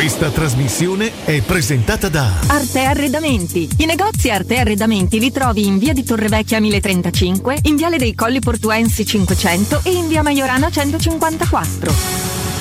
Questa trasmissione è presentata da Arte Arredamenti. I negozi Arte Arredamenti li trovi in via di Torrevecchia 1035, in viale dei Colli Portuensi 500 e in via Maiorana 154.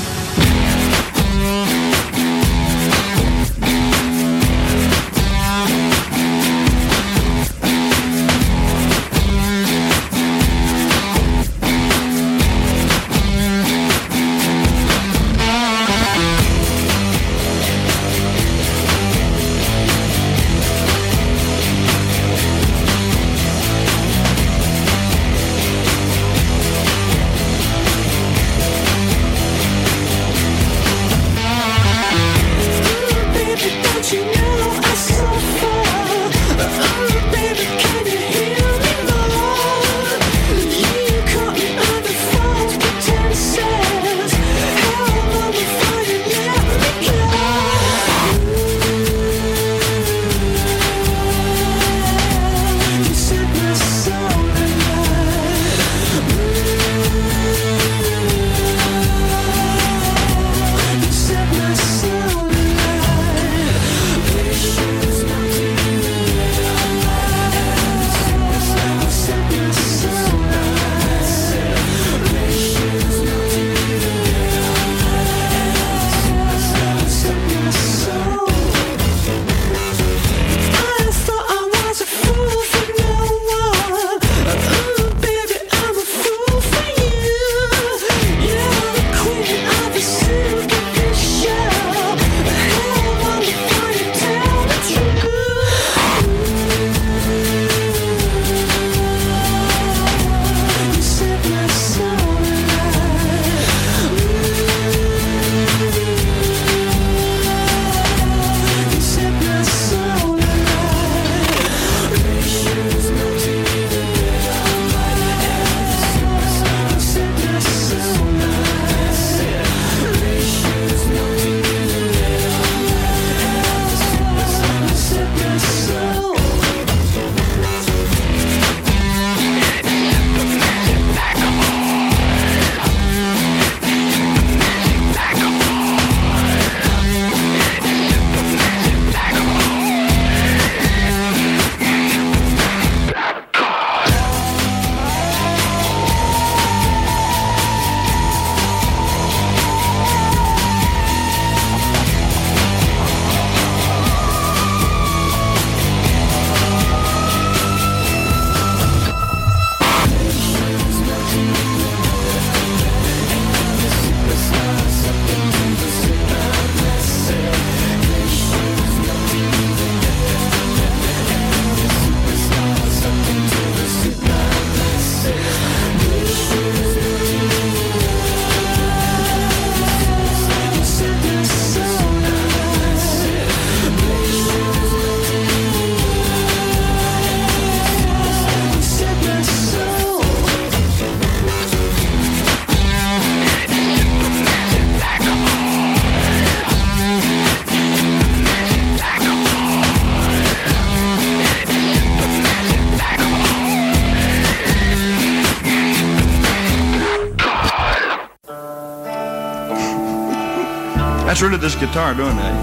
That's really this guitar doing that.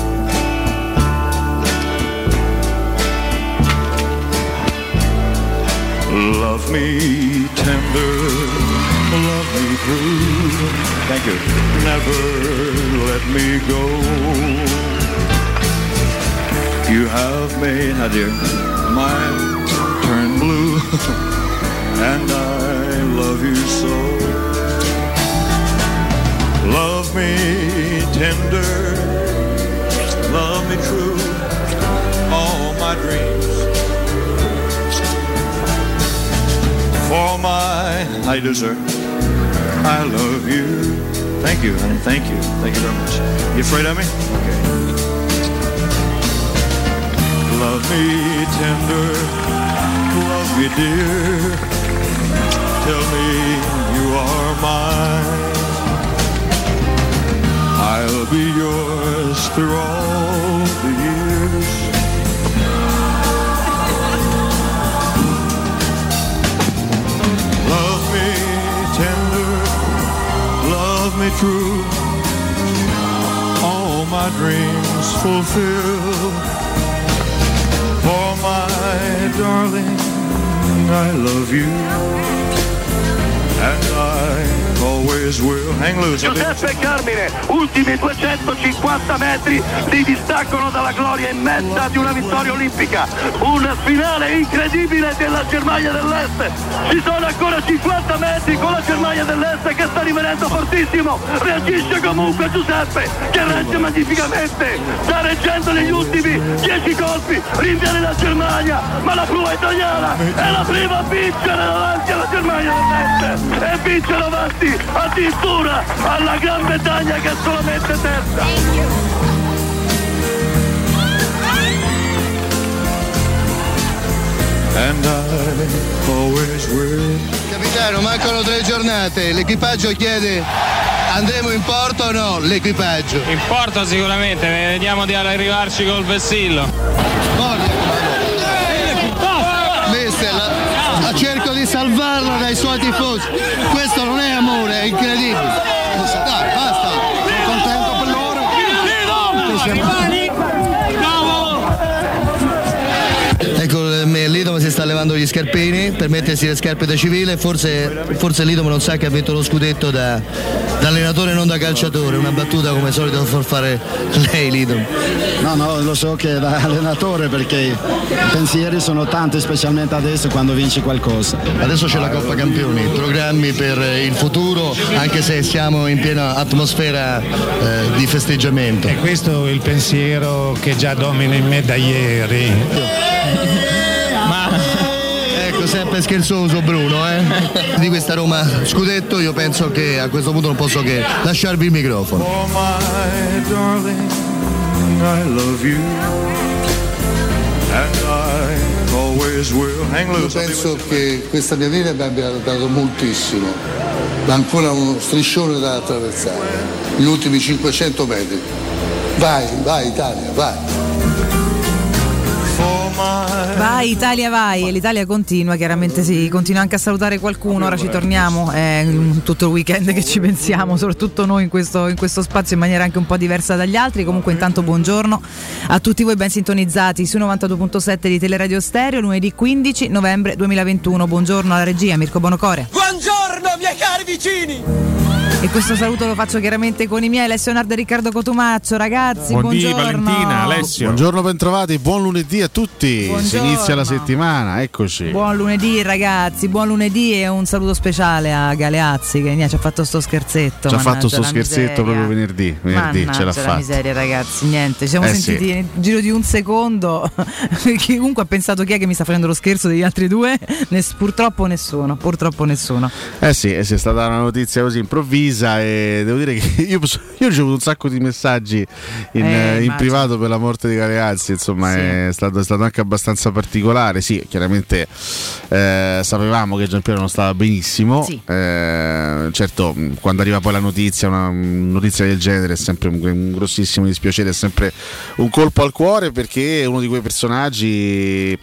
Love me tender, love me true. Thank you. Never let me go. You have made, how dear, my turn blue, and I love you so. Love me tender, love me true, all my dreams. For my, how you do, sir? I love you. Thank you, honey, thank you. Thank you very much. You afraid of me? Okay. Love me tender, love me dear. Tell me you are mine. I'll be yours through all the years. Love me tender, love me true, all my my dreams fulfill. For my darling, I love you, and I always will. Hang loose. Giuseppe Carmine, ultimi 250 metri di distacco dalla gloria immensa di una vittoria olimpica. Un finale incredibile della Germania dell'Est. Ci sono ancora 50 metri con la Germania dell'Est che sta rimanendo fortissimo. Reagisce comunque Giuseppe, che regge magnificamente. Sta reggendo negli ultimi 10 colpi. Rinviene la Germania, ma la prua italiana è la prima a vincere davanti alla Germania dell'Est. E vince davanti addirittura alla Gran Bretagna, che è solamente terza. And I always will. Capitano, mancano 3 giornate, l'equipaggio chiede: andremo in porto o no? L'equipaggio in porto sicuramente, vediamo di arrivarci col vessillo. Mister, cerco di salvarlo dai suoi tifosi. Questo non è amore, è incredibile. Dai, basta. Sono contento per loro. Ecco, l'Idom si sta levando gli scarpini per mettersi le scarpe da civile. Forse l'Idom non sa che ha vinto lo scudetto da allenatore, non da calciatore. Una battuta come solito da far fare lei, l'Idom. No, lo so che è da allenatore, perché i pensieri sono tanti, specialmente adesso quando vinci qualcosa. Adesso c'è la Coppa Campioni, programmi per il futuro, anche se siamo in piena atmosfera di festeggiamento. E questo è il pensiero che già domina in me da ieri. Ecco, sempre scherzoso Bruno, di questa Roma scudetto. Io penso che a questo punto non posso che lasciarvi il microfono. For my darling, I love you, and I always will. Hang Io loose. penso che questa mia linea mi abbia dato moltissimo, ma ancora uno striscione da attraversare, gli ultimi 500 metri. Vai Italia, vai! Vai Italia, vai! E l'Italia continua, chiaramente si continua anche a salutare qualcuno. Ora ci torniamo, è tutto il weekend che ci pensiamo, soprattutto noi in questo spazio, in maniera anche un po' diversa dagli altri. Comunque intanto buongiorno a tutti voi ben sintonizzati su 92.7 di Teleradio Stereo, lunedì 15 novembre 2021. Buongiorno alla regia, Mirko Bonocore. Buongiorno miei cari vicini! E questo saluto lo faccio chiaramente con i miei Alessio Nardo e Riccardo Cotumaccio. Ragazzi, buongiorno. Valentina, Alessio. Buongiorno, bentrovati, buon lunedì a tutti. Buongiorno. Si inizia la settimana, eccoci. Buon lunedì ragazzi, buon lunedì, e un saluto speciale a Galeazzi che ci ha fatto sto scherzetto. Ci ha fatto sto scherzetto proprio venerdì ce l'ha fatta. La miseria ragazzi, niente, ci siamo sentiti sì. nel giro di un secondo. Chiunque ha pensato chi è che mi sta facendo lo scherzo degli altri due, purtroppo nessuno. Sì, è stata una notizia così improvvisa e devo dire che io ho ricevuto un sacco di messaggi in privato per la morte di Galeazzi, insomma sì. È stato anche abbastanza particolare. Sì, chiaramente sapevamo che Giampiero non stava benissimo, sì. Certo, quando arriva poi la notizia, una notizia del genere, è sempre un grossissimo dispiacere, è sempre un colpo al cuore, perché è uno di quei personaggi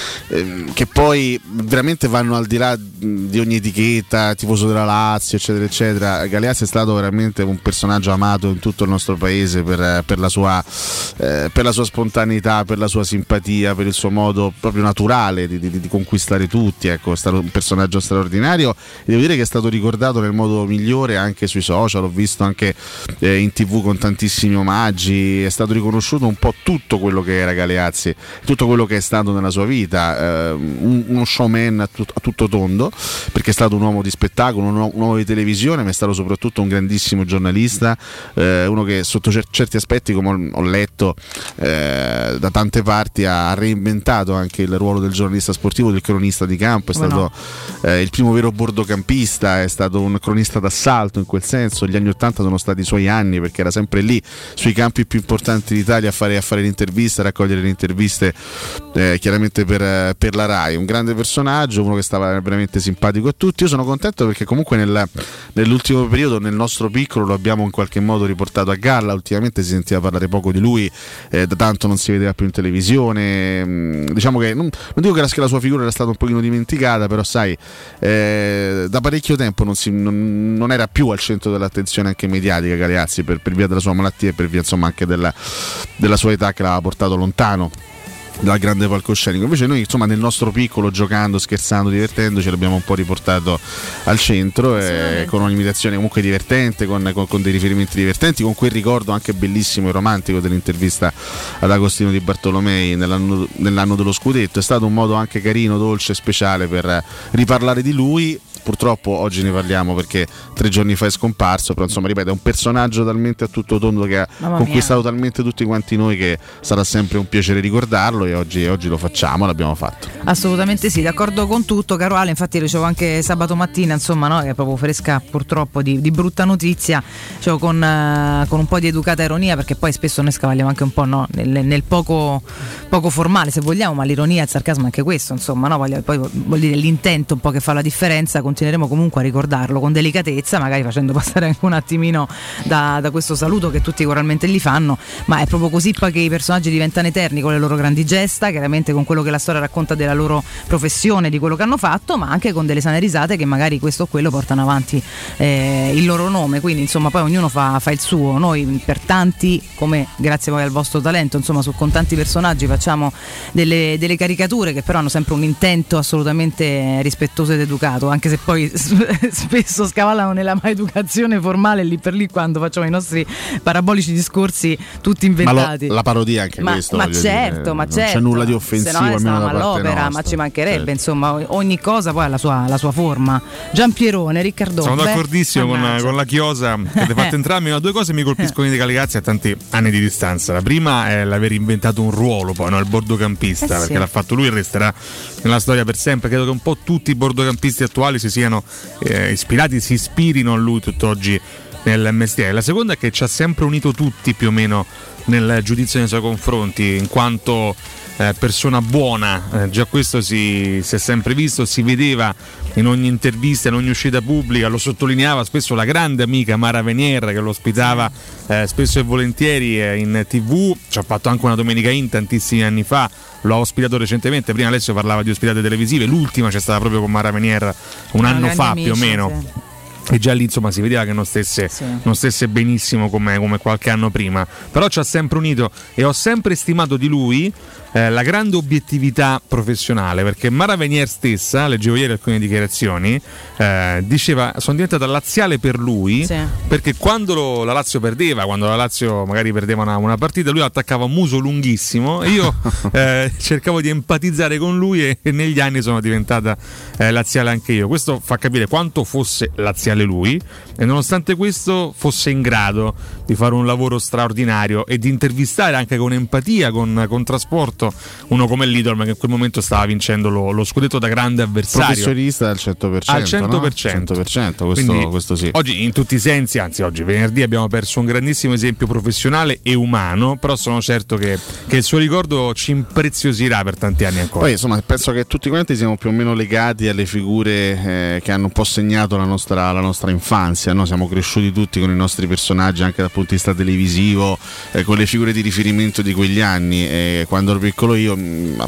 che poi veramente vanno al di là di ogni etichetta, tifoso della Lazio eccetera eccetera. Galeazzi è stato veramente un personaggio amato in tutto il nostro paese per la sua spontaneità, per la sua simpatia, per il suo modo proprio naturale di conquistare tutti. Ecco, è stato un personaggio straordinario e devo dire che è stato ricordato nel modo migliore anche sui social. Ho visto anche in TV con tantissimi omaggi, è stato riconosciuto un po' tutto quello che era Galeazzi, tutto quello che è stato nella sua vita, uno showman a tutto tondo, perché è stato un uomo di spettacolo, un uomo di televisione, ma è stato soprattutto un grandissimo giornalista, uno che sotto certi aspetti, come ho letto da tante parti, ha reinventato anche il ruolo del giornalista sportivo, del cronista di campo. È stato il primo vero bordocampista, è stato un cronista d'assalto in quel senso. Gli anni '80 sono stati i suoi anni, perché era sempre lì sui campi più importanti d'Italia a fare le interviste, a raccogliere le interviste, chiaramente per la Rai. Un grande personaggio, uno che stava veramente simpatico a tutti. Io sono contento perché comunque nell'ultimo periodo periodo nel nostro piccolo lo abbiamo in qualche modo riportato a galla. Ultimamente si sentiva parlare poco di lui, da tanto non si vedeva più in televisione. Diciamo che non dico che la sua figura era stata un pochino dimenticata, però sai, da parecchio tempo non era più al centro dell'attenzione anche mediatica Galeazzi, per via della sua malattia e per via insomma anche della sua età che l'aveva portato lontano dal grande palcoscenico. Invece noi insomma nel nostro piccolo, giocando, scherzando, divertendoci, l'abbiamo un po' riportato al centro, con un'imitazione comunque divertente, con dei riferimenti divertenti, con quel ricordo anche bellissimo e romantico dell'intervista ad Agostino Di Bartolomei nell'anno dello scudetto. È stato un modo anche carino, dolce, speciale per riparlare di lui. Purtroppo oggi ne parliamo perché 3 giorni fa è scomparso, però insomma ripeto, è un personaggio talmente a tutto tondo che ha conquistato talmente tutti quanti noi che sarà sempre un piacere ricordarlo, e oggi lo facciamo, l'abbiamo fatto. Assolutamente sì, d'accordo con tutto, caro Ale. Infatti ricevo anche sabato mattina, insomma, no, che è proprio fresca purtroppo di brutta notizia, cioè con un po' di educata ironia, perché poi spesso noi scavalliamo anche un po', no, nel poco formale, se vogliamo, ma l'ironia e il sarcasmo è anche questo, insomma, no? Poi vuol dire l'intento un po' che fa la differenza. Continueremo comunque a ricordarlo con delicatezza, magari facendo passare anche un attimino da questo saluto che tutti coralmente gli fanno, ma è proprio così poi che i personaggi diventano eterni, con le loro grandi gesta, chiaramente con quello che la storia racconta della loro professione, di quello che hanno fatto, ma anche con delle sane risate che magari questo o quello portano avanti il loro nome. Quindi insomma poi ognuno fa il suo. Noi per tanti, come grazie poi al vostro talento, insomma con tanti personaggi facciamo delle caricature che però hanno sempre un intento assolutamente rispettoso ed educato, anche se poi spesso scavallano nella maleducazione formale lì per lì, quando facciamo i nostri parabolici discorsi tutti inventati. Ma la parodia anche questo. Ma certo, non c'è nulla di offensivo, almeno da parte all'opera, ma ci mancherebbe, certo. Insomma, ogni cosa poi ha la sua forma. Giampierone, Riccardo. Sono d'accordissimo con la chiosa che avete fatto entrambi, ma 2 cose mi colpiscono di Galeazzi a tanti anni di distanza. La prima è l'aver inventato un ruolo, poi, no? Il bordocampista, perché l'ha fatto lui e resterà nella storia per sempre. Credo che un po' tutti i bordocampisti attuali si siano ispirati, si ispirino a lui tutt'oggi nel mestiere. La seconda è che ci ha sempre unito tutti più o meno nel giudizio nei suoi confronti, in quanto persona buona, già questo si è sempre visto, si vedeva in ogni intervista, in ogni uscita pubblica, lo sottolineava spesso la grande amica Mara Venier, che lo ospitava spesso e volentieri in TV. Ci ha fatto anche una Domenica In tantissimi anni fa, lo ha ospitato recentemente. Prima Alessio parlava di ospitate televisive, l'ultima c'è stata proprio con Mara Venier un anno fa più o meno. Sì. E già lì insomma si vedeva che non stesse benissimo come qualche anno prima, però ci ha sempre unito, e ho sempre stimato di lui la grande obiettività professionale, perché Mara Venier stessa, leggevo ieri alcune dichiarazioni, diceva: sono diventata laziale per lui, perché quando la Lazio perdeva, quando la Lazio magari perdeva una partita, lui attaccava un muso lunghissimo e io cercavo di empatizzare con lui, e negli anni sono diventata laziale anche io. Questo fa capire quanto fosse laziale lui, e nonostante questo fosse in grado di fare un lavoro straordinario e di intervistare anche con empatia, con trasporto, uno come Lidl, che in quel momento stava vincendo lo scudetto da grande avversario. Professionista al 100%. Al 100%. No? 100%, questo sì. Oggi in tutti i sensi, anzi oggi venerdì abbiamo perso un grandissimo esempio professionale e umano, però sono certo che il suo ricordo ci impreziosirà per tanti anni ancora. Poi insomma penso che tutti quanti siamo più o meno legati alle figure che hanno un po' segnato la nostra infanzia, no? Siamo cresciuti tutti con i nostri personaggi anche dal punto di vista televisivo, con le figure di riferimento di quegli anni. Quando ero piccolo io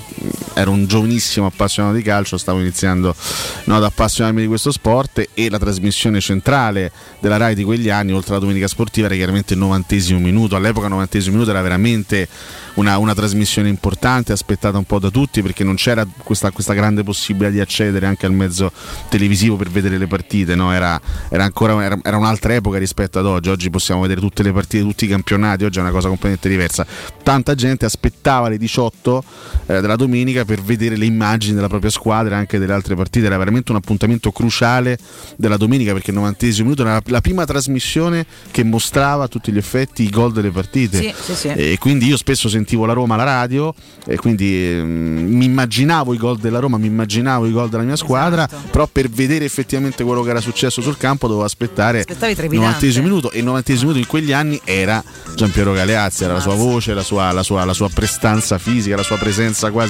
ero un giovanissimo appassionato di calcio, stavo iniziando ad appassionarmi di questo sport, e la trasmissione centrale della Rai di quegli anni, oltre alla Domenica Sportiva, era chiaramente il 90° minuto. All'epoca il 90° minuto era veramente una trasmissione importante, aspettata un po' da tutti, perché non c'era questa grande possibilità di accedere anche al mezzo televisivo per vedere le partite, no? Era un'altra epoca rispetto ad oggi. Oggi possiamo vedere tutte le partite, tutti i campionati, oggi è una cosa completamente diversa. Tanta gente aspettava le 18 della domenica per vedere le immagini della propria squadra e anche delle altre partite. Era veramente un appuntamento cruciale della domenica, perché il 90° minuto era la prima trasmissione che mostrava a tutti gli effetti i gol delle partite. Sì. E quindi io spesso sentivo la Roma alla radio, e quindi mi immaginavo i gol della Roma, mi immaginavo i gol della mia squadra, però per vedere effettivamente quello che era successo sul campo dovevo aspettare il 90° minuto, e il 90° minuto in quegli anni era Giampiero Galeazzi, era la sua voce, la sua prestanza fisica, la sua presenza quasi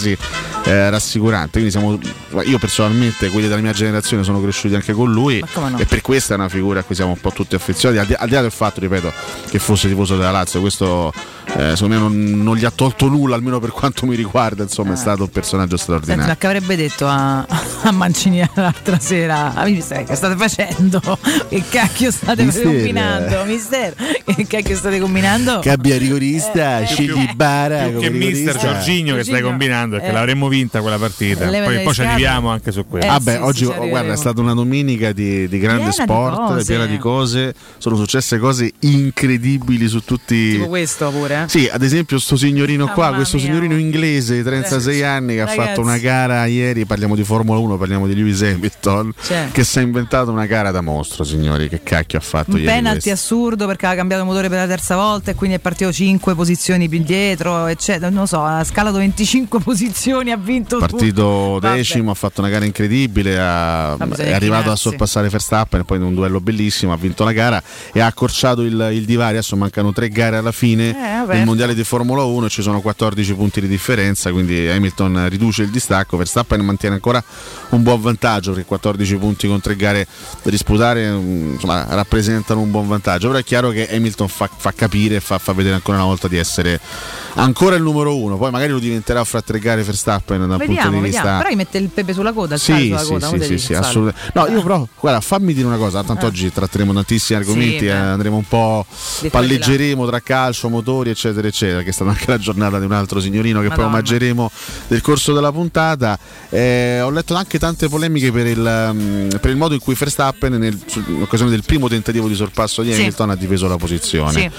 rassicurante. Quindi io personalmente, quelli della mia generazione, sono cresciuti anche con lui, no? E per questa è una figura a cui siamo un po' tutti affezionati, al di là del fatto, ripeto, che fosse tifoso della Lazio. Questo secondo me non gli ha tolto nulla, almeno per quanto mi riguarda, insomma. È stato un personaggio straordinario. Senti, ma che avrebbe detto a Mancini l'altra sera? Che state facendo? Che cacchio state combinando? Mister, che cacchio state combinando? Cambia rigorista, scegli Bara più che mister Giorginio che stai combinando, perché l'avremmo vinta quella partita. Poi ci arriviamo anche su quello. Oggi guarda, è stata una domenica di grande sport, piena di cose. Sono successe cose incredibili su tutti. Tipo questo pure. Sì, ad esempio sto signorino qua, questo signorino inglese di 36 anni che ha fatto una gara ieri, parliamo di Formula 1, parliamo di Lewis Hamilton, che si è inventato una gara da mostro, signori. Che cacchio ha fatto ieri? Un penalty assurdo perché aveva cambiato motore per la terza volta e quindi è partito 5 posizioni più indietro, eccetera. Non so, ha scalato 25 posizioni, ha vinto partito decimo, ha fatto una gara incredibile, è arrivato a sorpassare Verstappen e poi in un duello bellissimo ha vinto la gara e ha accorciato il divario. Adesso mancano 3 gare alla fine del mondiale di Formula 1 e ci sono 14 punti di differenza, quindi Hamilton riduce il distacco, Verstappen mantiene ancora un buon vantaggio perché 14 punti con 3 gare da disputare, insomma, rappresentano un buon vantaggio. Però è chiaro che Hamilton fa capire, fa vedere ancora una volta di essere ancora il numero 1, poi magari lo diventerà fra 3 gare Verstappen dal punto di vista. Però gli mette il pepe sulla coda, sì, assolutamente. No, io però, guarda, fammi dire una cosa, tanto oggi tratteremo tantissimi argomenti, andremo un po', palleggeremo tra calcio, motori, eccetera, eccetera, che è stata anche la giornata di un altro signorino che poi omaggeremo nel corso della puntata. Ho letto anche tante polemiche per il modo in cui Verstappen, in occasione del primo tentativo di sorpasso di Hamilton, ha difeso la posizione.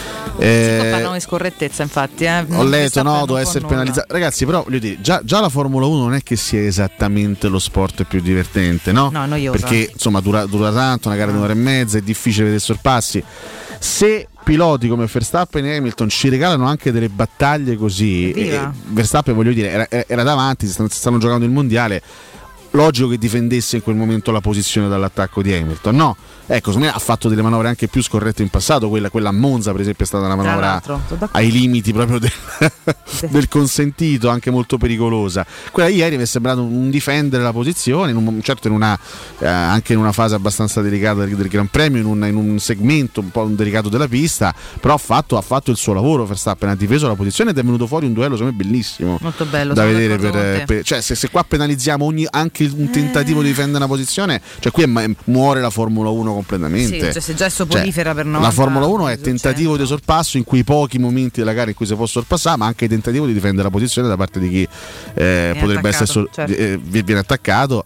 Parlano di scorrettezza, infatti. Ho letto, doveva essere penalizzato. Ragazzi, però voglio dire, già la Formula 1 non è che sia esattamente lo sport più divertente, no? No, noioso. Perché insomma dura tanto, una gara di un'ora e mezza, è difficile vedere sorpassi. Se piloti come Verstappen e Hamilton ci regalano anche delle battaglie così, Verstappen, voglio dire, era davanti, stanno giocando il mondiale, logico che difendesse in quel momento la posizione dall'attacco di Hamilton, no? Ecco, secondo me ha fatto delle manovre anche più scorrette in passato, quella a Monza per esempio è stata una manovra ai limiti proprio del consentito, anche molto pericolosa. Quella di ieri mi è sembrato un difendere la posizione, anche in una fase abbastanza delicata del Gran Premio, in un segmento un po' delicato della pista, però ha fatto il suo lavoro. Verstappen ha difeso la posizione ed è venuto fuori un duello secondo me bellissimo, molto bello da vedere cioè se qua penalizziamo anche un tentativo di difendere una posizione, cioè qui muore la Formula 1 completamente. Sì, cioè se già è soporifera per noi. La Formula 1 è tentativo di sorpasso in quei pochi momenti della gara in cui si può sorpassare, ma anche tentativo di difendere la posizione da parte di chi potrebbe essere viene attaccato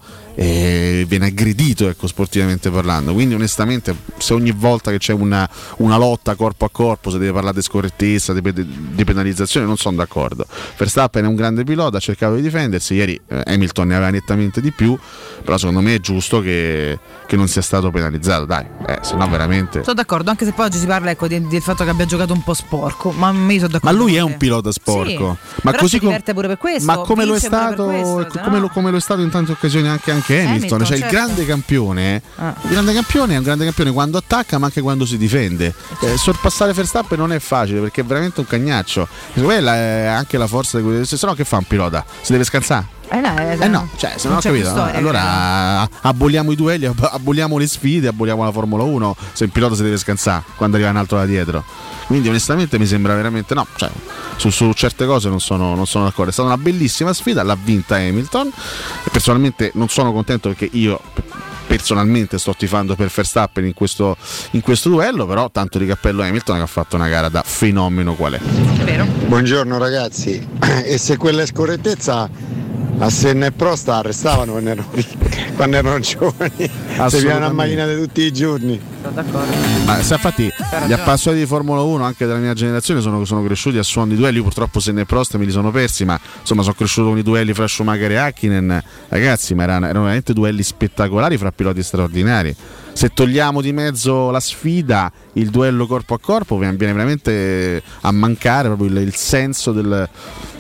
e viene aggredito, ecco, sportivamente parlando. Quindi onestamente, se ogni volta che c'è una lotta corpo a corpo si deve parlare di scorrettezza, di penalizzazione, non sono d'accordo. Verstappen è un grande pilota, ha cercato di difendersi, ieri Hamilton ne aveva nettamente di più, però secondo me è giusto che non sia stato penalizzato, dai, se no veramente. Sono d'accordo, anche se poi oggi si parla, ecco, del fatto che abbia giocato un po' sporco, ma io sono d'accordo. Ma lui è un pilota sporco, sì, ma così si diverte pure per questo. Ma come lo è stato, come lo è stato in tante occasioni anche Hamilton, cioè certo. Il grande campione è un grande campione quando attacca, ma anche quando si difende. Sorpassare Verstappen non è facile perché è veramente un cagnaccio. Quella è anche la forza di cui, se no che fa un pilota? Si deve scansare? No, cioè, se non ho capito, storia, allora aboliamo i duelli, aboliamo le sfide, aboliamo la Formula 1 se il pilota si deve scansare quando arriva un altro da dietro. Quindi onestamente mi sembra veramente cioè, su certe cose non sono d'accordo. È stata una bellissima sfida, l'ha vinta Hamilton e personalmente non sono contento perché io personalmente sto tifando per Verstappen in questo duello, però tanto di cappello Hamilton che ha fatto una gara da fenomeno qual è. Vero? Buongiorno ragazzi, e se quella è scorrettezza a Senna e Prost arrestavano quando erano giovani, se viene a malinate tutti i giorni. Sono d'accordo. Ma se infatti gli appassionati di Formula 1 anche della mia generazione sono cresciuti a suono di duelli. Io purtroppo Senna e Prost me li sono persi, ma insomma sono cresciuto con i duelli fra Schumacher e Häkkinen, ragazzi, ma erano veramente duelli spettacolari fra piloti straordinari. Se togliamo di mezzo la sfida, il duello corpo a corpo, viene veramente a mancare proprio il senso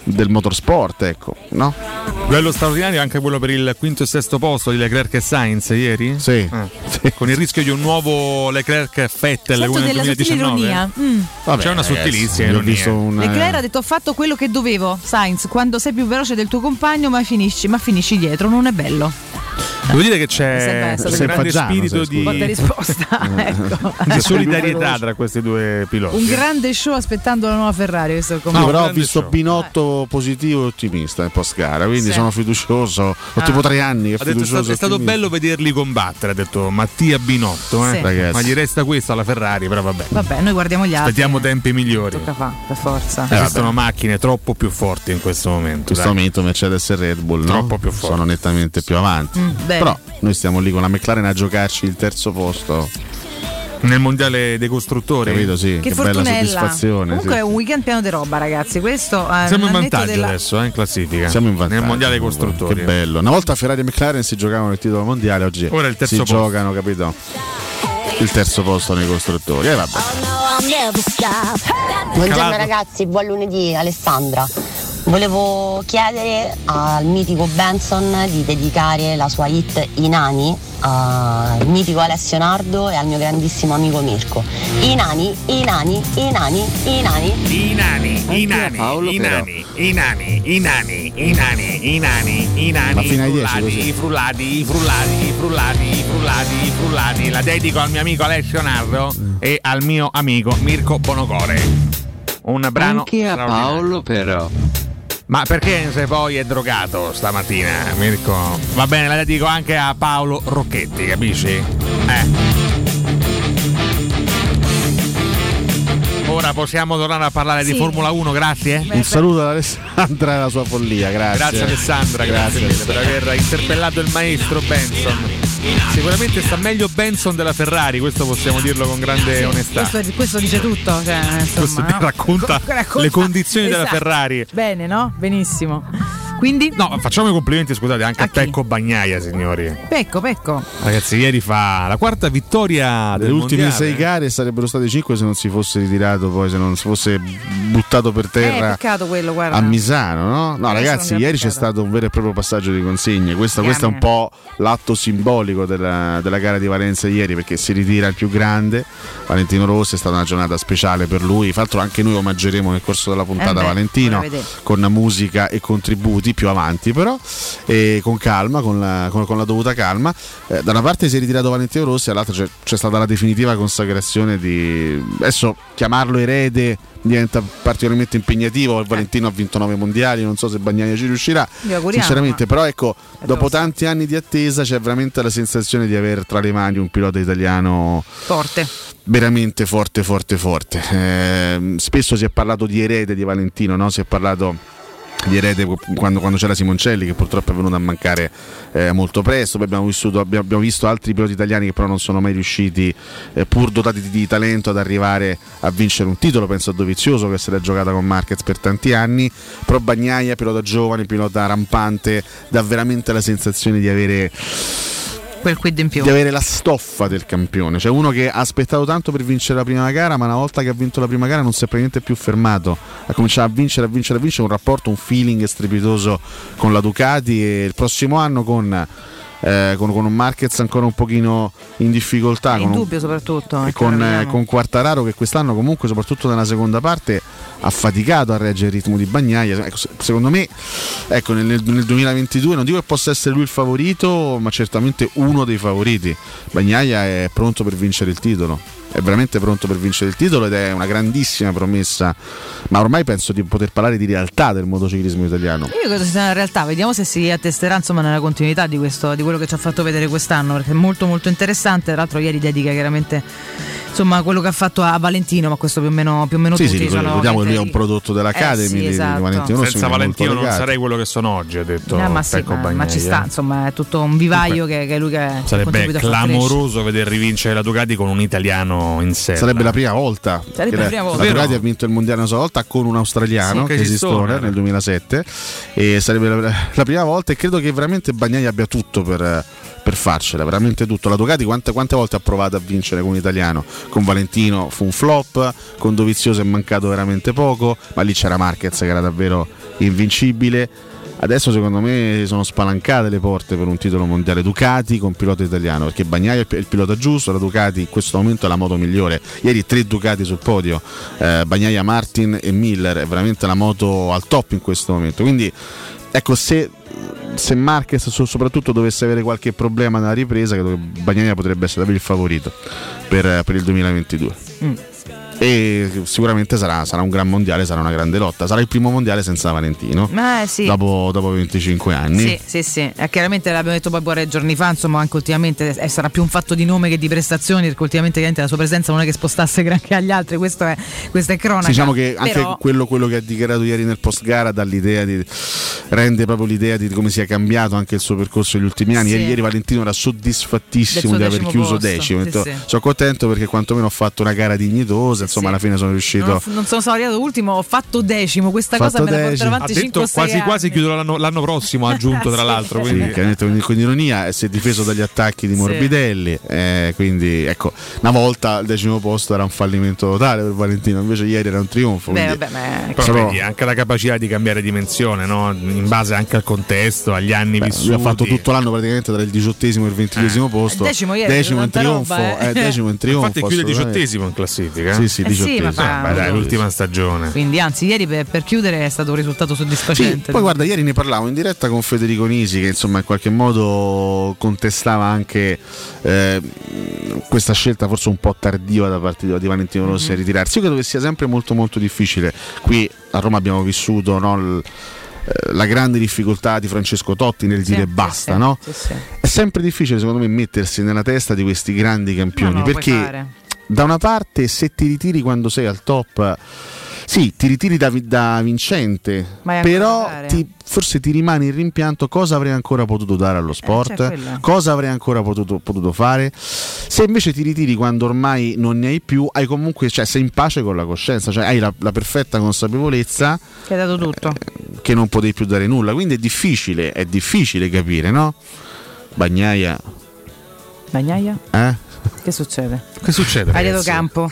del motorsport, ecco, no? Duello straordinario anche quello per il quinto e sesto posto di Leclerc e Sainz ieri? Sì. Con il rischio di un nuovo Leclerc-Vettel come nel 2019. Vabbè, c'è una sottilissima ironia. Ho visto Leclerc ha detto: ho fatto quello che dovevo, Sainz, quando sei più veloce del tuo compagno ma finisci dietro, non è bello. Devo dire che c'è un grande spirito di solidarietà tra questi due piloti. Un grande show aspettando la nuova Ferrari. Però ho visto Binotto positivo e ottimista nel post gara, quindi sono fiducioso. Ho tipo 3 anni che fiducioso. È stato bello vederli combattere, ha detto Mattia Binotto, ma gli resta questo alla Ferrari, però vabbè, noi guardiamo gli altri. Aspettiamo tempi migliori. Tocca per forza. Esistono macchine troppo più forti in questo momento. In questo momento Mercedes e Red Bull troppo più forti. Sono nettamente più avanti. Però noi stiamo lì con la McLaren a giocarci il terzo posto nel mondiale dei costruttori, capito? Sì, che bella soddisfazione. Comunque è un weekend pieno di roba, ragazzi. Questo siamo in vantaggio adesso in classifica. Siamo in vantaggio nel mondiale dei costruttori. Che bello. Una volta Ferrari e McLaren si giocavano il titolo mondiale, oggi ora il terzo si posto. Giocano, capito? Il terzo posto nei costruttori. Vabbè. Buongiorno ragazzi, buon lunedì, Alessandra. Volevo chiedere al mitico Benson di dedicare la sua hit I Nani al mitico Alessio Nardo e al mio grandissimo amico Mirko. I nani, i nani, i nani, i nani. I nani, i nani, i nani, i nani, i nani, i nani, i nani, i nani, i frullati, i frullati, i frullati, i frullati, i frullati. La dedico al mio amico Alessio Nardo e al mio amico Mirko Bonocore. Un brano anche a Paolo però. Ma perché se poi è drogato stamattina, Mirko? Va bene, la dico anche a Paolo Rocchetti, capisci? Ora possiamo tornare a parlare di Formula 1, grazie. Un saluto ad Alessandra e alla sua follia, grazie. Grazie Alessandra, grazie per aver interpellato il maestro Benson. Sicuramente sta meglio Benson della Ferrari, questo possiamo dirlo con grande onestà. Questo dice tutto, cioè, insomma, questo racconta le condizioni della Ferrari. Bene, no? Benissimo. Quindi? No, facciamo i complimenti, scusate, anche a Pecco Bagnaia, signori. Pecco. Ragazzi, ieri fa la quarta vittoria delle ultime 6 gare, sarebbero state 5 se non si fosse ritirato, poi se non si fosse buttato per terra. Peccato quello, guarda. A Misano, no? No, ragazzi, ieri c'è stato un vero e proprio passaggio di consegne. Questo è un po' l'atto simbolico della gara di Valencia ieri, perché si ritira il più grande, Valentino Rossi. È stata una giornata speciale per lui. Fra l'altro anche noi omaggeremo nel corso della puntata Valentino con musica e contributi più avanti, però con calma, con la dovuta calma. Da una parte si è ritirato Valentino Rossi, dall'altra c'è stata la definitiva consacrazione di, adesso chiamarlo erede diventa particolarmente impegnativo. Valentino ha vinto 9 mondiali, non so se Bagnaia ci riuscirà sinceramente, però ecco, dopo tanti anni di attesa c'è veramente la sensazione di avere tra le mani un pilota italiano forte, veramente forte. Spesso si è parlato di erede di Valentino, no? Si è parlato di erede quando c'era Simoncelli, che purtroppo è venuto a mancare molto presto. Poi abbiamo visto altri piloti italiani che però non sono mai riusciti, pur dotati di talento, ad arrivare a vincere un titolo. Penso a Dovizioso, che se l'è giocata con Marquez per tanti anni. Però Bagnaia, pilota giovane, pilota rampante, dà veramente la sensazione di avere quel quid in più, di avere la stoffa del campione, cioè uno che ha aspettato tanto per vincere la prima gara, ma una volta che ha vinto la prima gara non si è praticamente più fermato, ha cominciato a vincere, un rapporto, un feeling strepitoso con la Ducati, e il prossimo anno con un Marquez ancora un pochino in difficoltà, in dubbio soprattutto, con Quartararo, che quest'anno comunque soprattutto nella seconda parte ha faticato a reggere il ritmo di Bagnaia. Secondo me nel 2022 non dico che possa essere lui il favorito, ma certamente uno dei favoriti. Bagnaia è pronto per vincere il titolo, è veramente pronto per vincere il titolo ed è una grandissima promessa, ma ormai penso di poter parlare di realtà del motociclismo italiano. Io credo sia una realtà, vediamo se si attesterà nella continuità di quello che ci ha fatto vedere quest'anno, perché è molto molto interessante. Tra l'altro ieri dedica chiaramente quello che ha fatto a Valentino, ma questo più o meno tutti vediamo che lui è un prodotto dell'Academy di Valentino Rossi. Senza Valentino non sarei quello che sono oggi, ha detto Pecco Bagnaia. Ma ci sta, è tutto un vivaio che lui che sarebbe clamoroso vedere rivincere la Ducati con un italiano in sé. Sarebbe la prima volta. La Ducati ha vinto il mondiale una sola volta con un australiano, che esistone nel 2007, e sarebbe la prima volta, e credo che veramente Bagnaia abbia tutto per per farcela, veramente tutto. La Ducati quante volte ha provato a vincere con un italiano? Con Valentino fu un flop, con Dovizioso è mancato veramente poco, ma lì c'era Marquez che era davvero invincibile. Adesso secondo me sono spalancate le porte per un titolo mondiale Ducati con pilota italiano, perché Bagnaia è il pilota giusto, la Ducati in questo momento è la moto migliore. Ieri 3 Ducati sul podio, Bagnaia, Martin e Miller, è veramente la moto al top in questo momento. Quindi ecco, se Marquez soprattutto dovesse avere qualche problema nella ripresa, credo che Bagnaia potrebbe essere davvero il favorito per il 2022. E sicuramente sarà un gran mondiale, sarà una grande lotta, sarà il primo mondiale senza Valentino, sì. dopo 25 anni. Sì. Chiaramente l'abbiamo detto poi giorni fa, insomma, anche ultimamente sarà più un fatto di nome che di prestazioni, perché ultimamente la sua presenza non è che spostasse granché agli altri, questa è cronaca. Diciamo che anche quello che ha dichiarato ieri nel post gara dà l'idea rende proprio l'idea di come sia cambiato anche il suo percorso negli ultimi anni. Ieri Valentino era soddisfattissimo di aver chiuso decimo. Sono contento perché quantomeno ho fatto una gara dignitosa, insomma alla fine sono riuscito. Non sono arrivato ultimo, ho fatto decimo, questa cosa me la porterò avanti 5-6 quasi chiudo l'anno prossimo, ha aggiunto tra l'altro. Quindi. Sì, con ironia si è difeso dagli attacchi di Morbidelli, quindi ecco, una volta il 10° posto era un fallimento totale per Valentino, invece ieri era un trionfo. Però vedi, anche la capacità di cambiare dimensione, no? In base anche al contesto, agli anni vissuti. Lui ha fatto tutto l'anno praticamente tra il 18° e il 20° posto, decimo in trionfo, decimo in trionfo. Infatti chiude 18° in classifica. Sì, 18°. L'ultima stagione. Quindi anzi ieri per chiudere è stato un risultato soddisfacente. Sì, poi guarda, ieri ne parlavo in diretta con Federico Nisi, che insomma in qualche modo contestava anche questa scelta forse un po' tardiva da parte di Valentino Rossi a ritirarsi. Io credo che sia sempre molto molto difficile. Qui a Roma abbiamo vissuto la grande difficoltà di Francesco Totti nel dire basta, no? Sì. È sempre difficile secondo me mettersi nella testa di questi grandi campioni, perché da una parte se ti ritiri quando sei al top, sì, ti ritiri da vincente, però forse ti rimane il rimpianto: cosa avrei ancora potuto dare allo sport, cosa avrei ancora potuto fare. Se invece ti ritiri quando ormai non ne hai più, hai comunque, sei in pace con la coscienza, hai la perfetta consapevolezza che hai dato tutto, che non potevi più dare nulla. Quindi è difficile capire, no? Bagnaia? Che succede? Ariato Campo.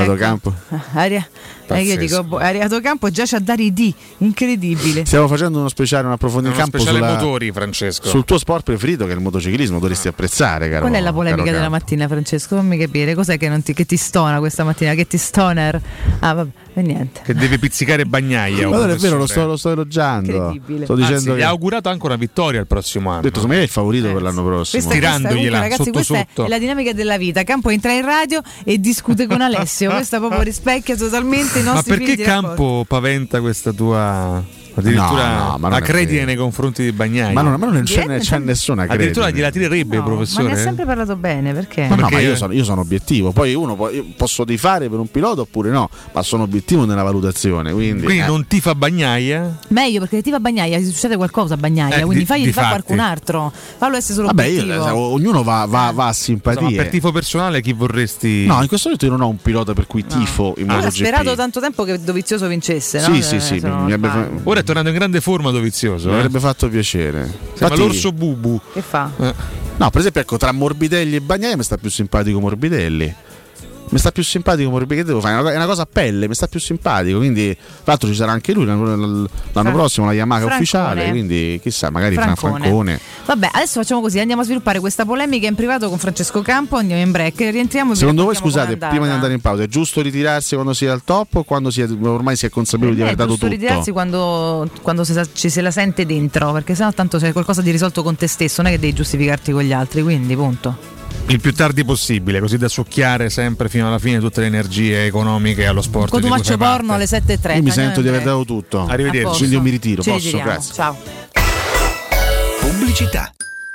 Io dico, Ariato Campo giace a dare i D, incredibile. Stiamo facendo uno approfondimento in campo speciale motori, Francesco. Sul tuo sport preferito, che è il motociclismo, dovresti apprezzare, caro. Qual è la polemica della mattina, Francesco? Fammi capire, cos'è che ti stona questa mattina? Che ti stoner? Vabbè, niente. Che deve pizzicare Bagnaia. Ma non è vero, lo sto elogiando. Incredibile. Sto dicendo gli ha augurato anche una vittoria il prossimo anno. Ho detto, secondo me è il favorito per l'anno prossimo. Tirandogliela ragazzi, questa è la dinamica della vita. Campo entra in radio e discute con Alessio. Questa proprio rispecchia totalmente i nostri. Ma perché Campo paventa questa tua addirittura acredine nei confronti di Bagnaia? Ma non c'è nessuna acredine. Addirittura gliela tirerebbe il professore. Ma ne ha sempre parlato bene, perché? Ma io sono obiettivo. Poi io posso tifare per un pilota oppure no, ma sono obiettivo nella valutazione. Quindi non tifa Bagnaia? Meglio, perché tifa Bagnaia si succede qualcosa a Bagnaia, quindi fagli fa qualcun altro. Fallo essere solo obiettivo. Ognuno va a simpatia. Ma per tifo personale chi vorresti? No, in questo momento io non ho un pilota per cui tifo in MotoGP. Ho sperato tanto tempo che Dovizioso vincesse, no? Sì. Ora è tornato in grande forma Dovizioso. Mi avrebbe fatto piacere. Ma l'orso Bubu che fa? No, per esempio, ecco, tra Morbidelli e Bagnaia mi sta più simpatico Morbidelli. Che devo fare? È una cosa a pelle, mi sta più simpatico. Quindi, tra l'altro, ci sarà anche lui l'anno prossimo, la Yamaha ufficiale. Quindi, chissà, magari Francone. Vabbè, adesso facciamo così: andiamo a sviluppare questa polemica in privato con Francesco Campo. Andiamo in break, rientriamo. E secondo voi, scusate, prima di andare in pausa, è giusto ritirarsi quando si è al top o quando ormai si è consapevoli di aver dato tutto? È giusto ritirarsi quando ci se la sente dentro, perché sennò tanto c'è qualcosa di risolto con te stesso, non è che devi giustificarti con gli altri. Quindi, punto. Il più tardi possibile, così da succhiare sempre fino alla fine tutte le energie economiche allo sport. Cotumaccio porno alle 7:30. Io mi sento di aver dato tutto. Arrivederci. Quindi io mi ritiro. Posso? Grazie. Ciao. Pubblicità.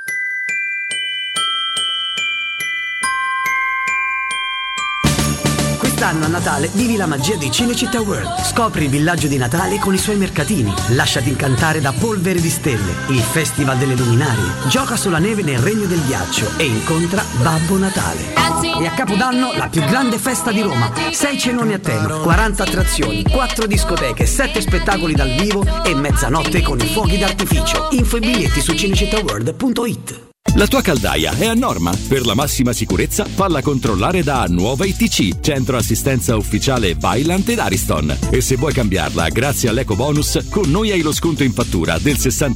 Quest'anno a Natale vivi la magia di Cinecittà World. Scopri il villaggio di Natale con i suoi mercatini. Lasciati incantare da Polvere di Stelle, il Festival delle Luminarie. Gioca sulla neve nel Regno del Ghiaccio e incontra Babbo Natale. E a Capodanno la più grande festa di Roma. 6 cenoni a tema, 40 attrazioni, 4 discoteche, 7 spettacoli dal vivo e mezzanotte con i fuochi d'artificio. Info e biglietti su cinecittàworld.it. La tua caldaia è a norma? Per la massima sicurezza falla controllare da Nuova ITC, centro assistenza ufficiale Vaillant ed Ariston. E se vuoi cambiarla grazie all'eco bonus, con noi hai lo sconto in fattura del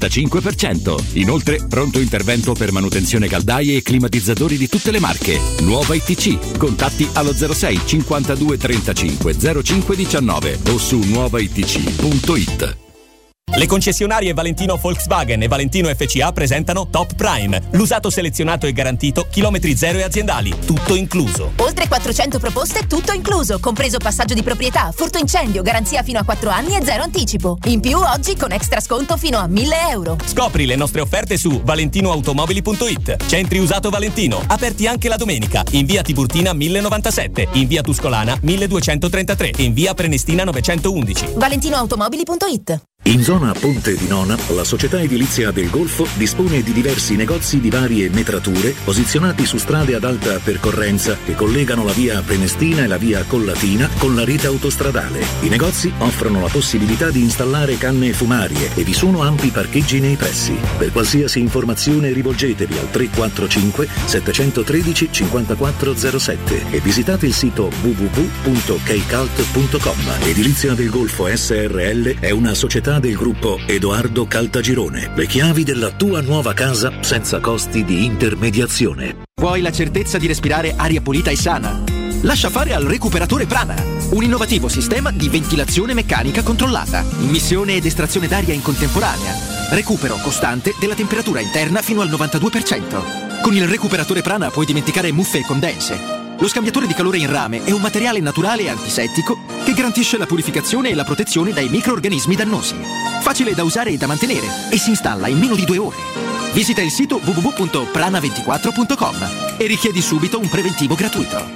65%. Inoltre pronto intervento per manutenzione caldaie e climatizzatori di tutte le marche. Nuova ITC, contatti allo 06 52 35 05 19 o su nuovaitc.it. Le concessionarie Valentino Volkswagen e Valentino FCA presentano Top Prime, l'usato selezionato e garantito, chilometri zero e aziendali, tutto incluso. Oltre 400 proposte, tutto incluso, compreso passaggio di proprietà, furto incendio, garanzia fino a 4 anni e zero anticipo. In più oggi con extra sconto fino a 1.000 euro. Scopri le nostre offerte su valentinoautomobili.it. Centri usato Valentino, aperti anche la domenica, in via Tiburtina 1097, in via Tuscolana 1233 e in via Prenestina 911. valentinoautomobili.it. In zona Ponte di Nona, la società edilizia del Golfo dispone di diversi negozi di varie metrature posizionati su strade ad alta percorrenza che collegano la via Prenestina e la via Collatina con la rete autostradale. I negozi offrono la possibilità di installare canne fumarie e vi sono ampi parcheggi nei pressi. Per qualsiasi informazione rivolgetevi al 345 713 5407 e visitate il sito www.keicalt.com. Edilizia del Golfo SRL è una società del gruppo Edoardo Caltagirone. Le chiavi della tua nuova casa senza costi di intermediazione. Vuoi la certezza di respirare aria pulita e sana? Lascia fare al recuperatore Prana, un innovativo sistema di ventilazione meccanica controllata, immissione ed estrazione d'aria in contemporanea, recupero costante della temperatura interna fino al 92%. Con il recuperatore Prana puoi dimenticare muffe e condense. Lo scambiatore di calore in rame è un materiale naturale e antisettico che garantisce la purificazione e la protezione dai microrganismi dannosi. Facile da usare e da mantenere e si installa in meno di 2 ore. Visita il sito www.prana24.com e richiedi subito un preventivo gratuito.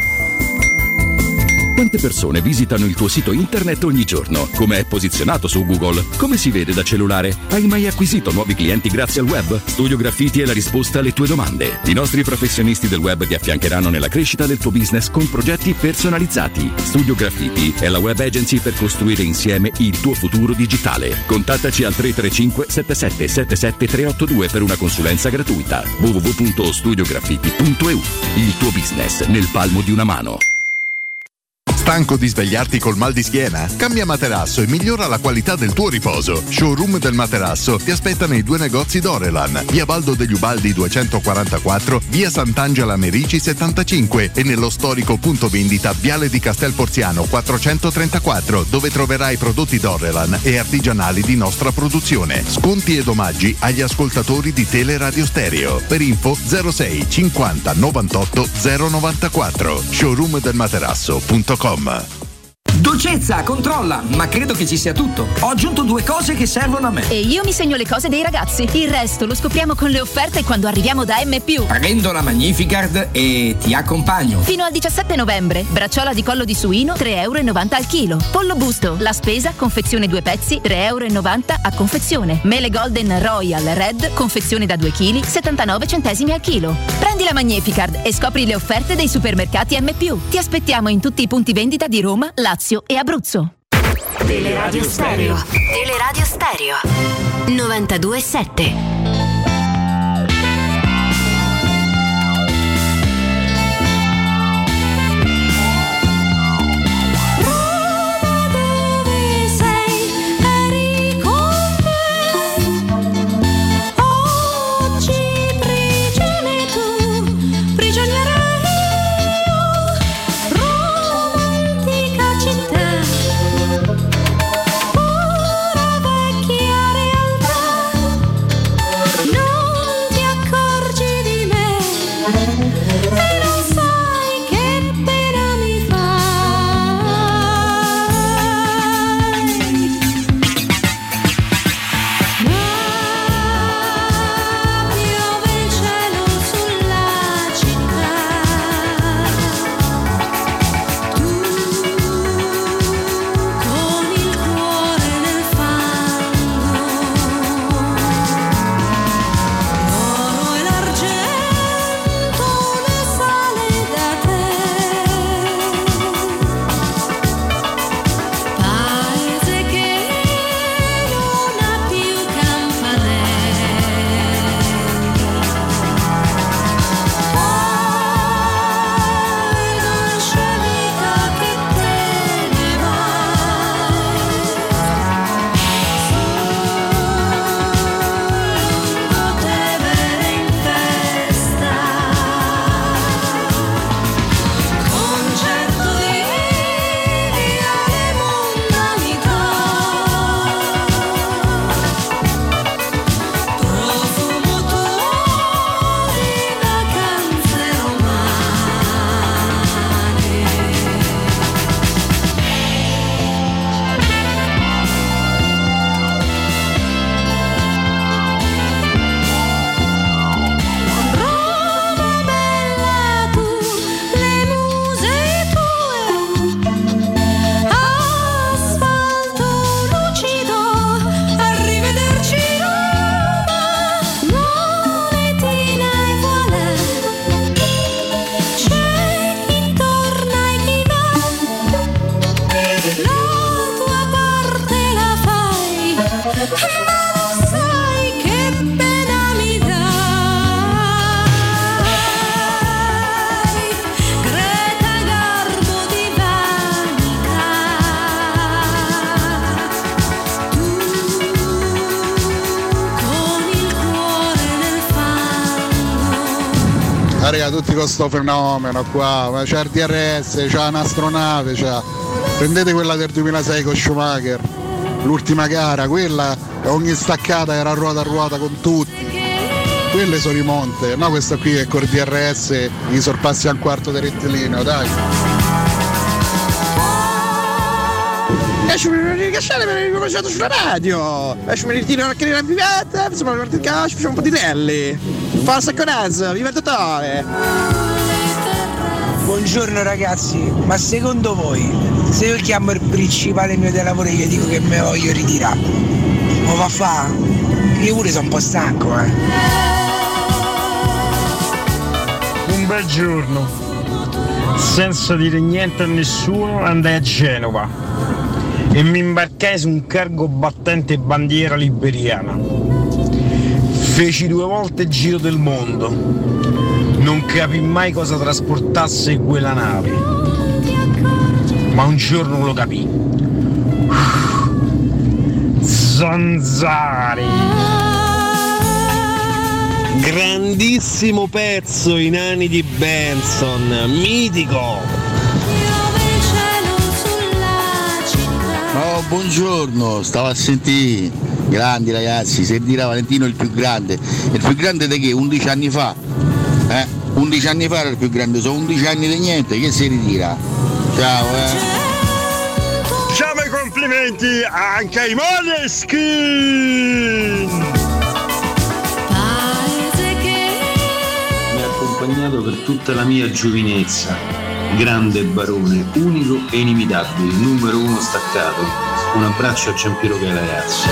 Quante persone visitano il tuo sito internet ogni giorno? Come è posizionato su Google? Come si vede da cellulare? Hai mai acquisito nuovi clienti grazie al web? Studio Graffiti è la risposta alle tue domande. I nostri professionisti del web ti affiancheranno nella crescita del tuo business con progetti personalizzati. Studio Graffiti è la web agency per costruire insieme il tuo futuro digitale. Contattaci al 335 77 77 382 per una consulenza gratuita. www.studiograffiti.eu. Il tuo business nel palmo di una mano. Stanco di svegliarti col mal di schiena? Cambia materasso e migliora la qualità del tuo riposo. Showroom del Materasso ti aspetta nei 2 negozi Dorelan, via Baldo degli Ubaldi 244, via Sant'Angela Merici 75 e nello storico punto vendita Viale di Castel Porziano 434, dove troverai prodotti Dorelan e artigianali di nostra produzione. Sconti ed omaggi agli ascoltatori di Teleradio Stereo. Per info 06 50 98 094. showroomdelmaterasso.com. Dolcezza, controlla, ma credo che ci sia tutto. Ho aggiunto 2 cose che servono a me. E io mi segno le cose dei ragazzi. Il resto lo scopriamo con le offerte quando arriviamo da M+. Prendo la Magnificard e ti accompagno. Fino al 17 novembre, bracciola di collo di suino, 3,90 euro al chilo. Pollo busto, la spesa, confezione 2 pezzi, 3,90 euro a confezione. Mele Golden Royal Red, confezione da 2 kg, 79 centesimi al chilo. Prendi la Magnificard e scopri le offerte dei supermercati M+. Ti aspettiamo in tutti i punti vendita di Roma, Lazio e Abruzzo. Teleradio Stereo. Teleradio Stereo 92.7. raga, tutti con sto fenomeno qua, ma c'è il DRS, c'è un'astronave, prendete quella del 2006 con Schumacher, l'ultima gara, quella ogni staccata era ruota a ruota con tutti, quelle sono rimonte, no questa qui è col DRS gli sorpassi al quarto del rettilineo, dai. Lasciami rilasciare per il cominciato sulla radio. Lasciami ritirare una carriera privata. Insomma, il calcio, facciamo un po' di rally. Forza coraggio, viva il Totale. Buongiorno ragazzi, ma secondo voi se io chiamo il principale mio del lavoro e gli dico che me voglio ritirare, lo va a fa? Io pure sono un po' stanco, Un bel giorno, senza dire niente a nessuno, andai a Genova e mi imbarcai su un cargo battente bandiera liberiana. Feci 2 volte il giro del mondo, non capii mai cosa trasportasse quella nave, ma un giorno lo capii. Zanzari! Grandissimo pezzo, I nani di Benson, mitico! Oh, buongiorno, stavo a sentire, grandi ragazzi, se dirà Valentino il più grande di che? 11 anni fa? 11 anni fa era il più grande, sono 11 anni di niente, che si ritira? Ciao, Facciamo i complimenti anche ai Måneskin! Mi ha accompagnato per tutta la mia giovinezza. Grande barone, unico e inimitabile, numero 1 staccato. Un abbraccio a Giampiero Galeazzi.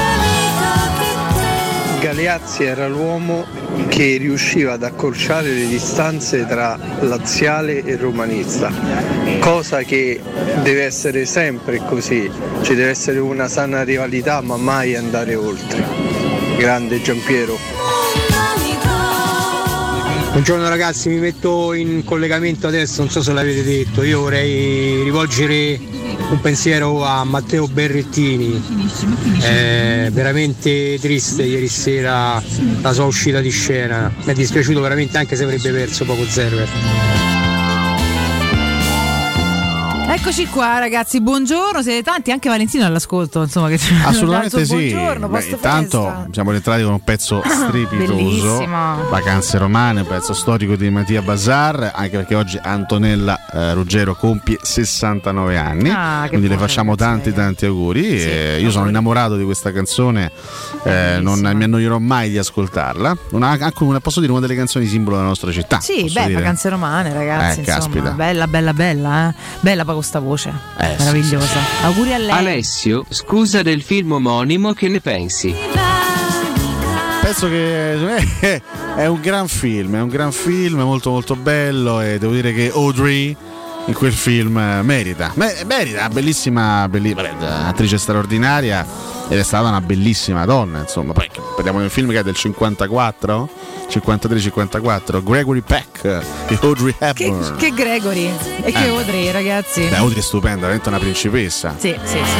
Galeazzi era l'uomo che riusciva ad accorciare le distanze tra laziale e romanista, cosa che deve essere sempre così, ci deve essere una sana rivalità ma mai andare oltre. Grande Giampiero. Buongiorno ragazzi, mi metto in collegamento adesso, non so se l'avete detto, io vorrei rivolgere un pensiero a Matteo Berrettini, veramente triste ieri sera la sua uscita di scena, mi è dispiaciuto veramente anche se avrebbe perso poco 0. Eccoci qua ragazzi, buongiorno, siete tanti, anche Valentino all'ascolto, insomma, che assolutamente sì. Buongiorno, intanto siamo rientrati con un pezzo strepitoso, bellissimo. Vacanze romane, un pezzo storico di Mattia Bazar, anche perché oggi Antonella Ruggero compie 69 anni, quindi le facciamo tanti auguri. Sì, io sono innamorato di questa canzone, non mi annoierò mai di ascoltarla. Posso dire, una delle canzoni simbolo della nostra città. Sì, Vacanze romane ragazzi, insomma, caspita. Bella, bella questa voce, meravigliosa. Sì. Auguri a lei. Alessio, scusa del film omonimo, che ne pensi? Penso che è un gran film, molto molto bello, e devo dire che Audrey in quel film merita, bellissima, attrice straordinaria, ed è stata una bellissima donna, insomma. Poi parliamo di un film che è del 53-54, Gregory Peck e Audrey Hepburn. Che Gregory e che Audrey, ragazzi. Audrey è stupenda, veramente una principessa. Sì.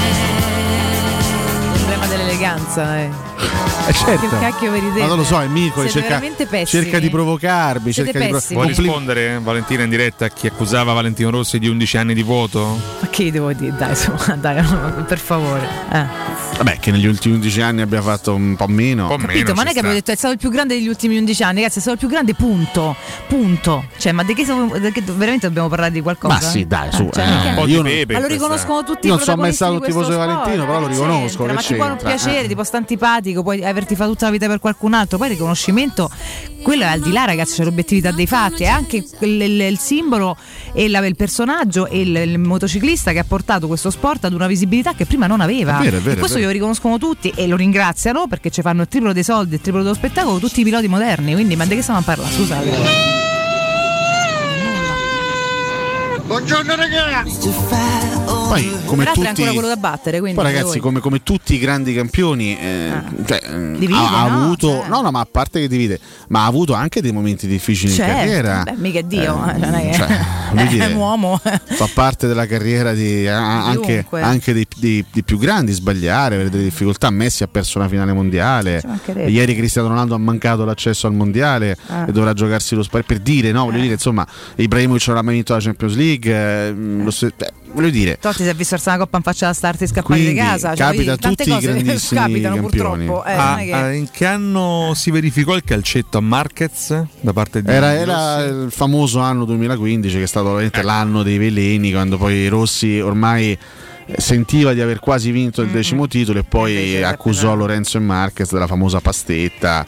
Il problema dell'eleganza, certo. Che cacchio vi ridete? Ma non lo so, è Mirko che cerca di provocarmi. Vuoi rispondere, Valentina, in diretta, a chi accusava Valentino Rossi di 11 anni di voto? Ma che devo dire? Dai, per favore. Vabbè, che negli ultimi 11 anni abbia fatto un po' meno. Capito, ma non è che abbiamo detto è stato il più grande degli ultimi 11 anni, ragazzi, è stato il più grande, punto. Cioè, ma di che veramente dobbiamo parlare di qualcosa? Ma sì, dai, su. Un po' di pepe. Ma lo riconoscono tutti i protagonisti. Io non sono mai stato un tifoso di Valentino, però lo riconosco. Ma ti può non piacere, ti può stare antipatico, puoi averti fatto tutta la vita per qualcun altro, poi il riconoscimento, quello è al di là, ragazzi, c'è l'obiettività dei fatti, è anche il simbolo e il personaggio e il motociclista che ha portato questo sport ad una visibilità che prima non aveva. È vero, questo glielo riconoscono tutti e lo ringraziano, perché ci fanno il triplo dei soldi, il triplo dello spettacolo tutti i piloti moderni, quindi ma di che stiamo a parlare? Scusate. Buongiorno ragazzi. Poi, come Peraltro tutti, è ancora quello da battere, quindi poi ragazzi, come tutti i grandi campioni, divide, ha no? avuto, no, ma a parte che divide, ma ha avuto anche dei momenti difficili in carriera. Beh, mica Dio, non è dire, è un uomo. Fa parte della carriera anche dei più grandi sbagliare, avere delle difficoltà. Messi ha perso una finale mondiale. Ieri Cristiano Ronaldo ha mancato l'accesso al mondiale e dovrà giocarsi lo spazio, per dire, no? Voglio dire, insomma, Ibrahimovic non ha mai vinto la Champions League. Voglio dire, Totti si è visto alzare una coppa in faccia da starti e scappare di casa. Capita a tutti i grandissimi capitano campioni. purtroppo. In che anno si verificò il calcetto a Marquez da parte di era il famoso anno 2015, che è stato veramente l'anno dei veleni, quando poi Rossi ormai sentiva di aver quasi vinto il 10° titolo e poi accusò Lorenzo e Marquez della famosa pastetta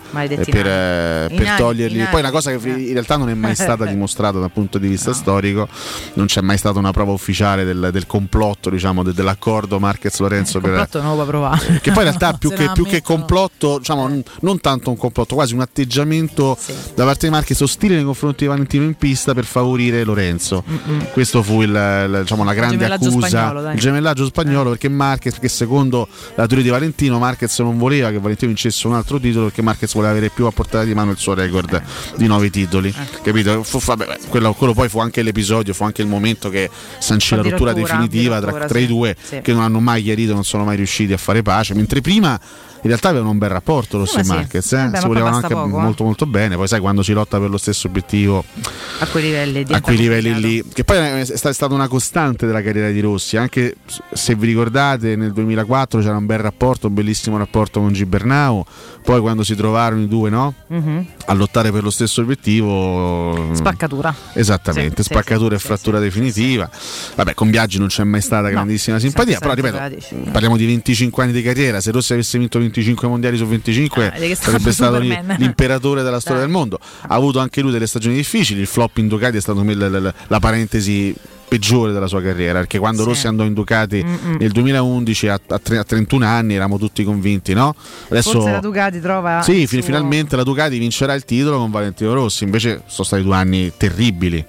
per togliergli. Poi una cosa che in realtà non è mai stata dimostrata dal punto di vista storico, non c'è mai stata una prova ufficiale del complotto, diciamo, dell'accordo Marquez-Lorenzo. Il complotto non lo può provare. Che poi in realtà più che complotto, diciamo, non tanto un complotto, quasi un atteggiamento da parte di Marquez ostile nei confronti di Valentino in pista per favorire Lorenzo. Questo fu la grande accusa, il gemellaggio spagnolo, perché Marquez, perché secondo la teoria di Valentino, Marquez non voleva che Valentino vincesse un altro titolo, perché Marquez voleva avere più a portata di mano il suo record di 9 titoli, capito? Quello poi fu anche l'episodio, fu anche il momento che sancì la rottura definitiva tra i due, che non hanno mai chiarito, non sono mai riusciti a fare pace, mentre prima in realtà avevano un bel rapporto Rossi e Marquez, si volevano anche molto molto bene. Poi sai, quando si lotta per lo stesso obiettivo a quei livelli lì, che poi è stata una costante della carriera di Rossi, anche se vi ricordate nel 2004 c'era un bel rapporto, un bellissimo rapporto con Gibernau, poi quando si trovarono i due a lottare per lo stesso obiettivo, spaccatura, esattamente, spaccatura e frattura definitiva. Vabbè, con Biaggi non c'è mai stata grandissima simpatia, però ripeto, parliamo di 25 anni di carriera. Se Rossi avesse vinto 25 mondiali su 25 sarebbe stato l'imperatore della storia del mondo. Ha avuto anche lui delle stagioni difficili, il flop in Ducati è stato la parentesi peggiore della sua carriera, perché quando Rossi andò in Ducati nel 2011 a 31 anni eravamo tutti convinti, no? Adesso forse la Ducati trova finalmente la Ducati vincerà il titolo con Valentino Rossi, invece sono stati 2 anni terribili,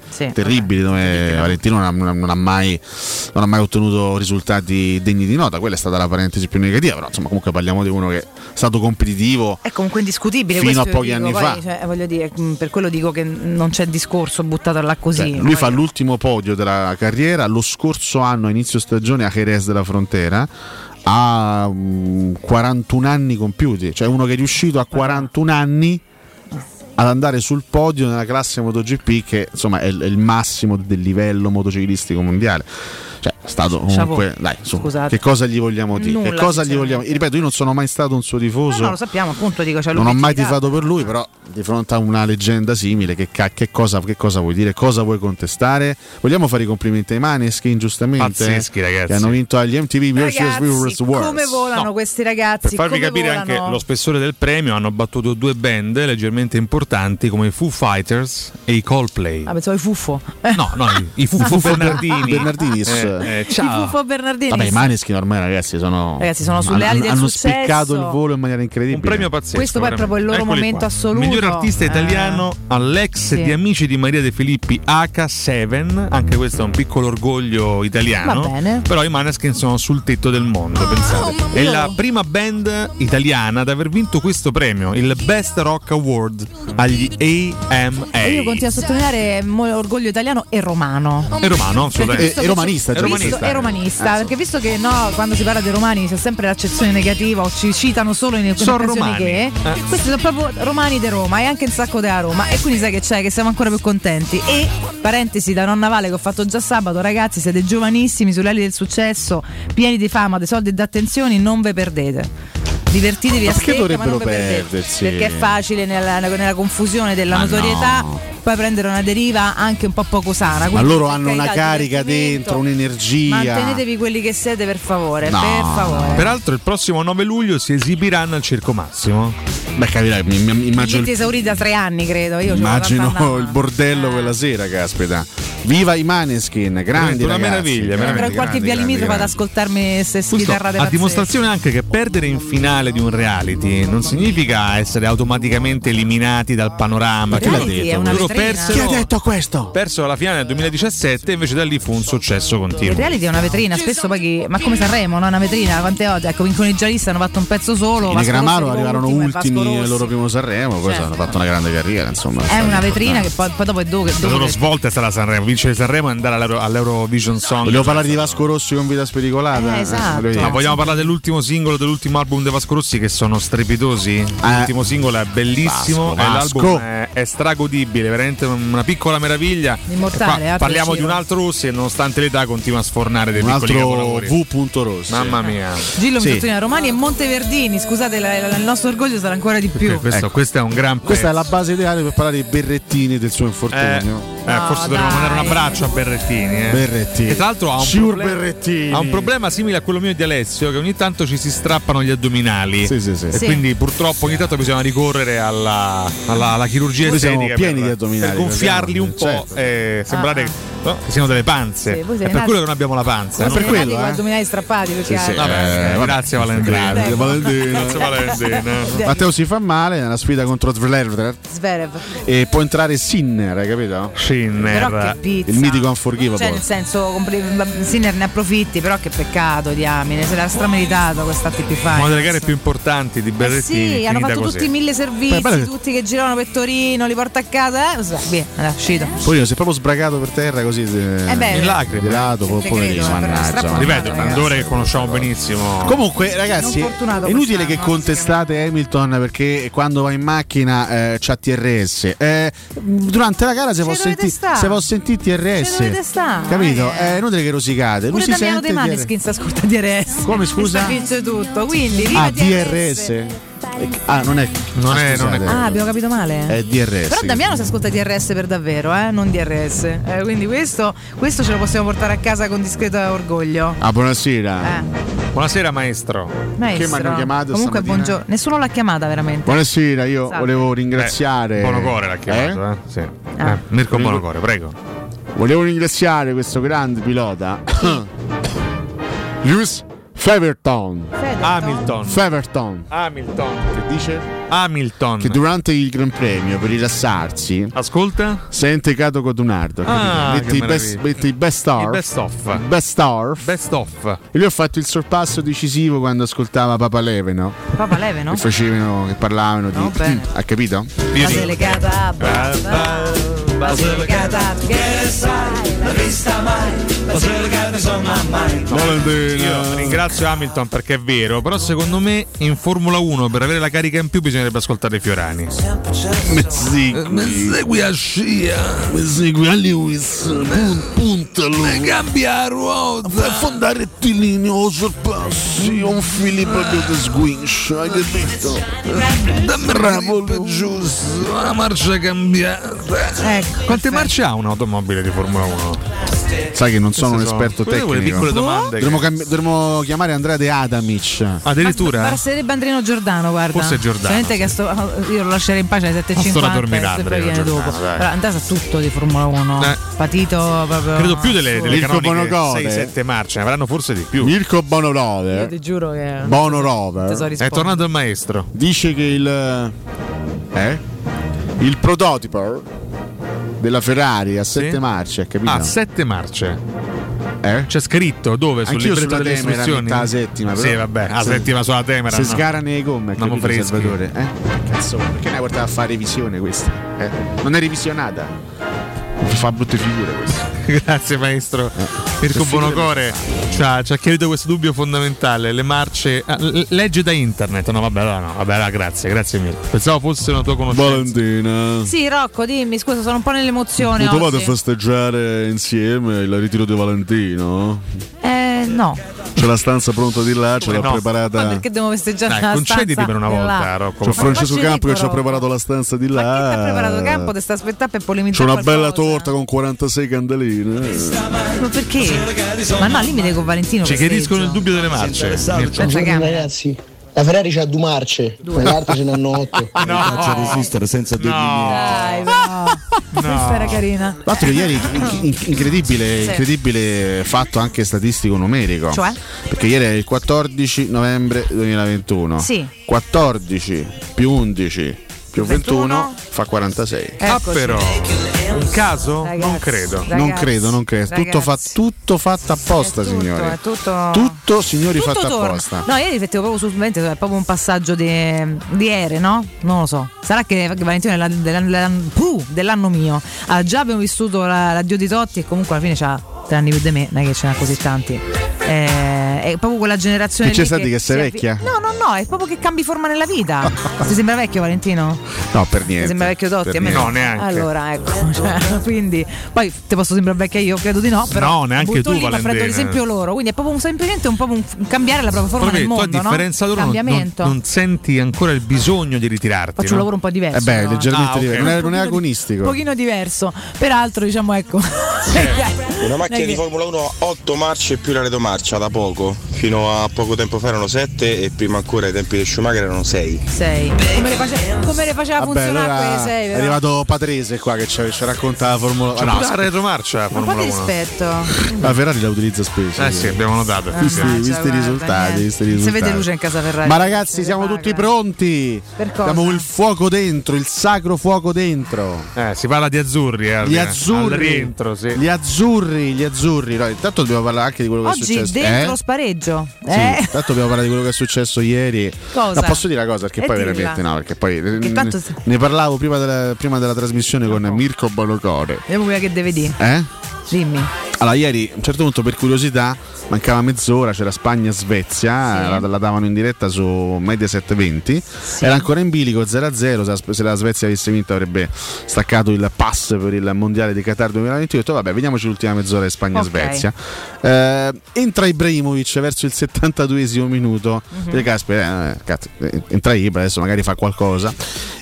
dove Valentino non ha mai ottenuto risultati degni di nota. Quella è stata la parentesi più negativa, però insomma comunque parliamo di uno che è stato competitivo, è comunque indiscutibile fino a pochi anni fa. Voglio dire, per quello dico che non c'è discorso buttato là così. Lui fa l'ultimo podio della carriera lo scorso anno a inizio stagione a Jerez della Frontera, ha 41 anni compiuti, cioè uno che è riuscito a 41 anni ad andare sul podio nella classe MotoGP, che insomma è il massimo del livello motociclistico mondiale. Cioè, è stato comunque, dai, che cosa gli vogliamo dire? Ripeto, io non sono mai stato un suo tifoso. No, lo sappiamo, appunto, dico, non ho mai tifato per lui, però di fronte a una leggenda simile, che cosa vuoi dire? Cosa vuoi contestare? Vogliamo fare i complimenti ai Maneskin, giustamente, pazzeschi, ragazzi, che hanno vinto agli MTV Awards. Come volano questi ragazzi? Per farvi capire anche lo spessore del premio, hanno battuto 2 band leggermente importanti come i Foo Fighters e i Coldplay. Pensavo i Fuffo. No, i Fuffo Bernardini. Ciao. Fuffo Bernardini. Vabbè, i Maneskin ormai ragazzi sono sulle ali del hanno successo. spiccato il volo in maniera incredibile. Un premio pazzesco. Questo poi è proprio il loro momento assoluto. Miglior artista italiano all'ex di Amici di Maria De Filippi, H7. Anche questo è un piccolo orgoglio italiano. Va bene. Però i Maneskin sono sul tetto del mondo, pensate. È la prima band italiana ad aver vinto questo premio, il Best Rock Award agli AMA. E io continuo a sottolineare orgoglio italiano e romano. È romano, assolutamente. È romanista. È romanista, perché visto che quando si parla dei romani c'è sempre l'accezione negativa o ci citano solo in occasioni che questi sono proprio romani di Roma e anche un sacco della Roma, e quindi sai che c'è, che siamo ancora più contenti. E parentesi da Nonna Vale che ho fatto già sabato, ragazzi, siete giovanissimi, sulle ali del successo, pieni di fama, di soldi e di attenzioni, non ve perdete. Divertitevi a stecca, ma non vi perdersi, perché è facile nella confusione della notorietà poi prendere una deriva anche un po' poco sana. Ma loro hanno una carica dentro, un'energia. Mantenetevi quelli che siete, per favore, per favore. Peraltro il prossimo 9 luglio si esibiranno al Circo Massimo. Beh, capirai, immagino esauriti da 3 anni, credo. Io immagino il bordello quella sera, caspita. Viva i Maneskin, grandi una ragazzi. meraviglia. Andrò in qualche via limitrofa ad ascoltarmi se schitarrate a dimostrazione anche che perdere in finale di un reality non significa essere automaticamente eliminati dal panorama. Chi l'ha detto? Loro persero, chi ha detto questo? Persero la finale nel 2017, invece da lì fu un successo continuo. Il reality è una vetrina, spesso poi ma come Sanremo, no? Una vetrina, quante volte? Ecco, vincono i giallisti, hanno fatto un pezzo solo. I Negramaro arrivarono ultimi al al loro primo Sanremo, poi hanno fatto una grande carriera, insomma. È una vetrina che poi dopo è dove. La loro svolta è stata Sanremo, vincere Sanremo e andare all'Eurovision Song. Vogliamo parlare di Vasco Rossi con Vita Spericolata? Esatto. Ma vogliamo parlare dell'ultimo singolo, dell'ultimo album di Vasco Rossi, che sono strepitosi? L'ultimo singolo è bellissimo, Vasco. e l'album è stragodibile, veramente una piccola meraviglia. Immortale. Parliamo di un altro Rossi e nonostante l'età continua a sfornare dei piccoli capolavori. Rossi. Mamma mia. Gillo mi sottolinea Romani e Monteverdini, scusate, il nostro orgoglio sarà ancora di più. Questo è un gran pezzo. Questa è la base ideale per parlare di Berrettini, del suo infortunio. Forse dovremmo mandare un abbraccio a Berrettini. Berrettini. Che tra l'altro ha un problema simile a quello mio di Alessio, che ogni tanto ci si strappano gli addominali. Sì. E quindi purtroppo ogni tanto bisogna ricorrere alla chirurgia estetica pieni di addominali, per gonfiarli un po' e sembrare che siano delle panze. È per quello che non abbiamo la panza. È per quello, con addominali strappati perché grazie Valentina. Grazie Valentina. Matteo si fa male nella sfida contro Zverev e può entrare Sinner, hai capito? Però che pizza. Il mitico Unforgivable. Cioè, nel senso, Sinner ne approfitti, però che peccato, diamine, se l'ha strameritato quest'anno più fine. Una delle gare più importanti di Berrettini. Sì, hanno fatto così. tutti 1000 servizi, tutti che giravano per Torino, li porta a casa, via, è uscito. Poi si è proprio sbragato per terra così in lacrime. Poverino, mannaggia. Ripeto, un andore che conosciamo benissimo. Comunque, ragazzi, è inutile che contestate Hamilton perché quando va in macchina c'ha TRS. Durante la gara se può sentire TRS. Capito? È inutile che rosicate. Pure Damiano De Maneskin sta ascolta DRS. Come scusa? Vince tutto. Quindi DRS. Non è. Abbiamo capito male. È DRS. Però Damiano si ascolta DRS per davvero, non DRS. Quindi questo ce lo possiamo portare a casa con discreto orgoglio. Buonasera. Buonasera maestro. Che mi hanno chiamato? Comunque buongiorno. Nessuno l'ha chiamata veramente. Buonasera, io volevo ringraziare. Bonocore l'ha chiamato, Sì. Mirko Bonocore, prego. Volevo ringraziare questo grande pilota. Lewis Hamilton. Che dice? Hamilton. Che durante il Gran Premio, per rilassarsi, ascolta, sente Cato Codunardo. Mette i best off. E lui ha fatto il sorpasso decisivo quando ascoltava Papa Leveno. Che facevano, che parlavano di. Ha capito? Basilicata, Basilicata, che sai, la vista mai, Basilicata insomma mai. Io ringrazio Hamilton perché è vero, però secondo me in Formula 1 per avere la carica in più bisognerebbe ascoltare Fiorani. Mi segui a scia, mi segui a Lewis, puntalo, cambia ruota, affondare rettilineo, sorpassi, un fili proprio di sguinch, hai capito? Bravo, giusto, la marcia cambiata. Quante marce ha un'automobile di Formula 1? Sai che non sono un esperto tecnico. Piccole domande. Dovremmo chiamare Andrea De Adamic. Addirittura? Basterebbe Andrino Giordano, guarda. Forse Giordano. Io lo lascerei in pace alle 7:50 e poi viene dopo. Però Andrea sa tutto di Formula 1. Patito proprio. Credo più delle canoniche 6-7 marce, ne avranno forse di più. Mirko Bonocore. Io ti giuro che Bonocore. È tornato il maestro. Dice che il prototipo della Ferrari a 7 marce, capito? A 7 marce. C'è scritto dove? Sul Anch'io libretto sulla delle Temera, istruzioni? la settima. Sì, vabbè, la settima sulla Temera. Se sgarano le gomme, andiamo freschi. Salvatore. Cazzo, perché ne hai portato a fare revisione questa? Non è revisionata. Fa brutte figure questa. Grazie maestro. Mirko Bonocore ci ha chiarito questo dubbio fondamentale. Le marce legge da internet. Vabbè, grazie Mirko. Pensavo fosse una tua conoscenza. Valentina. Sì, Rocco, dimmi, scusa, sono un po' nell'emozione. Potevate festeggiare insieme il ritiro di Valentino? No. C'è la stanza pronta di là, ce l'ha preparata. Ma perché devo festeggiare la concediti stanza per una volta, Rocco. C'è Francesco Campo che ci ha preparato la stanza di là. Ma che ti ha preparato Campo? Ti sta aspettando per polemizzare. C'è una bella torta con 46 candeline. Ma perché? Ma no, al limite con Valentino. Ci chiariscono il dubbio delle marce. Ragazzi, La Ferrari c'ha 2 marce, l'altra ce n'hanno 8. Faccia resistere senza dirgli niente. Dai, no. Questa era carina. Tra l'altro ieri incredibile fatto anche statistico numerico. Cioè? Perché ieri è il 14 novembre 2021. Sì. 14 più 11 più 21 fa 46. Però un caso? Ragazzi, non credo. ragazzi, Non credo. Tutto fatto apposta, signori. Tutto, signori, tutto fatto torna. apposta. No, io riflettevo proprio sul momento, è proprio un passaggio di ere, no? Non lo so. Sarà che Valentino dell'anno mio abbiamo vissuto l'addio di Totti e comunque alla fine c'ha 3 anni più di me, non è che ce n'ha così tanti. È proprio quella generazione che c'è lì stati che sei vecchia? No, è proprio che cambi forma nella vita. Ti sembra vecchio, Valentino? No, per niente. Ti sembra vecchio Totti? A me no, neanche. Allora, ecco, quindi poi ti posso sembrare vecchia io, credo di no, però no, neanche tu, lì, ma prendo l'esempio loro, quindi è proprio semplicemente un cambiare la propria forma nel mondo, tu a differenza loro cambiamento. non senti ancora il bisogno di ritirarti. Faccio un lavoro un po' diverso. Leggermente diverso, non è agonistico. Un pochino diverso. Peraltro, diciamo, ecco. Una macchina di Formula 1 ha 8 marce più la retromarcia da poco. Fino a poco tempo fa erano 7 e prima ancora ai tempi di Schumacher erano 6. Come le faceva funzionare quelle 6? È arrivato Patrese qua che ci racconta la Formula 1. La retromarcia Formula 1. Rispetto. La Ferrari la utilizza spesso. Sì, abbiamo notato. Visti i risultati. Si vede luce in casa Ferrari. Ma ragazzi, siamo tutti pronti. Abbiamo il fuoco dentro, il sacro fuoco dentro. Si parla di azzurri, Gli azzurri. Al rientro, sì. Gli azzurri. No, intanto dobbiamo parlare anche di quello che è successo. Oggi dentro lo spareggio. Sì, intanto dobbiamo parlare di quello che è successo ieri. Cosa? No, posso dire una cosa? Perché poi dirla. veramente no, perché poi ne parlavo prima della trasmissione con Mirko Balocore. Vediamo quella che deve dire. Dimmi. Allora, ieri a un certo punto, per curiosità, mancava mezz'ora, c'era Spagna-Svezia, la davano in diretta su Mediaset 20, era ancora in bilico 0-0, se la Svezia avesse vinto avrebbe staccato il pass per il mondiale di Qatar 2020. Ho detto vabbè, vediamoci l'ultima mezz'ora di Spagna-Svezia. Entra Ibrahimovic verso il 72esimo minuto, caspita, entra Ibra, adesso magari fa qualcosa.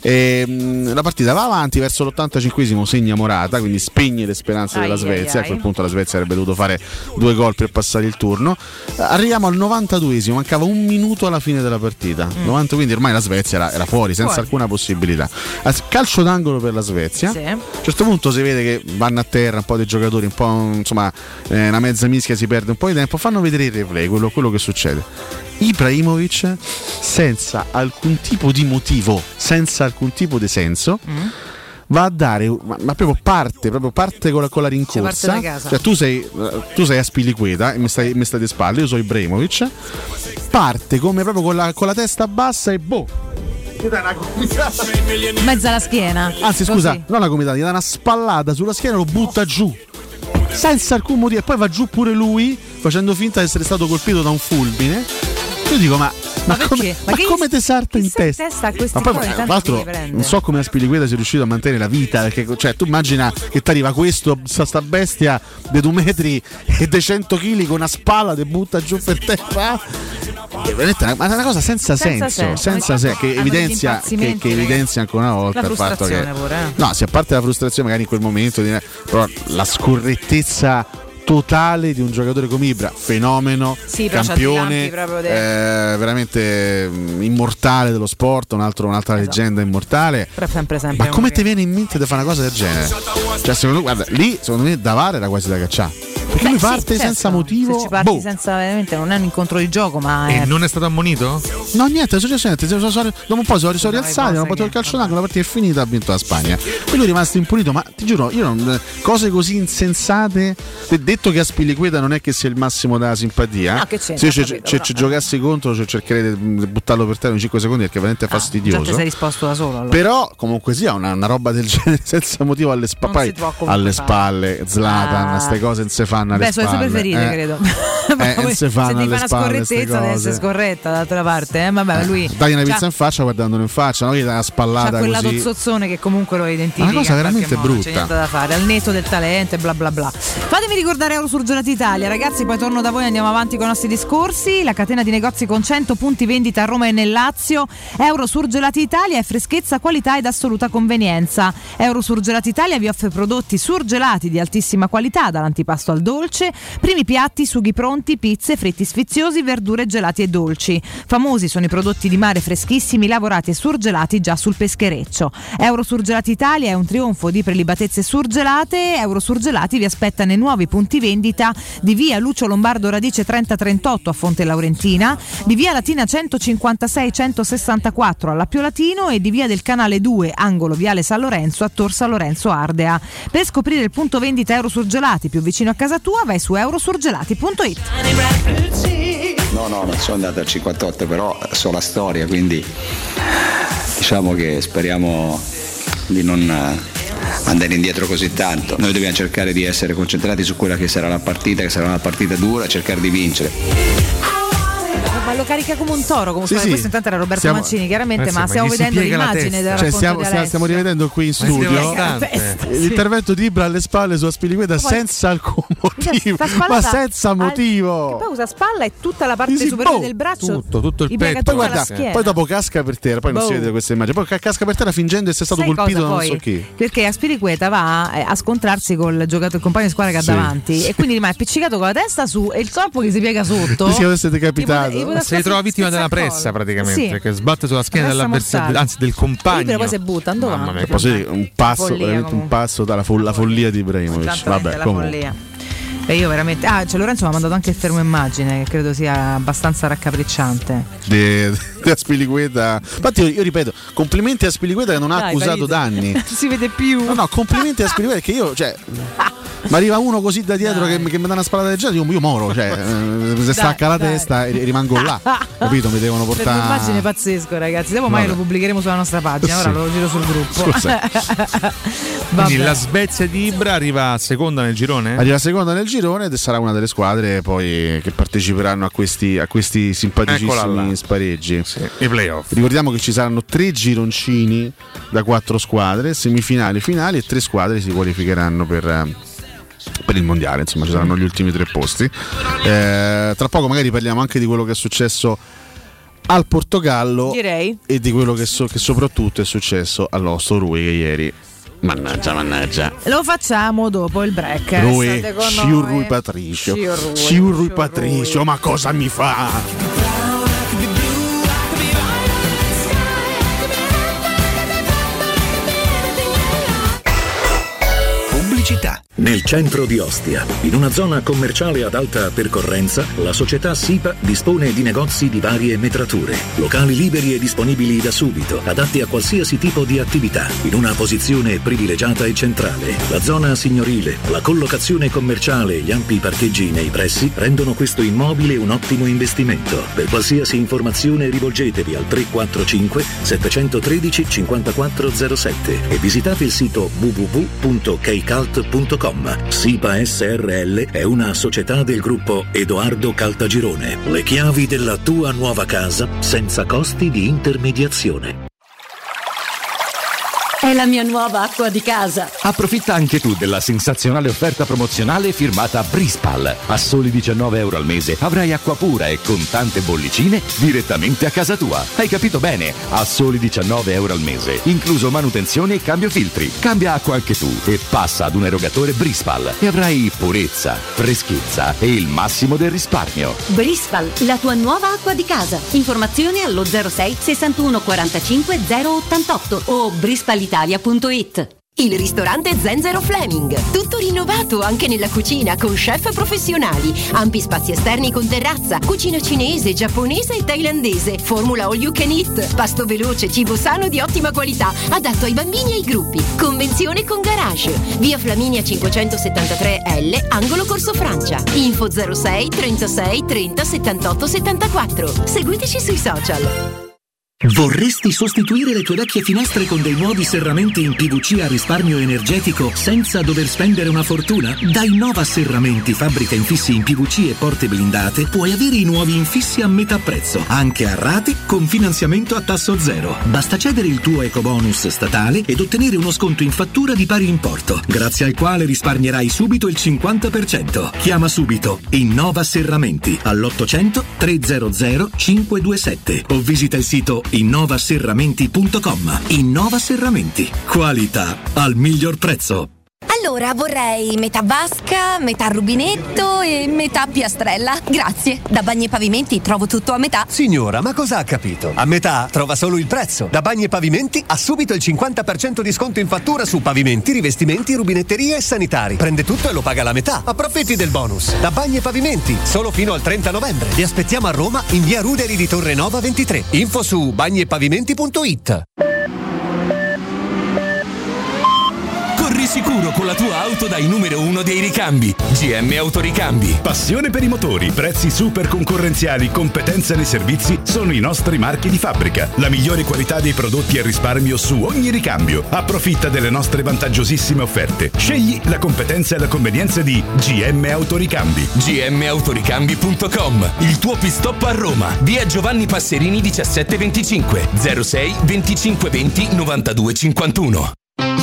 La partita va avanti, verso l'85esimo segna Morata, quindi spegne le speranze della Svezia. A quel punto la Svezia avrebbe dovuto fare 2 gol per passare il turno. Arriviamo al 92esimo, mancava 1 minuto alla fine della partita. 90, quindi ormai la Svezia era fuori, senza alcuna possibilità. Calcio d'angolo per la Svezia. A un certo punto si vede che vanno a terra un po' dei giocatori, un po' insomma una mezza mischia, si perde un po' di tempo. Fanno vedere il replay, quello che succede. Ibrahimovic, senza alcun tipo di motivo, senza alcun tipo di senso, va a dare, ma proprio parte con la rincorsa. Cioè, tu sei a Spiliqueta e mi stai alle spalle, io sono Ibrahimovic, parte come proprio con la testa bassa e boh, mezza alla schiena. Anzi, scusa, non una gomitata, gli dà una spallata sulla schiena e lo butta giù senza alcun motivo, e poi va giù pure lui facendo finta di essere stato colpito da un fulmine. Io dico ma come ti salta in testa? Ma poi tra l'altro non so come a Spiliqueta sia riuscito a mantenere la vita, perché cioè, tu immagina che ti arriva sta bestia di 2 metri e di 100 kg con una spalla ti butta giù per terra. È una cosa senza senso. Che evidenzia ancora una volta il fatto che no, se a parte la frustrazione magari in quel momento, però la scorrettezza totale di un giocatore come Ibra, fenomeno, campione, veramente immortale dello sport, un'altra leggenda immortale. Sempre, ma come ti viene in mente di fare una cosa del genere? Cioè, secondo me Davare era quasi da cacciare. Perché lui parte senza motivo. Se ci parti senza, veramente non è un incontro di gioco, ma e non è stato ammonito? No, niente, è successo niente. Dopo un po' si sono rialzati, hanno fatto il calcio d'angolo, la partita è finita, ha vinto la Spagna. E lui è rimasto impunito, ma ti giuro, cose così insensate. Detto che a Spiliqueta non è che sia il massimo della simpatia. No, che se io ci giocassi contro, cercherei di buttarlo per terra in 5 secondi perché è veramente fastidioso. Già ti sei risposto da solo. Allora. Però comunque sia una roba del genere senza motivo alle spalle. Zlatan, queste cose non si fanno alle spalle. Sono le sue preferite, credo. Se ti fa una scorrettezza deve essere scorretta d'altra parte. Vabbè, lui dai una pizza in faccia guardandolo in faccia, no? Gli dà una spallata così. Quella tozzozzone che comunque lo identifica. Una cosa veramente brutta. C'è niente da fare, al netto del talento e bla bla bla. Fatemi ricordare per Eurosurgelati Italia. Ragazzi, poi torno da voi e andiamo avanti con i nostri discorsi. La catena di negozi con 100 punti vendita a Roma e nel Lazio. Eurosurgelati Italia è freschezza, qualità ed assoluta convenienza. Eurosurgelati Italia vi offre prodotti surgelati di altissima qualità, dall'antipasto al dolce, primi piatti, sughi pronti, pizze, fritti sfiziosi, verdure gelati e dolci. Famosi sono i prodotti di mare freschissimi, lavorati e surgelati già sul peschereccio. Eurosurgelati Italia è un trionfo di prelibatezze surgelate. Eurosurgelati vi aspetta nei nuovi punti vendita di via Lucio Lombardo Radice 3038 a Fonte Laurentina, di via Latina 156 164 all'Appio Latino e di via del Canale 2 angolo viale San Lorenzo a Tor San Lorenzo Ardea. Per scoprire il punto vendita Eurosurgelati più vicino a casa tua vai su eurosurgelati.it. No, non sono andato al 58, però so la storia, quindi diciamo che speriamo di non andare indietro così tanto. Noi dobbiamo cercare di essere concentrati su quella che sarà la partita, che sarà una partita dura, cercare di vincere. Ma lo carica come un toro, come questo intanto era Roberto Mancini, chiaramente, ma stiamo vedendo l'immagine del racconto di stiamo rivedendo qui in studio l'intervento di Ibra alle spalle su Aspilicueta senza alcun motivo, ma senza motivo. Poi usa spalla e tutta la parte superiore del braccio, tutto il petto. Poi dopo casca per terra, poi non si vede questa immagine, poi casca per terra fingendo di essere stato colpito da non so chi. Perché Aspilicueta va a scontrarsi col giocatore, il compagno di squadra che ha davanti, e quindi rimane appiccicato con la testa su e il corpo che si piega sotto. Sì, essere decapitato. Si ritrova vittima della pressa praticamente, perché sbatte sulla schiena dell'avversario, anzi del compagno. Poi si butta, mamma mia, un passo, veramente un passo dalla follia di Ibrahimovic. Vabbè, comunque. E io veramente. Cioè Lorenzo mi ha mandato anche il fermo immagine, che credo sia abbastanza raccapricciante. Di Aspilicueta. Infatti io ripeto, complimenti a Aspilicueta che non ha accusato danni. Non si vede più. No, complimenti a Aspilicueta che io, cioè. Ma arriva uno così da dietro che mi dà una spalla del genere, io moro, cioè se stacca la testa e rimango là, capito? Mi devono portare. È un'immagine pazzesco, ragazzi. Dopo mai lo pubblicheremo sulla nostra pagina, ora lo giro sul gruppo. Quindi la Svezia di Ibra arriva seconda nel girone? Arriva seconda nel girone ed sarà una delle squadre poi che parteciperanno a questi simpaticissimi spareggi. Sì, i playoff. Ricordiamo che ci saranno 3 gironcini da 4 squadre, semifinali, finali, e 3 squadre si qualificheranno per il mondiale, insomma ci saranno gli ultimi 3 posti. Tra poco magari parliamo anche di quello che è successo al Portogallo, direi, e di quello che soprattutto è successo al nostro Rui, che ieri mannaggia lo facciamo dopo il break. Rui Patricio, ma cosa mi fa? Nel centro di Ostia, in una zona commerciale ad alta percorrenza, la società SIPA dispone di negozi di varie metrature, locali liberi e disponibili da subito, adatti a qualsiasi tipo di attività, in una posizione privilegiata e centrale. La zona signorile, la collocazione commerciale e gli ampi parcheggi nei pressi rendono questo immobile un ottimo investimento. Per qualsiasi informazione rivolgetevi al 345 713 5407 e visitate il sito www.kcalt.com. SIPA SRL è una società del gruppo Edoardo Caltagirone. Le chiavi della tua nuova casa senza costi di intermediazione. È la mia nuova acqua di casa. Approfitta anche tu della sensazionale offerta promozionale firmata Brispal. A soli €19 al mese avrai acqua pura e con tante bollicine direttamente a casa tua. Hai capito bene? A soli €19 al mese, incluso manutenzione e cambio filtri. Cambia acqua anche tu e passa ad un erogatore Brispal e avrai purezza, freschezza e il massimo del risparmio. Brispal, la tua nuova acqua di casa. Informazioni allo 06 61 45 088 o brispalitalia.it. Il ristorante Zenzero Fleming, tutto rinnovato anche nella cucina con chef professionali, ampi spazi esterni con terrazza, cucina cinese, giapponese e thailandese, formula all you can eat, pasto veloce, cibo sano di ottima qualità, adatto ai bambini e ai gruppi, convenzione con garage, via Flaminia 573L, angolo Corso Francia, info 06 36 30 78 74, seguiteci sui social. Vorresti sostituire le tue vecchie finestre con dei nuovi serramenti in PVC a risparmio energetico senza dover spendere una fortuna? Da Innova Serramenti, fabbrica infissi in PVC e porte blindate, puoi avere i nuovi infissi a metà prezzo, anche a rate con finanziamento a tasso zero. Basta cedere il tuo ecobonus statale ed ottenere uno sconto in fattura di pari importo, grazie al quale risparmierai subito il 50%. Chiama subito Innova Serramenti all'800 300 527 o visita il sito innovaserramenti.com. Innova Serramenti, qualità al miglior prezzo. Allora vorrei metà vasca, metà rubinetto e metà piastrella. Grazie. Da Bagni e Pavimenti trovo tutto a metà. Signora, ma cosa ha capito? A metà trova solo il prezzo. Da Bagni e Pavimenti ha subito il 50% di sconto in fattura su pavimenti, rivestimenti, rubinetterie e sanitari. Prende tutto e lo paga la metà. Approfitti del bonus. Da Bagni e Pavimenti, solo fino al 30 novembre. Vi aspettiamo a Roma in via Ruderi di Torre Nova 23. Info su bagniepavimenti.it. Corri sicuro con la tua auto dai numero 1 dei ricambi. GM Autoricambi. Passione per i motori, prezzi super concorrenziali, competenza nei servizi sono i nostri marchi di fabbrica. La migliore qualità dei prodotti e risparmio su ogni ricambio. Approfitta delle nostre vantaggiosissime offerte. Scegli la competenza e la convenienza di GM Autoricambi. gmautoricambi.com. Il tuo pit-stop a Roma. Via Giovanni Passerini 1725 06 25 20 92 51.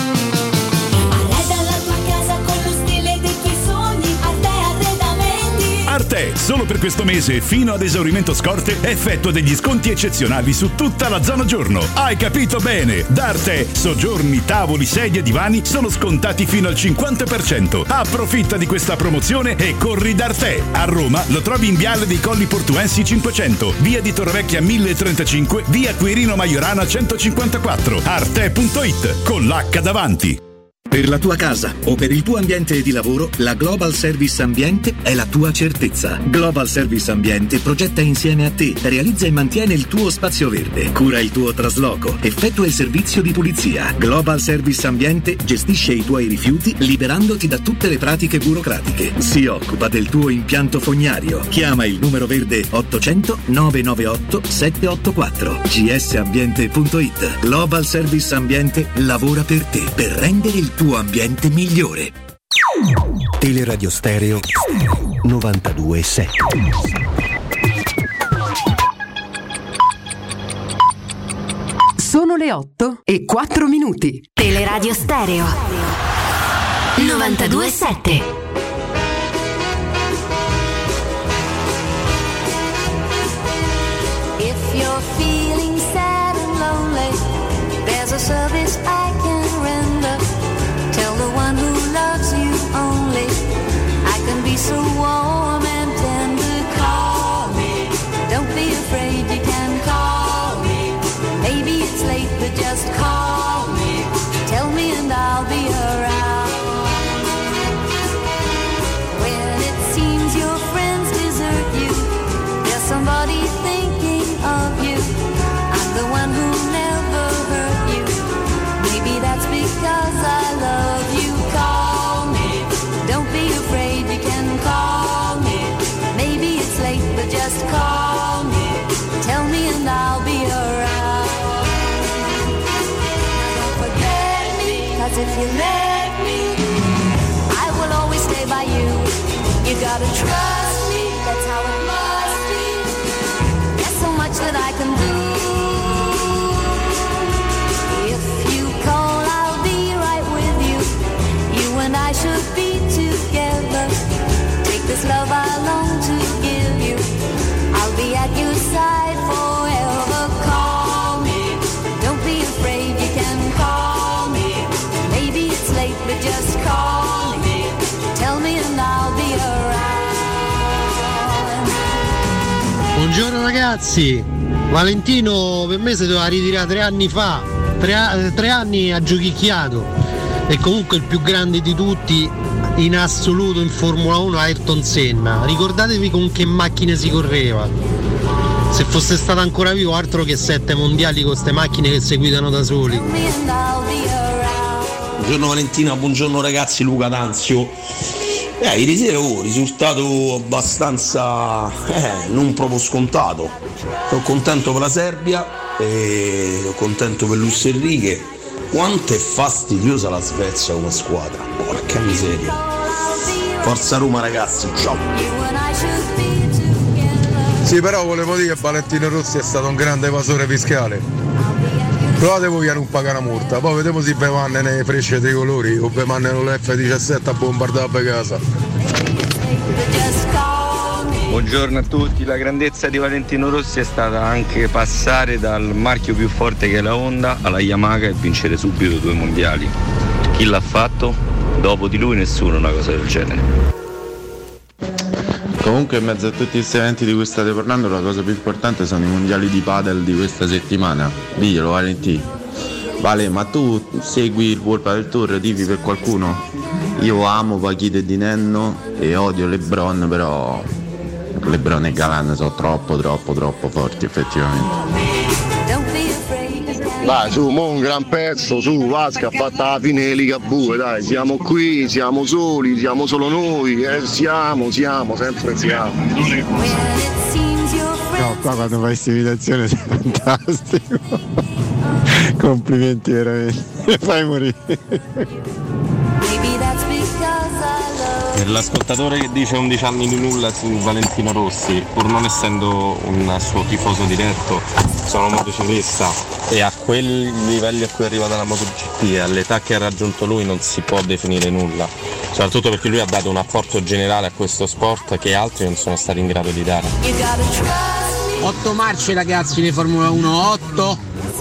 Arte, solo per questo mese fino ad esaurimento scorte effettua degli sconti eccezionali su tutta la zona giorno. Hai capito bene? Da Arte, soggiorni, tavoli, sedie, divani sono scontati fino al 50%. Approfitta di questa promozione e corri da Arte. A Roma lo trovi in Viale dei Colli Portuensi 500, via di Torrevecchia 1035, via Quirino Maiorana 154. Arte.it con l'H davanti. Per la tua casa o per il tuo ambiente di lavoro, la Global Service Ambiente è la tua certezza. Global Service Ambiente progetta insieme a te, realizza e mantiene il tuo spazio verde, cura il tuo trasloco, effettua il servizio di pulizia. Global Service Ambiente gestisce i tuoi rifiuti liberandoti da tutte le pratiche burocratiche. Si occupa del tuo impianto fognario. Chiama il numero verde 800 998 784. gsambiente.it. Global Service Ambiente lavora per te, per rendere il tuo ambiente migliore. Teleradio Stereo 92.7. Sono le 8:04. Teleradio Stereo 92.7. If you're feeling sad and lonely, there's a service I can render. Tell the one who loves you only, I can be so warm and tender. Call me, don't be afraid, you can call me. Maybe it's late, but just call me. Tell me and I'll be around. When it seems your friends desert you, there's somebody thinking of you. I'm the one who never hurt you. Maybe that's because I love you. Call me, don't be afraid, you can call me. Maybe it's late, but just call me. Tell me and I'll be around. Don't forget me, 'cause if you let me, I will always stay by you. You gotta trust me, that's how it must be. There's so much that I can do. If you call, I'll be right with you. You and I should be together. Take this love I long to give you. I'll be at your side forever. Call me, don't be afraid, you can call me. Maybe it's late, but just call me. Tell me and I'll be around. Buongiorno ragazzi, Valentino per me si doveva ritirare 3 anni fa. 3 anni ha giochicchiato. E comunque il più grande di tutti in assoluto in Formula 1 Ayrton Senna. Ricordatevi con che macchine si correva. Se fosse stato ancora vivo, altro che 7 mondiali con queste macchine che si guidano da soli. Buongiorno Valentina, buongiorno ragazzi, Luca D'Anzio. Ieri sera risultato abbastanza non proprio scontato. Sono contento per la Serbia, e contento per Luis Enrique. Quanto è fastidiosa la Svezia come squadra, porca miseria. Forza Roma ragazzi, ciao. Sì, però volevo dire che Valentino Rossi è stato un grande evasore fiscale. Provate voi a non pagare una multa, poi vediamo se ve vanno nei frecce tricolori o ve vanno l'F-17 a bombardare casa. Buongiorno a tutti, la grandezza di Valentino Rossi è stata anche passare dal marchio più forte che è la Honda alla Yamaha e vincere subito 2 mondiali. Chi l'ha fatto? Dopo di lui nessuno una cosa del genere. Comunque in mezzo a tutti questi eventi di cui state parlando la cosa più importante sono i mondiali di padel di questa settimana. Diglielo Valentino. Vale, ma tu segui il World Padel Tour, tifi per qualcuno? Io amo Pachite Di Nenno e odio LeBron, però LeBron e Galan sono troppo forti effettivamente. Dai, su, mo un gran pezzo, su, Vasca ha fatto la fine di Ligabue, dai, siamo qui, siamo soli, siamo solo noi, siamo, sempre siamo. No, qua quando fai questa imitazione sei fantastico. Complimenti veramente, mi fai morire. L'ascoltatore che dice 11 anni di nulla su Valentino Rossi, pur non essendo un suo tifoso diretto, sono motociclista e a quei livelli a cui è arrivata la MotoGP e all'età che ha raggiunto lui non si può definire nulla, soprattutto perché lui ha dato un apporto generale a questo sport che altri non sono stati in grado di dare. 8 marce ragazzi di Formula 1, 8.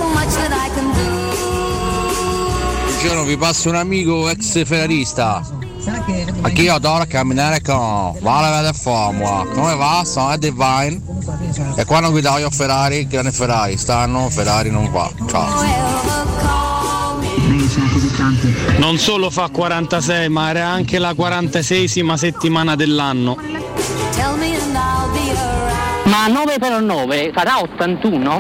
Buongiorno, vi passo un amico ex ferrarista. Anche io adoro camminare con Vale Vede Formula. Come va? Sono Eddie Vine e quando guidavo io Ferrari, grande Ferrari, stanno Ferrari non va. Ciao. Non solo fa 46, ma era anche la 46esima settimana dell'anno. Ma 9 per 9 farà 81?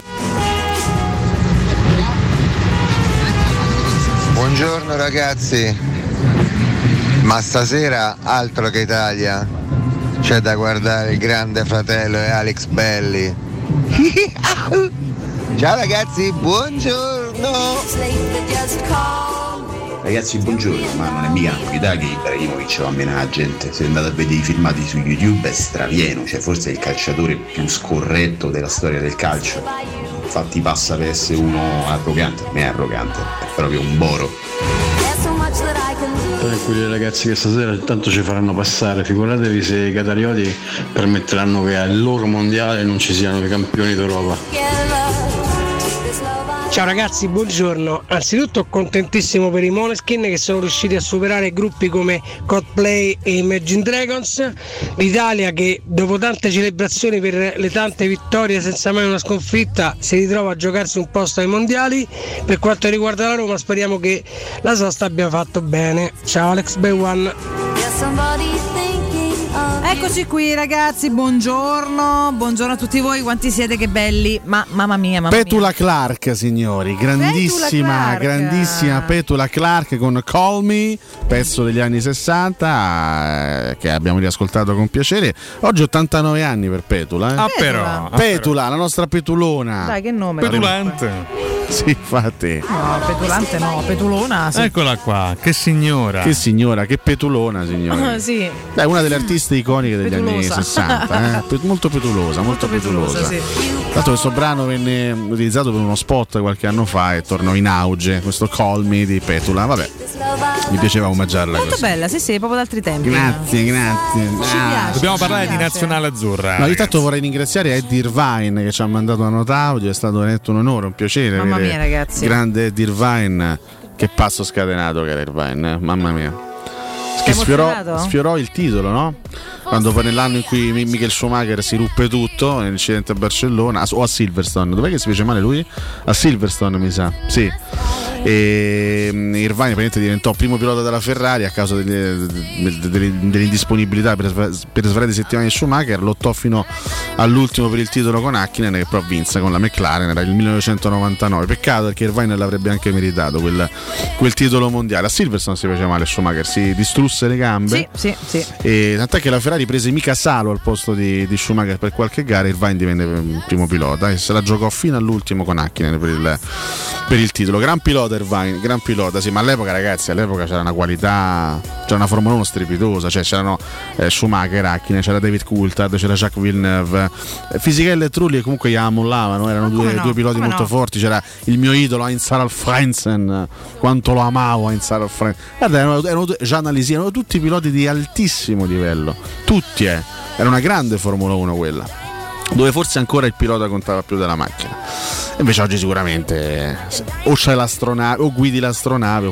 Buongiorno ragazzi. Ma stasera altro che Italia, c'è da guardare Il Grande Fratello e Alex Belli. Ciao ragazzi, buongiorno. Ragazzi buongiorno, ma non è mica una novità che Ibrahimovic va a menare la gente. Se andate a vedere i filmati su YouTube è strapieno, cioè forse è il calciatore più scorretto della storia del calcio. Infatti passa per essere uno arrogante, non è arrogante, è proprio un boro. Tranquilli ragazzi che stasera intanto ci faranno passare, figuratevi se i qatarioti permetteranno che al loro mondiale non ci siano i campioni d'Europa. Ciao ragazzi, buongiorno. Anzitutto contentissimo per i Måneskin che sono riusciti a superare gruppi come Coldplay e Imagine Dragons. L'Italia che dopo tante celebrazioni per le tante vittorie senza mai una sconfitta si ritrova a giocarsi un posto ai mondiali. Per quanto riguarda la Roma speriamo che la sosta abbia fatto bene. Ciao Alex Bewan. Eccoci qui ragazzi, buongiorno a tutti voi, quanti siete, che belli, mamma mia. Petula Clark signori, grandissima Petula Clark con Call Me, pezzo degli anni 60 che abbiamo riascoltato con piacere. Oggi 89 anni per Petula. Petula, la nostra petulona. Dai, che nome. Petulante. Sì, infatti. No, petulante no, petulona. Sì. Eccola qua, che signora. Che petulona, signora. Sì. Dai, una delle artiste iconiche degli anni 60, molto petulosa. Sì. Tanto questo brano venne utilizzato per uno spot qualche anno fa e tornò in auge, questo Call Me di Petula. Vabbè, mi piaceva omaggiarla molto così. Bella, sì, proprio d'altri tempi. Grazie. Dobbiamo parlare di Nazionale Azzurra. No, intanto vorrei ringraziare Eddie Irvine che ci ha mandato una nota audio, è stato veramente un onore, un piacere. Mamma mia ragazzi. Grande Eddie Irvine, che passo scatenato che era Irvine, mamma mia. Che sfiorò il titolo, no? Quando poi nell'anno in cui Michael Schumacher si ruppe tutto nell'incidente a Barcellona o a Silverstone, dov'è che si fece male lui? A Silverstone mi sa, sì. e Irvine praticamente diventò primo pilota della Ferrari a causa dell'indisponibilità per svariate settimane di Schumacher, lottò fino all'ultimo per il titolo con Hakkinen, che però vinse con la McLaren, era il 1999. Peccato, perché Irvine l'avrebbe anche meritato quel titolo mondiale. A Silverstone si fece male Schumacher, si distrusse le gambe, sì. E tant'è che la Ferrari prese Mika Salo al posto di Schumacher per qualche gara. Irvine divenne primo pilota e se la giocò fino all'ultimo con Hakkinen per il titolo. Gran pilota Irvine, gran pilota, sì, ma all'epoca, ragazzi, c'era una qualità, c'era una Formula 1 strepitosa, cioè c'erano Schumacher, Hakkinen, c'era David Coulthard, c'era Jacques Villeneuve, Fisichella e Trulli, che comunque gli amollavano, erano due piloti molto forti. C'era il mio idolo Heinz Harald Frentzen, quanto lo amavo Heinz Harald Frentzen. Guarda, erano Jean Alesi, erano tutti piloti di altissimo livello, tutti, era una grande Formula 1 quella, dove forse ancora il pilota contava più della macchina. Invece oggi sicuramente o c'è l'astronave o guidi l'astronave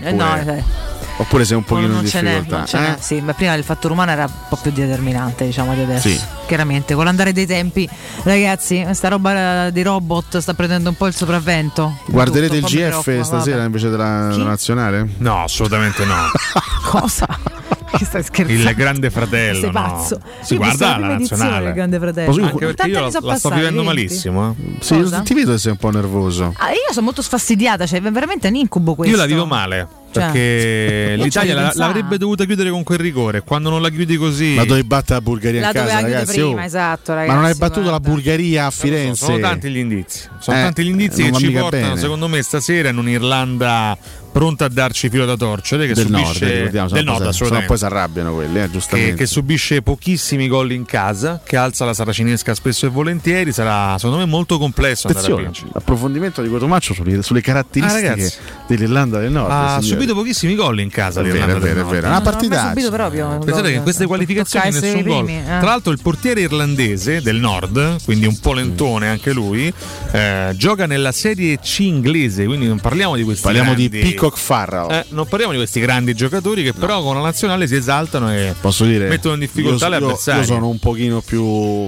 oppure sei un pochino in difficoltà. Sì, ma prima il fattore umano era un po' più determinante, diciamo, di adesso. Sì. Chiaramente con l'andare dei tempi, ragazzi, questa roba di robot sta prendendo un po' il sopravvento. Guarderete il GF stasera invece della nazionale? No, assolutamente no. Cosa? Che stai scherzando? Il Grande Fratello, sei pazzo. Si guarda la nazionale. Il Grande Fratello. Anche perché io la sto vivendo malissimo. Sì, ti vedo che sei un po' nervoso. Io sono molto sfastidiata, cioè è veramente un incubo questo. Io la vivo male. Perché l'Italia l'avrebbe dovuta chiudere con quel rigore. Quando non la chiudi così, ma dove batte la Bulgaria in casa, ragazzi? Prima, esatto, ragazzi? Ma non hai battuto la Bulgaria a Firenze? Sono tanti gli indizi. Che ci portano, bene. Secondo me, stasera in un'Irlanda pronta a darci filo da torcere, che del subisce del nord, assolutamente. Poi si arrabbiano quelli, giustamente. Che subisce pochissimi gol in casa, che alza la saracinesca spesso e volentieri. Sarà, secondo me, molto complesso andare a vincere. Approfondimento di Cotomaccio sulle caratteristiche dell'Irlanda del Nord. Ha subito pochissimi gol in casa. È vero. Una partita. Pensate che in queste qualificazioni nessun gol. Tra l'altro il portiere irlandese del Nord, quindi un po' lentone anche lui, gioca nella Serie C inglese, quindi non parliamo di questi di Peacock Farrell. Non parliamo di questi grandi giocatori che però con la nazionale si esaltano e mettono in difficoltà le avversarie. Io sono un pochino più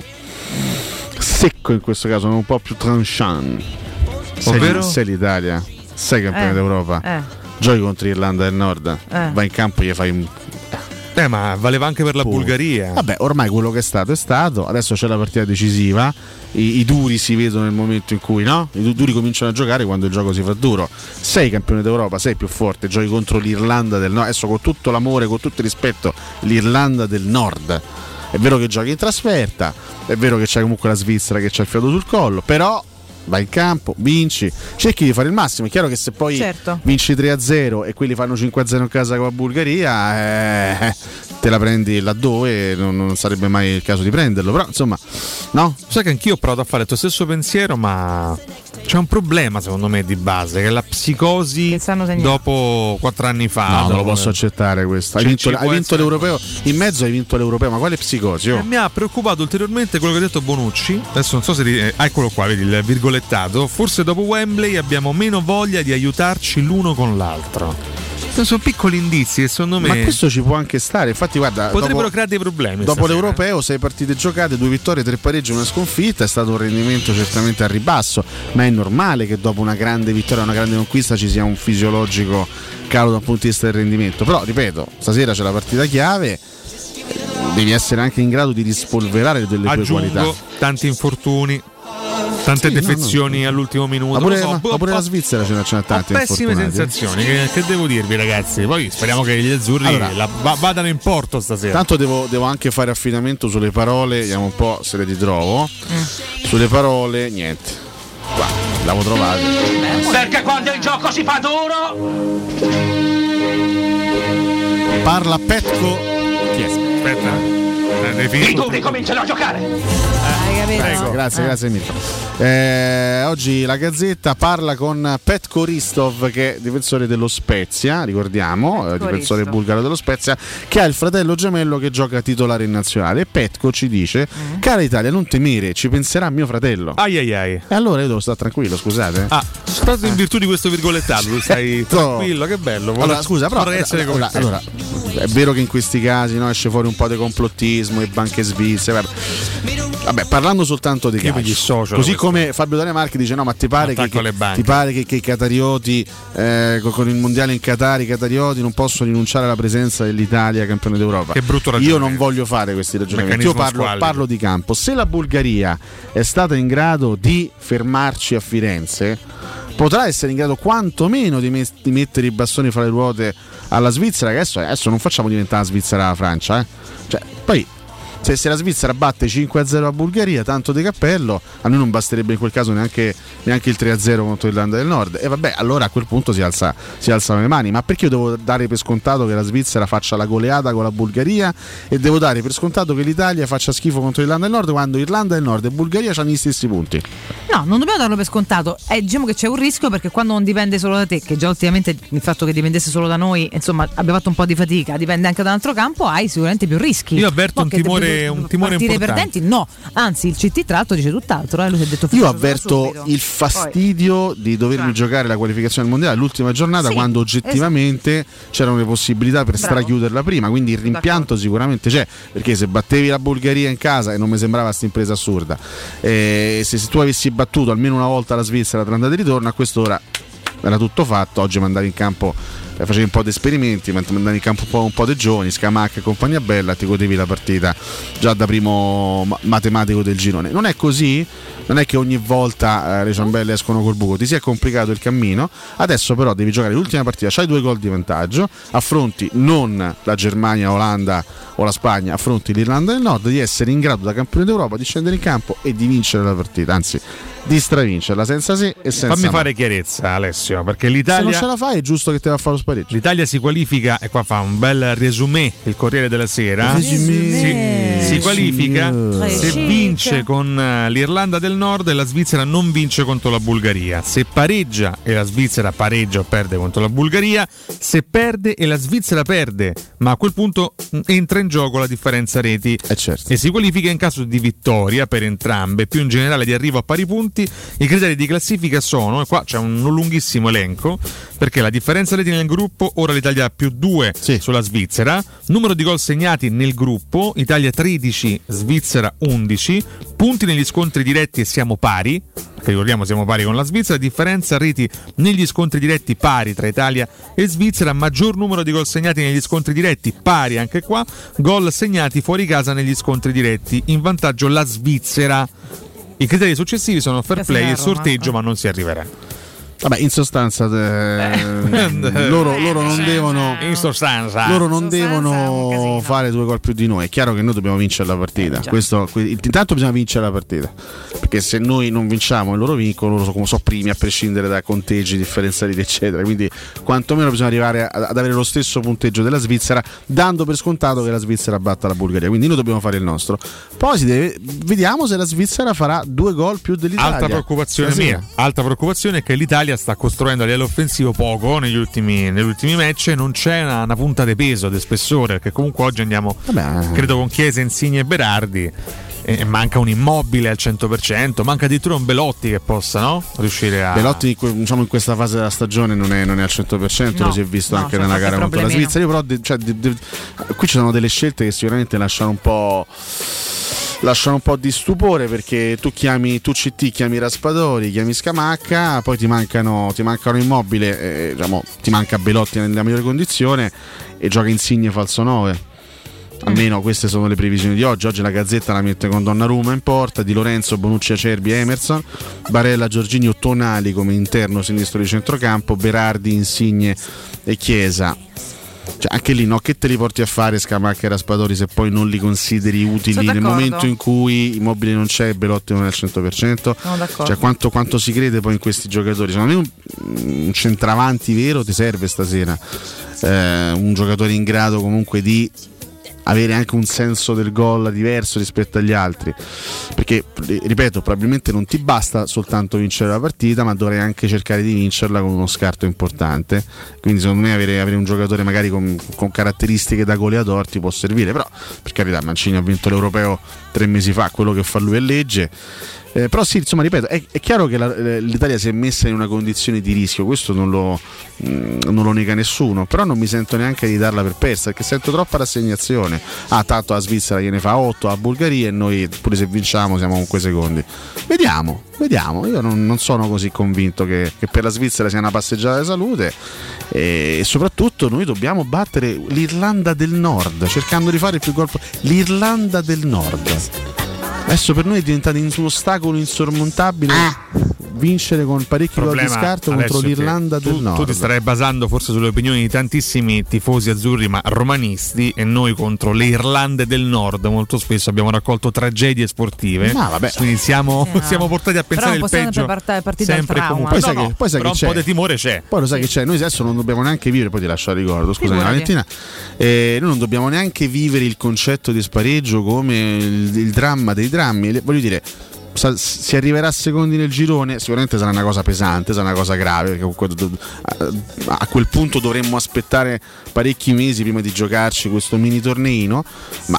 secco in questo caso, sono un po' più tranchant. Ovvero? Sei l'Italia, sei campione d'Europa. Giochi contro l'Irlanda del Nord, vai in campo e gli fai ma valeva anche per la Bulgaria. Vabbè, ormai quello che è stato, adesso c'è la partita decisiva, i duri si vedono nel momento in cui i duri cominciano a giocare quando il gioco si fa duro. Sei campione d'Europa, sei più forte, giochi contro l'Irlanda del Nord, adesso con tutto l'amore, con tutto il rispetto, l'Irlanda del Nord. È vero che giochi in trasferta, è vero che c'è comunque la Svizzera che c'ha il fiato sul collo, però vai in campo, vinci, cerchi di fare il massimo. È chiaro che se poi vinci 3-0 e quelli fanno 5-0 in casa con la Bulgaria, te la prendi laddove non sarebbe mai il caso di prenderlo, però insomma, no? Sai che anch'io ho provato a fare il tuo stesso pensiero, ma c'è un problema secondo me di base, che è la psicosi dopo 4 anni fa. No, non lo posso accettare questo. Hai vinto l'Europeo, in mezzo hai vinto l'Europeo, ma quale psicosi? Mi ha preoccupato ulteriormente quello che ha detto Bonucci. Adesso non so se eccolo qua, vedi il virgolettato. Forse dopo Wembley abbiamo meno voglia di aiutarci l'uno con l'altro. Sono piccoli indizi e secondo me. Ma questo ci può anche stare. Infatti, guarda, potrebbero creare dei problemi. Dopo l'Europeo, 6 partite giocate, 2 vittorie, 3 pareggi, 1 sconfitta. È stato un rendimento certamente a ribasso. Ma è normale che dopo una grande vittoria, una grande conquista, ci sia un fisiologico calo dal punto di vista del rendimento. Però, ripeto, stasera c'è la partita chiave. Devi essere anche in grado di rispolverare delle tue qualità. Tanti infortuni. Tante defezioni all'ultimo minuto. Ma pure la Svizzera ce n'è tanti. Pessime sensazioni, che devo dirvi, ragazzi. Poi speriamo che gli azzurri vadano in porto stasera. Tanto devo anche fare affidamento sulle parole. Vediamo un po' se le ritrovo. Sulle parole, niente. Qua, l'avevo trovate. Perché quando il gioco si fa duro. Parla Petko. Chi è? Aspetta. I duri cominciano a giocare. Prego. Grazie mille. Oggi la Gazzetta parla con Petko Ristov, che è difensore dello Spezia, ricordiamo, difensore bulgaro dello Spezia, che ha il fratello gemello che gioca titolare in nazionale. E Petko ci dice: cara Italia, non temere, ci penserà mio fratello. E allora io devo stare tranquillo, scusate. Proprio in virtù di questo virgolettato tu stai tranquillo, che bello. Allora, scusa, però allora, è vero che in questi casi esce fuori un po' di complottismo e banche svizzere. vabbè, parlando soltanto di calcio, così come Fabio Danemarchi dice no, ma ti pare che i qatarioti con il mondiale in Qatar, i qatarioti non possono rinunciare alla presenza dell'Italia campione d'Europa. Che brutto ragionamento. Io non voglio fare questi ragionamenti, io parlo di campo. Se la Bulgaria è stata in grado di fermarci a Firenze, potrà essere in grado quantomeno di mettere i bastoni fra le ruote alla Svizzera, che adesso non facciamo diventare la Svizzera la Francia, cioè, poi se la Svizzera batte 5-0 a Bulgaria, tanto di cappello, a noi non basterebbe in quel caso neanche il 3-0 contro l'Irlanda del Nord, e vabbè, allora a quel punto si alzano le mani. Ma perché io devo dare per scontato che la Svizzera faccia la goleata con la Bulgaria e devo dare per scontato che l'Italia faccia schifo contro l'Irlanda del Nord, quando Irlanda del Nord e Bulgaria hanno gli stessi punti? No, non dobbiamo darlo per scontato, diciamo che c'è un rischio, perché quando non dipende solo da te, che già ultimamente il fatto che dipendesse solo da noi, insomma, abbiamo fatto un po' di fatica, dipende anche da un altro campo, hai sicuramente più rischi. Io avverto un timore importante. Perdenti, no, anzi il CT tratto dice tutt'altro, lui si è detto io avverto il fastidio di dovermi giocare la qualificazione al mondiale l'ultima giornata, quando oggettivamente c'erano le possibilità per strachiuderla prima, quindi il rimpianto sicuramente c'è, perché se battevi la Bulgaria in casa, e non mi sembrava questa impresa assurda, se tu avessi battuto almeno una volta la Svizzera tra andata e ritorno, a quest'ora era tutto fatto. Oggi mandavi in campo, facevi un po' di esperimenti, mandavi in campo un po' dei giovani, Scamacca e compagnia bella, ti godevi la partita già da primo matematico del girone. Non è così, non è che ogni volta le ciambelle escono col buco, ti si è complicato il cammino. Adesso però devi giocare l'ultima partita, c'hai 2 gol di vantaggio, affronti non la Germania, Olanda o la Spagna, affronti l'Irlanda del Nord, di essere in grado da campione d'Europa di scendere in campo e di vincere la partita, anzi di stravincerla senza se e senza Fammi fare chiarezza, Alessio, perché l'Italia, se non ce la fai è giusto che te va a fare lo spareggio. L'Italia si qualifica, e qua fa un bel resumé il Corriere della Sera, si qualifica se vince con l'Irlanda del Nord e la Svizzera non vince contro la Bulgaria, se pareggia e la Svizzera pareggia o perde contro la Bulgaria, se perde e la Svizzera perde, ma a quel punto entra in gioco la differenza reti, certo. E si qualifica in caso di vittoria per entrambe, più in generale di arrivo a pari punti. I criteri di classifica sono, e qua c'è un lunghissimo elenco, perché la differenza reti nel gruppo, ora l'Italia ha +2 sulla Svizzera, numero di gol segnati nel gruppo, Italia 13, Svizzera 11, punti negli scontri diretti e siamo pari, perché ricordiamo siamo pari con la Svizzera, differenza reti negli scontri diretti pari tra Italia e Svizzera, maggior numero di gol segnati negli scontri diretti pari anche qua, gol segnati fuori casa negli scontri diretti, in vantaggio la Svizzera. I criteri successivi sono fair play e sorteggio, ma non si arriverà. Vabbè, in sostanza loro non devono, in sostanza loro non devono fare 2 gol più di noi. È chiaro che noi dobbiamo vincere la partita. Intanto bisogna vincere la partita, perché se noi non vinciamo e loro vincono, loro sono primi a prescindere da conteggi differenziati eccetera. Quindi quantomeno bisogna arrivare ad avere lo stesso punteggio della Svizzera, dando per scontato che la Svizzera batta la Bulgaria. Quindi noi dobbiamo fare il nostro. Poi vediamo se la Svizzera farà 2 gol più dell'Italia. Altra preoccupazione è che l'Italia sta costruendo a livello offensivo poco negli ultimi match, non c'è una punta di peso, di spessore, perché comunque oggi andiamo credo con Chiesa, Insigne e Berardi, e manca un Immobile al 100%, manca addirittura un Belotti che possa riuscire a... Belotti in questa fase della stagione non è al 100%, lo si è visto anche nella gara contro la Svizzera. Io però qui ci sono delle scelte che sicuramente lasciano un po' di stupore, perché tu CT, chiami Raspadori, chiami Scamacca, poi ti mancano Immobile, ti manca Belotti nella migliore condizione e gioca Insigne falso 9. Almeno queste sono le previsioni di oggi. Oggi la Gazzetta la mette con Donnarumma in porta, Di Lorenzo, Bonucci, Acerbi, Emerson, Barella, Jorginho, Tonali come interno sinistro di centrocampo, Berardi, Insigne e Chiesa. Anche lì che te li porti a fare Scamacca e Raspadori se poi non li consideri utili nel momento in cui Immobile non c'è e Belotti non è al 100%. Quanto si crede poi in questi giocatori? Secondo me un centravanti vero ti serve stasera, un giocatore in grado comunque di avere anche un senso del gol diverso rispetto agli altri, perché ripeto, probabilmente non ti basta soltanto vincere la partita, ma dovrai anche cercare di vincerla con uno scarto importante. Quindi secondo me avere un giocatore magari con caratteristiche da goleador ti può servire. Però per carità, Mancini ha vinto l'Europeo 3 mesi fa, quello che fa lui è legge. Però sì, insomma, ripeto, è chiaro che l'Italia si è messa in una condizione di rischio, questo non lo nega nessuno, però non mi sento neanche di darla per persa, perché sento troppa rassegnazione. Tanto la Svizzera gliene fa 8, a Bulgaria, e noi pure se vinciamo siamo comunque secondi. Vediamo, io non sono così convinto che per la Svizzera sia una passeggiata di salute, e soprattutto noi dobbiamo battere l'Irlanda del Nord, cercando di fare il più gol. L'Irlanda del Nord adesso per noi è diventato un ostacolo insormontabile vincere con parecchi gol di scarto contro l'Irlanda del Nord. Tu ti starai basando forse sulle opinioni di tantissimi tifosi azzurri ma romanisti, e noi contro le Irlande del Nord molto spesso abbiamo raccolto tragedie sportive, quindi siamo portati a pensare il peggio sempre e comunque. Poi sai però che un po' di timore c'è. Poi lo sai che c'è, noi adesso non dobbiamo neanche vivere, poi ti lascio il ricordo, scusami Valentina, noi non dobbiamo neanche vivere il concetto di spareggio come il dramma dei drammi, voglio dire. Si arriverà secondi nel girone, sicuramente sarà una cosa pesante, sarà una cosa grave, perché comunque a quel punto dovremmo aspettare parecchi mesi prima di giocarci questo mini torneino, ma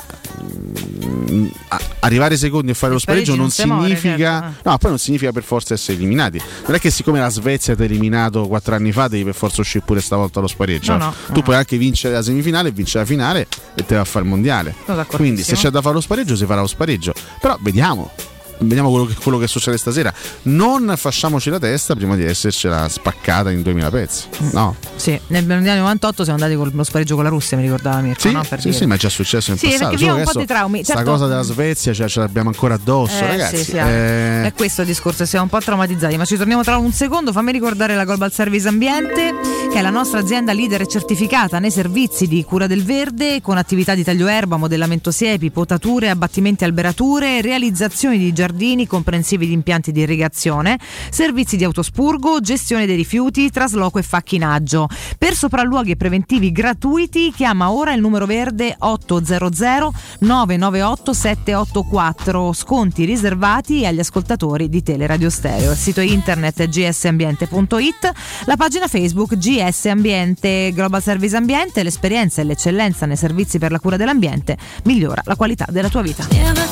arrivare secondi e fare lo spareggio non significa no, poi non significa per forza essere eliminati. Non è che siccome la Svezia ti ha eliminato 4 anni fa devi per forza uscire pure stavolta allo spareggio. Tu puoi anche vincere la semifinale e vincere la finale e te va a fare il mondiale. Quindi se c'è da fare lo spareggio si farà lo spareggio, però vediamo quello che succede stasera. Non facciamoci la testa prima di essercela spaccata in 2000 pezzi. No. Sì, nel mondiale 98 siamo andati con lo spareggio con la Russia, mi ricordava Mirko. Sì, ma è già successo in passato. Perché abbiamo un po' di traumi. Questa cosa della Svezia ce l'abbiamo ancora addosso, ragazzi. È questo il discorso, siamo un po' traumatizzati, ma ci torniamo tra un secondo. Fammi ricordare la Global Service Ambiente, che è la nostra azienda leader certificata nei servizi di cura del verde, con attività di taglio erba, modellamento siepi, potature, abbattimenti alberature, realizzazioni di giardini comprensivi di impianti di irrigazione, servizi di autospurgo, gestione dei rifiuti, trasloco e facchinaggio. Per sopralluoghi e preventivi gratuiti chiama ora il numero verde 800 998 784, sconti riservati agli ascoltatori di Teleradio Stereo. Il sito internet è gsambiente.it, la pagina Facebook GS Ambiente. Global Service Ambiente, l'esperienza e l'eccellenza nei servizi per la cura dell'ambiente migliora la qualità della tua vita.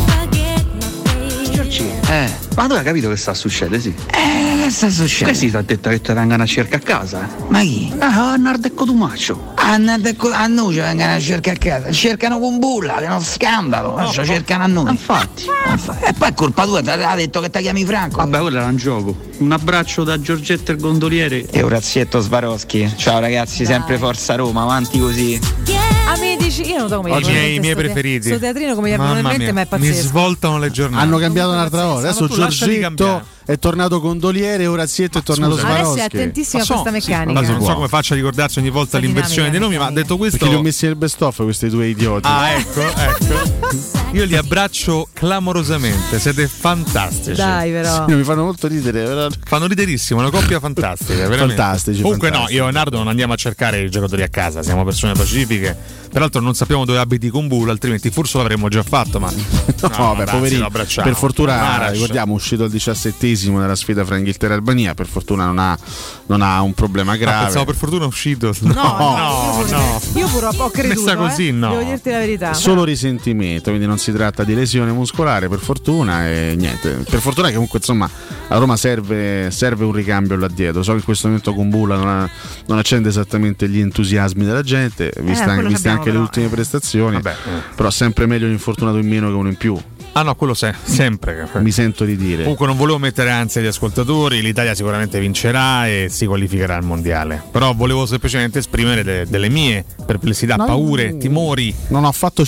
Ma tu hai capito che sta succedendo? Sì. Che sta succedendo? Sì, ti ha detto che ti vengono a cercare a casa. Ma chi? Nardo e Cotumaccio. A noi ci vengono a cercare a casa. Cercano con bulla, che è uno scandalo. Ci cercano a noi. Infatti. E poi è colpa tua, ti ha detto che ti chiami Franco. Vabbè, quello era un gioco. Un abbraccio da Giorgetto il gondoliere. E Orazietto Swarovski. Ciao ragazzi, sempre Forza Roma, avanti così. Amici, io non so come oggi i miei preferiti. Sto teatrino come gli avevano in mente, ma è pazzesco. Mi svoltano le giornate. Hanno cambiato un'altra volta. Adesso Giorgetto è tornato Gondoliere, Orazietto è tornato Swarovski. Adesso è attentissimo a questa meccanica. Non so come faccia a ricordarsi ogni volta l'inversione dei nomi, ma detto questo, perché li ho messi nel best of questi due idioti. Ecco. Io li abbraccio clamorosamente, siete fantastici. Dai, però. Mi fanno molto ridere, però. Fanno riderissimo, una coppia fantastica, veramente. Fantastici. Comunque no, io e Nardo non andiamo a cercare i giocatori a casa, siamo persone pacifiche. Peraltro non sappiamo dove abiti con Bull, altrimenti forse l'avremmo già fatto, ma vabbè, poverino. Per fortuna ricordiamo, uscito al 17esimo nella sfida fra Inghilterra e Albania, per fortuna non ha un problema grave. Pensavo per fortuna è uscito. No. Io purtroppo ho creduto. Messa così, no. Devo dirti la verità. Solo risentimento, quindi non si tratta di lesione muscolare, per fortuna, e niente. Per fortuna che comunque insomma a Roma serve un ricambio là dietro. So che in questo momento con Bulla non accende esattamente gli entusiasmi della gente, viste anche le ultime prestazioni. Però sempre meglio un infortunato in meno che uno in più. No, quello sempre. Mi sento di dire. Comunque non volevo mettere ansia agli ascoltatori, l'Italia sicuramente vincerà e si qualificherà al mondiale. Però volevo semplicemente esprimere delle mie perplessità, paure, timori. Non ho fatto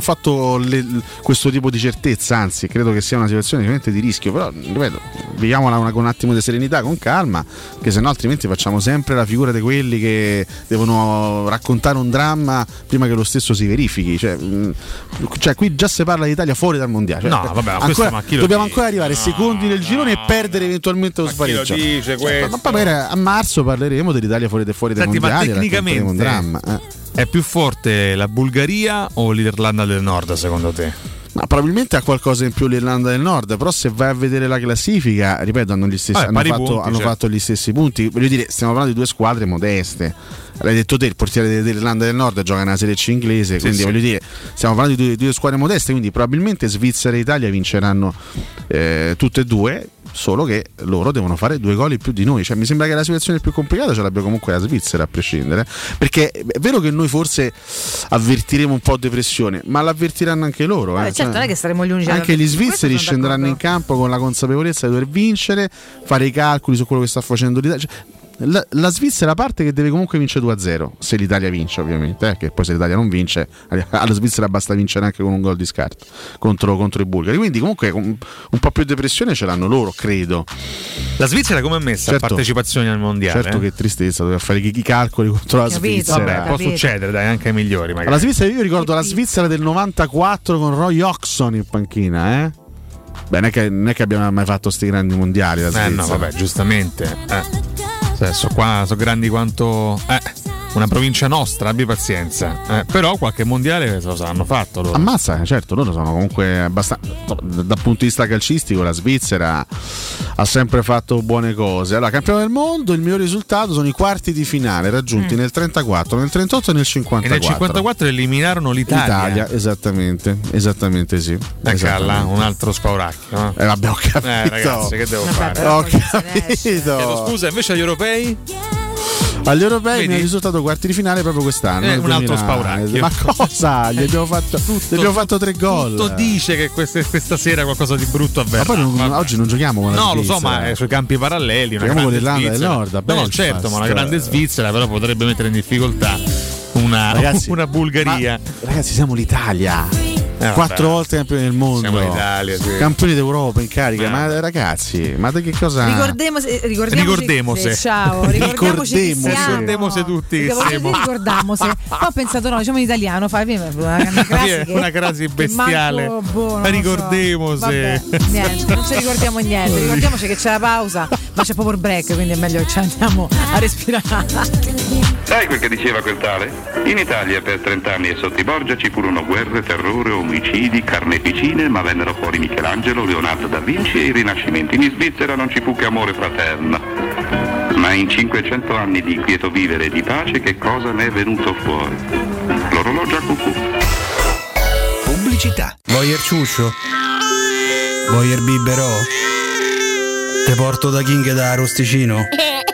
questo tipo di certezza, anzi credo che sia una situazione veramente di rischio. Però ripeto, viviamola con un attimo di serenità, con calma, che sennò altrimenti facciamo sempre la figura di quelli che devono raccontare un dramma prima che lo stesso si verifichi. Cioè qui già si parla di Italia fuori dal mondiale. No, vabbè, dobbiamo ancora arrivare secondi nel girone e perdere eventualmente lo spareggio. Ma poi a marzo parleremo dell'Italia fuori dai mondiali. Ma tecnicamente un dramma. È più forte la Bulgaria o l'Irlanda del Nord secondo te? Ma probabilmente ha qualcosa in più l'Irlanda del Nord, però se vai a vedere la classifica, ripeto, hanno fatto gli stessi punti. Voglio dire, stiamo parlando di due squadre modeste. L'hai detto te, il portiere dell'Irlanda del Nord gioca nella Serie C inglese, quindi voglio dire, stiamo parlando di due squadre modeste, quindi probabilmente Svizzera e Italia vinceranno tutte e due, solo che loro devono fare 2 gol in più di noi. Cioè, mi sembra che la situazione più complicata ce l'abbia comunque la Svizzera, a prescindere, perché è vero che noi forse avvertiremo un po' depressione, ma l'avvertiranno anche loro. Certo, non è che saremo gli unici. Anche gli svizzeri scenderanno in campo con la consapevolezza di dover vincere, fare i calcoli su quello che sta facendo l'Italia. La Svizzera parte che deve comunque vincere 2-0 se l'Italia vince, ovviamente, che poi se l'Italia non vince alla Svizzera basta vincere anche con un gol di scarto contro i bulgari, quindi comunque un po' più depressione ce l'hanno loro, credo. La Svizzera come è messa a partecipazione al mondiale? Certo, che tristezza dover fare i calcoli contro la Svizzera. Vabbè, può succedere, dai, anche ai migliori magari. La Svizzera, io ricordo la Svizzera del 94 con Roy Hodgson in panchina, Beh, non è che abbiamo mai fatto sti grandi mondiali la Svizzera. No, vabbè, giustamente. Sono grandi quanto una provincia nostra, abbi pazienza. Però qualche mondiale se lo saranno fatto loro. Ammazza, certo, loro sono comunque abbastanza. Dal punto di vista calcistico la Svizzera ha sempre fatto buone cose. Allora, campione del mondo, il miglior risultato sono i quarti di finale raggiunti nel 34, nel 38 e nel 54. E nel 54 eliminarono l'Italia. Esattamente sì. Calla, un altro spauracchio. No? Vabbè, ho capito. Ragazzi, che devo fare? Ho capito. Chiedo scusa, invece agli europei? Agli europei mi è risultato quarti di finale proprio quest'anno. Un altro spauracchio. Ma cosa? Gli abbiamo fatto 3 gol. Tutto dice che questa sera qualcosa di brutto avverrà. Ma poi oggi non giochiamo con la Svizzera. No, lo so, ma è sui campi paralleli. Giochiamo con l'Irlanda del Nord. No, certo, ma una grande Svizzera però potrebbe mettere in difficoltà una Bulgaria. Ragazzi, siamo l'Italia. 4 volte campioni del mondo, siamo in Italia, sì. Campioni d'Europa in carica. Ma ragazzi, ma da che cosa? Ricordiamoci. Ciao, ricordiamoci tutti. Ricordiamoci. Ho pensato, no, diciamo in italiano, fai una crasi bestiale. Ricordiamoci. Niente, non ci ricordiamo niente. Ricordiamoci che c'è la pausa, ma c'è proprio il break, quindi è meglio che ci andiamo a respirare. Sai quel che diceva quel tale? In Italia per 30 anni e sotto i Borgia ci furono guerre, terrore, omicidi, carneficine, ma vennero fuori Michelangelo, Leonardo da Vinci e i rinascimenti. In Svizzera non ci fu che amore fraterno. Ma in 500 anni di quieto vivere e di pace che cosa ne è venuto fuori? L'orologio a cucù. Pubblicità. Voyer ciuscio? Voyer biberò? Te porto da King da Arosticino?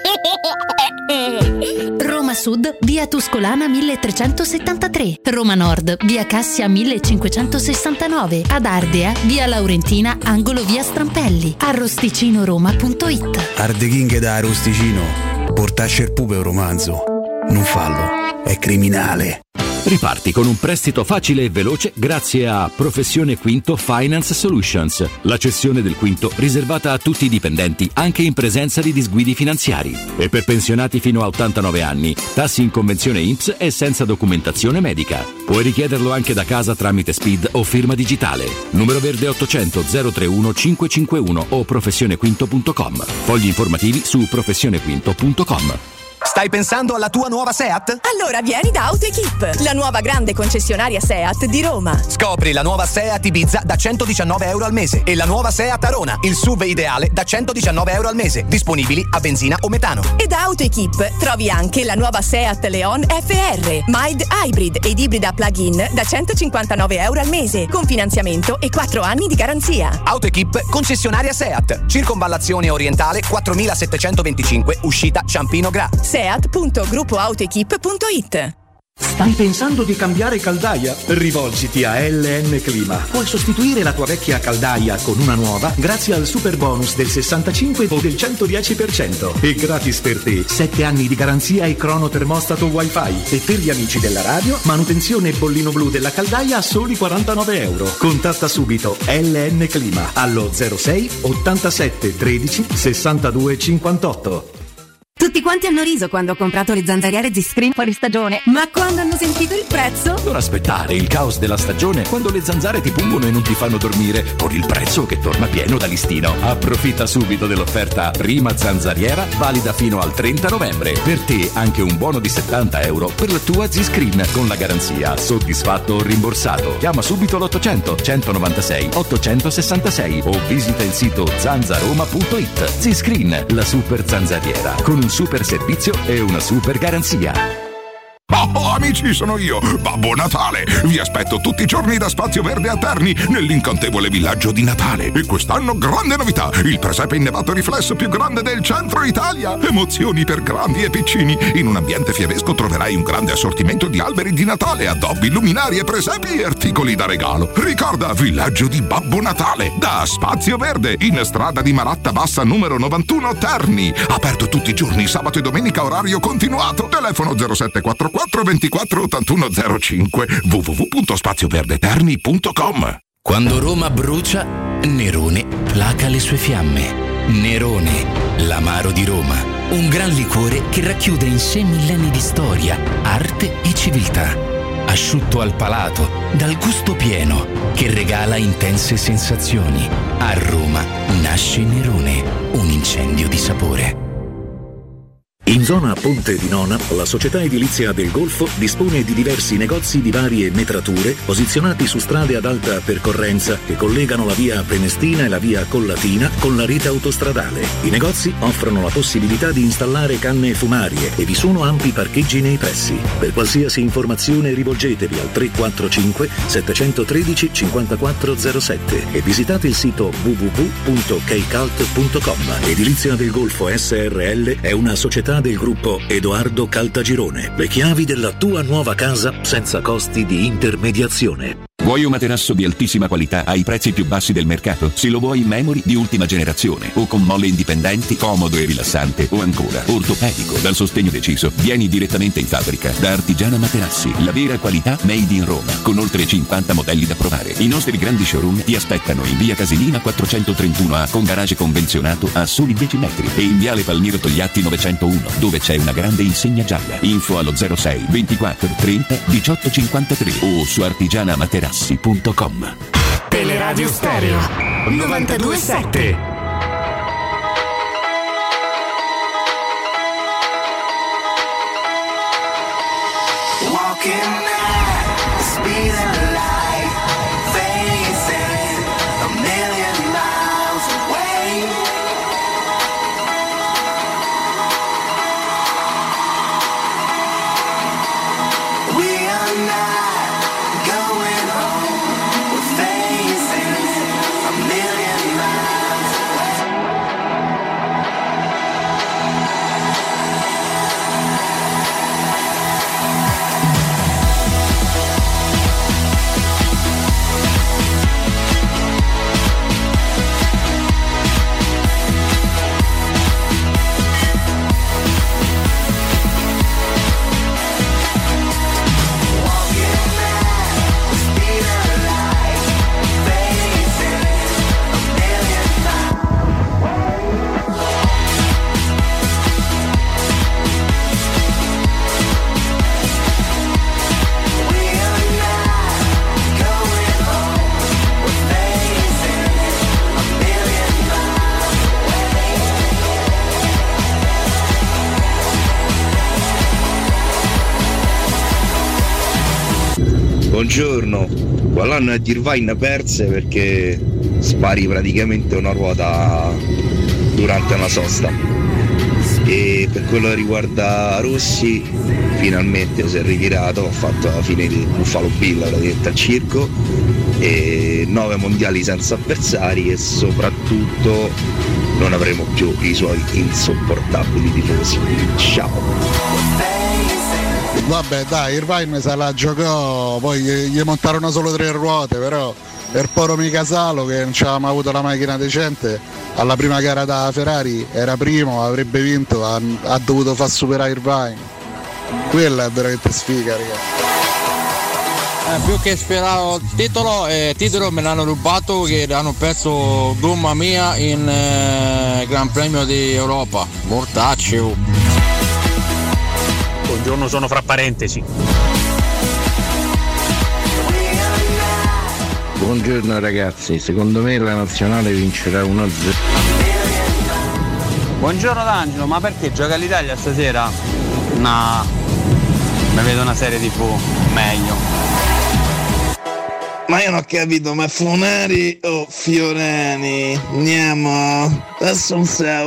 Roma Sud, via Tuscolana 1373. Roma Nord, via Cassia 1569. Ad Ardea, via Laurentina, angolo via Strampelli. Arrosticinoroma.it. Arde King da Arosticino. Portasce il pupe un romanzo. Non fallo, è criminale. Riparti con un prestito facile e veloce grazie a Professione Quinto Finance Solutions, la cessione del quinto riservata a tutti i dipendenti anche in presenza di disguidi finanziari e per pensionati fino a 89 anni, tassi in convenzione INPS e senza documentazione medica. Puoi richiederlo anche da casa tramite SPID o firma digitale. Numero verde 800 031 551 o professionequinto.com. Fogli informativi su professionequinto.com. Stai pensando alla tua nuova Seat? Allora vieni da AutoEquip, la nuova grande concessionaria Seat di Roma. Scopri la nuova Seat Ibiza da €119 al mese e la nuova Seat Arona, il SUV ideale da €119 al mese, disponibili a benzina o metano. E da AutoEquip trovi anche la nuova Seat Leon FR, mild hybrid ed ibrida plug-in da €159 al mese, con finanziamento e 4 anni di garanzia. AutoEquip, concessionaria Seat, circonvallazione orientale 4725, uscita Ciampino Gra. Seat.gruppoautoequip.it. Stai pensando di cambiare caldaia? Rivolgiti a LN Clima. Puoi sostituire la tua vecchia caldaia con una nuova grazie al super bonus del 65 o del 110% e gratis per te 7 anni di garanzia e cronotermostato wifi e per gli amici della radio manutenzione e bollino blu della caldaia a soli €49. Contatta subito LN Clima allo 06 87 13 62 58. Tutti quanti hanno riso quando ho comprato le zanzariere Z-Screen fuori stagione, ma quando hanno sentito il prezzo? Non aspettare il caos della stagione quando le zanzare ti pungono e non ti fanno dormire, con il prezzo che torna pieno da listino. Approfitta subito dell'offerta prima zanzariera, valida fino al 30 novembre. Per te anche un buono di €70 per la tua Z-Screen con la garanzia soddisfatto o rimborsato. Chiama subito l'800 196 866 o visita il sito zanzaroma.it. Z-Screen, la super zanzariera con un super servizio e una super garanzia. Oh, amici, sono io, Babbo Natale. Vi aspetto tutti i giorni da Spazio Verde a Terni, nell'incantevole villaggio di Natale. E quest'anno grande novità, il presepe innevato riflesso più grande del centro Italia. Emozioni per grandi e piccini. In un ambiente fiabesco troverai un grande assortimento di alberi di Natale, addobbi, luminari e presepi e articoli da regalo. Ricorda, villaggio di Babbo Natale, da Spazio Verde, in strada di Maratta Bassa numero 91 Terni. Aperto tutti i giorni, sabato e domenica, orario continuato. Telefono 0744 24 81 05 www.spazioverdeterni.com. Quando Roma brucia, Nerone placa le sue fiamme. Nerone, l'amaro di Roma, un gran liquore che racchiude in sé millenni di storia, arte e civiltà. Asciutto al palato, dal gusto pieno, che regala intense sensazioni. A Roma nasce Nerone, un incendio di sapore. In zona Ponte di Nona, la società edilizia del Golfo dispone di diversi negozi di varie metrature posizionati su strade ad alta percorrenza che collegano la via Prenestina e la via Collatina con la rete autostradale. I negozi offrono la possibilità di installare canne fumarie e vi sono ampi parcheggi nei pressi. Per qualsiasi informazione rivolgetevi al 345 713 5407 e visitate il sito www.kcalt.com. Edilizia del Golfo SRL è una società del gruppo Edoardo Caltagirone. Le chiavi della tua nuova casa senza costi di intermediazione. Vuoi un materasso di altissima qualità ai prezzi più bassi del mercato? Se lo vuoi in memory di ultima generazione o con molle indipendenti, comodo e rilassante, o ancora ortopedico dal sostegno deciso, vieni direttamente in fabbrica da Artigiana Materassi, la vera qualità made in Roma, con oltre 50 modelli da provare. I nostri grandi showroom ti aspettano in via Casilina 431A con garage convenzionato a soli 10 metri e in viale Palmiro Togliatti 901 dove c'è una grande insegna gialla. Info allo 06 24 30 18 53 o su artigianamaterassi.com. Teleradio Stereo 92.7. Walking at the speed of light, facing a million miles away. We are not going home, we're facing a million miles away. Buongiorno, quell'anno a Irvine perse perché spari praticamente una ruota durante una sosta. E per quello che riguarda Rossi, finalmente si è ritirato, ha fatto la fine di Buffalo Bill praticamente al circo, e 9 mondiali senza avversari e soprattutto non avremo più i suoi insopportabili tifosi. Ciao! Vabbè dai, Irvine se la giocò, poi gli montarono solo 3 ruote, però per Poro Micasalo che non c'aveva mai avuto la macchina decente, alla prima gara da Ferrari era primo, avrebbe vinto, ha dovuto far superare Irvine. Quella è veramente sfiga, ragazzi. Più che speravo il titolo me l'hanno rubato, che hanno perso gomma mia in Gran Premio di Europa. Mortaccio. buongiorno sono fra parentesi. Buongiorno ragazzi, secondo me la nazionale vincerà 1-0. Buongiorno D'Angelo, ma perché gioca l'Italia stasera? No, mi vedo una serie TV, meglio. Ma io non ho capito, ma Funari o Fiorani? Andiamo, adesso non so,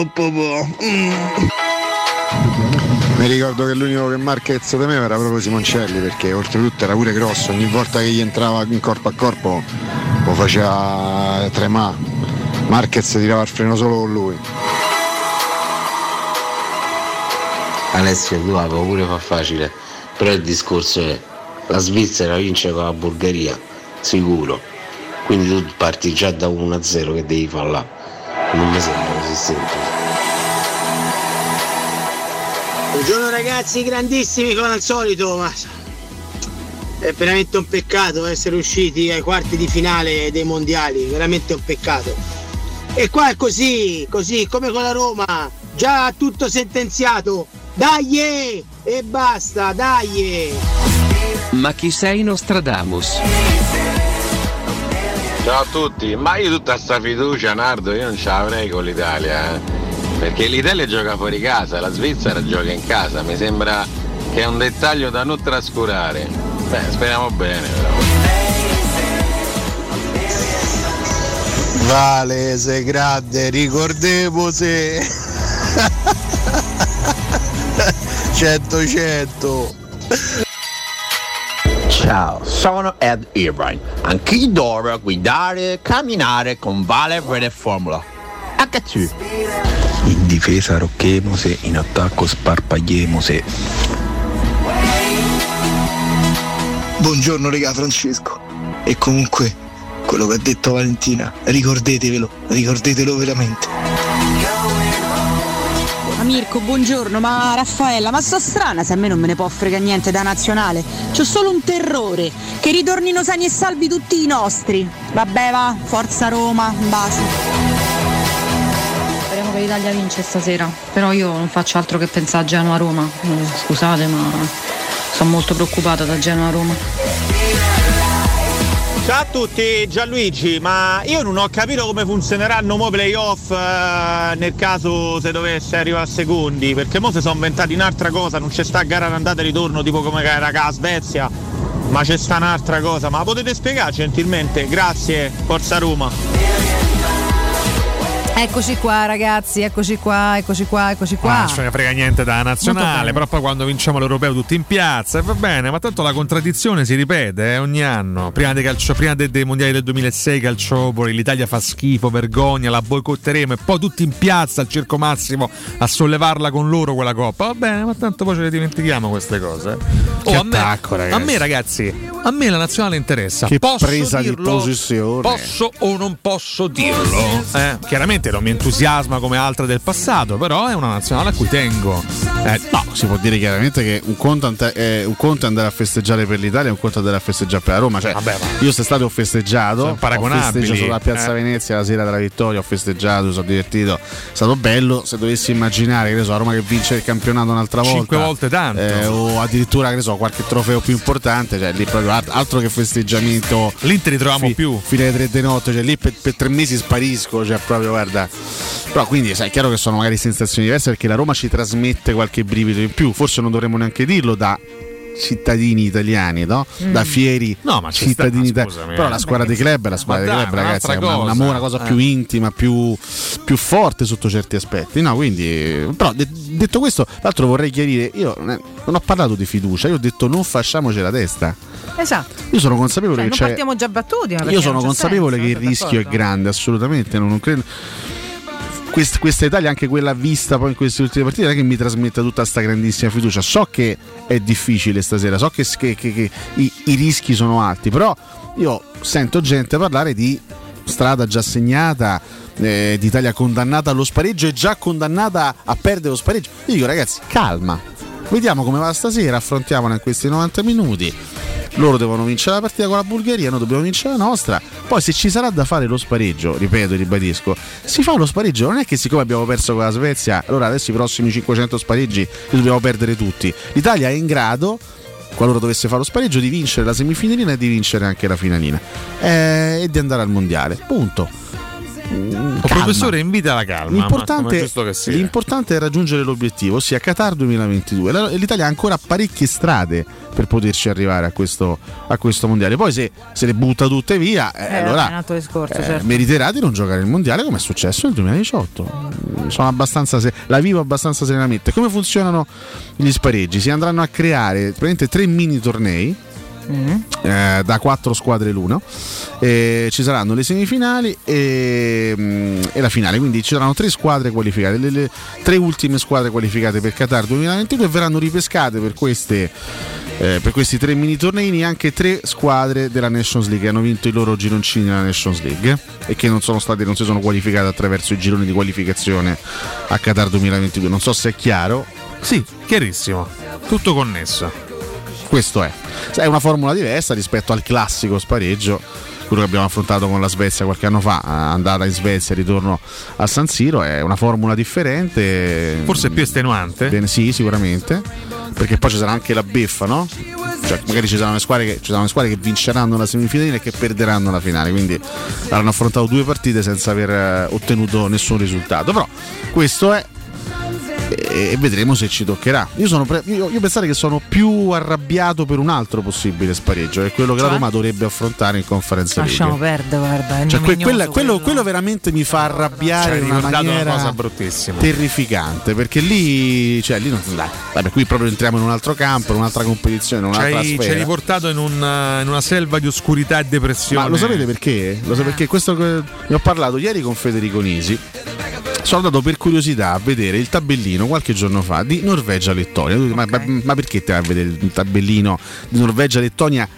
Mi ricordo che l'unico che Marquez temeva era proprio Simoncelli, perché oltretutto era pure grosso, ogni volta che gli entrava in corpo a corpo lo faceva tremare. Marquez tirava il freno solo con lui. Alessio, tu la pure fa facile, però il discorso è la Svizzera vince con la Bulgaria, sicuro, quindi tu parti già da 1-0 che devi fare là, non mi sembra così semplice. Buongiorno ragazzi, grandissimi come al solito, ma è veramente un peccato essere usciti ai quarti di finale dei mondiali, veramente un peccato. E qua è così come con la Roma, già tutto sentenziato, dai e basta, dai. Ma chi sei Nostradamus? Ciao a tutti, ma io tutta sta fiducia, Nardo, io non ce l'avrei con l'Italia, perché l'Italia gioca fuori casa, la Svizzera gioca in casa, mi sembra che è un dettaglio da non trascurare. Beh, speriamo bene però. Vale, sei grande, ricordemosi. 100. Ciao, sono Ed Irvine. Anch'io adoro guidare e camminare con Vale Verde Formula. Anche tu. In difesa rocchemose, in attacco sparpagliemose. Buongiorno regà Francesco. E comunque quello che ha detto Valentina, ricordetelo veramente. Mirko, buongiorno, ma Raffaella, ma sto strana se a me non me ne può frega niente da nazionale. C'ho solo un terrore, che ritornino sani e salvi tutti i nostri. Vabbè va, forza Roma, un bacio. Speriamo che l'Italia vince stasera, però io non faccio altro che pensare a Genoa-Roma. Scusate, ma sono molto preoccupata da Genoa-Roma. Ciao a tutti, Gianluigi, ma io non ho capito come funzioneranno mo playoff nel caso se dovesse arrivare a secondi, perché mo si sono inventati un'altra cosa, non c'è sta gara d'andata e ritorno tipo come era la Svezia, ma c'è sta un'altra cosa, ma potete spiegare gentilmente? Grazie, forza Roma. Eccoci qua ragazzi, eccoci qua. Non ce ne frega niente da nazionale, però poi quando vinciamo l'Europeo tutti in piazza, e va bene, ma tanto la contraddizione si ripete ogni anno. Prima dei mondiali del 2006 calciopoli, l'Italia fa schifo, vergogna, la boicotteremo e poi tutti in piazza al Circo Massimo a sollevarla con loro quella coppa. Va bene, ma tanto poi ce le dimentichiamo queste cose. A me ragazzi, a me la nazionale interessa. Che posso presa dirlo? di posizione. Posso o non posso dirlo? Chiaramente non mi entusiasma come altre del passato, però è una nazionale a cui tengo. No, si può dire chiaramente che un conto è andare a festeggiare per l'Italia e un conto è andare a festeggiare per la Roma. Cioè, io quest'estate ho festeggiato, sono paragonabili. Ho festeggiato a Piazza Venezia la sera della vittoria, ho festeggiato, mi sono divertito, è stato bello. Se dovessi immaginare, che ne so, a Roma che vince il campionato un'altra volta 5 volte tanto, o addirittura, che ne so, qualche trofeo più importante, cioè lì proprio altro che festeggiamento. Lì te ritroviamo più fino alle 3 di notte, cioè lì per 3 mesi sparisco, cioè proprio guarda. Però quindi è chiaro che sono magari sensazioni diverse, perché la Roma ci trasmette qualche brivido in più, forse non dovremmo neanche dirlo da cittadini italiani, no? Da fieri cittadini italiani. Però la squadra dei club è la squadra dei club, ragazzi, è una cosa più intima, più forte sotto certi aspetti, no? Quindi, però detto questo, tra l'altro vorrei chiarire, io non ho parlato di fiducia, io ho detto non facciamoci la testa. Esatto. Io sono consapevole che non c'è. Partiamo già battuti. Io sono consapevole che il rischio è grande, assolutamente. Non credo. Questa Italia, anche quella vista poi in queste ultime partite, non è che mi trasmetta tutta sta grandissima fiducia. So che è difficile stasera, so che i rischi sono alti, però io sento gente parlare di strada già segnata, di Italia condannata allo spareggio e già condannata a perdere lo spareggio. Io dico, ragazzi, calma, vediamo come va stasera, affrontiamola in questi 90 minuti. Loro devono vincere la partita con la Bulgaria, noi dobbiamo vincere la nostra. Poi se ci sarà da fare lo spareggio, ripeto e ribadisco, si fa lo spareggio, non è che siccome abbiamo perso con la Svezia, allora adesso i prossimi 500 spareggi li dobbiamo perdere tutti. L'Italia è in grado, qualora dovesse fare lo spareggio, di vincere la semifinalina e di vincere anche la finalina e di andare al mondiale, punto. Il professore invita alla calma. L'importante è raggiungere l'obiettivo, ossia Qatar 2022. L'Italia ha ancora parecchie strade per poterci arrivare a questo mondiale. Poi se le butta tutte via, allora è un altro discorso, certo. meriterà di non giocare il mondiale come è successo nel 2018. Sono abbastanza la vivo abbastanza serenamente. Come funzionano gli spareggi? Si andranno a creare praticamente 3 mini tornei. Da 4 squadre l'uno, ci saranno le semifinali e la finale, quindi ci saranno 3 squadre qualificate, le 3 ultime squadre qualificate per Qatar 2022 verranno ripescate per questi 3 mini torneini anche 3 squadre della Nations League che hanno vinto i loro gironcini nella Nations League e che non si sono qualificate attraverso i gironi di qualificazione a Qatar 2022. Non so se è chiaro. Sì, chiarissimo, tutto connesso. Questo è una formula diversa rispetto al classico spareggio, quello che abbiamo affrontato con la Svezia qualche anno fa, andata in Svezia e ritorno a San Siro. È una formula differente, forse più estenuante. Bene, sì, sicuramente, perché poi ci sarà anche la beffa, no? Cioè, magari ci saranno squadre che vinceranno la semifinale e che perderanno la finale, quindi avranno affrontato 2 partite senza aver ottenuto nessun risultato. Però questo è, e vedremo se ci toccherà. Io pensare che sono più arrabbiato per un altro possibile spareggio, è quello che la Roma dovrebbe affrontare in Conference League. Lasciamo perdere, guarda, cioè, quello veramente mi fa arrabbiare in una maniera una cosa bruttissima, terrificante, perché lì non, dai, qui proprio entriamo in un altro campo, in un'altra competizione, in un'altra sfera. Ci hai riportato in una selva di oscurità e depressione. Ma lo sapete perché? Perché questo ne ho parlato ieri con Federico Nisi. Sono andato per curiosità a vedere il tabellino qualche giorno fa di Norvegia-Lettonia. Ma perché te vai a vedere il tabellino di Norvegia-Lettonia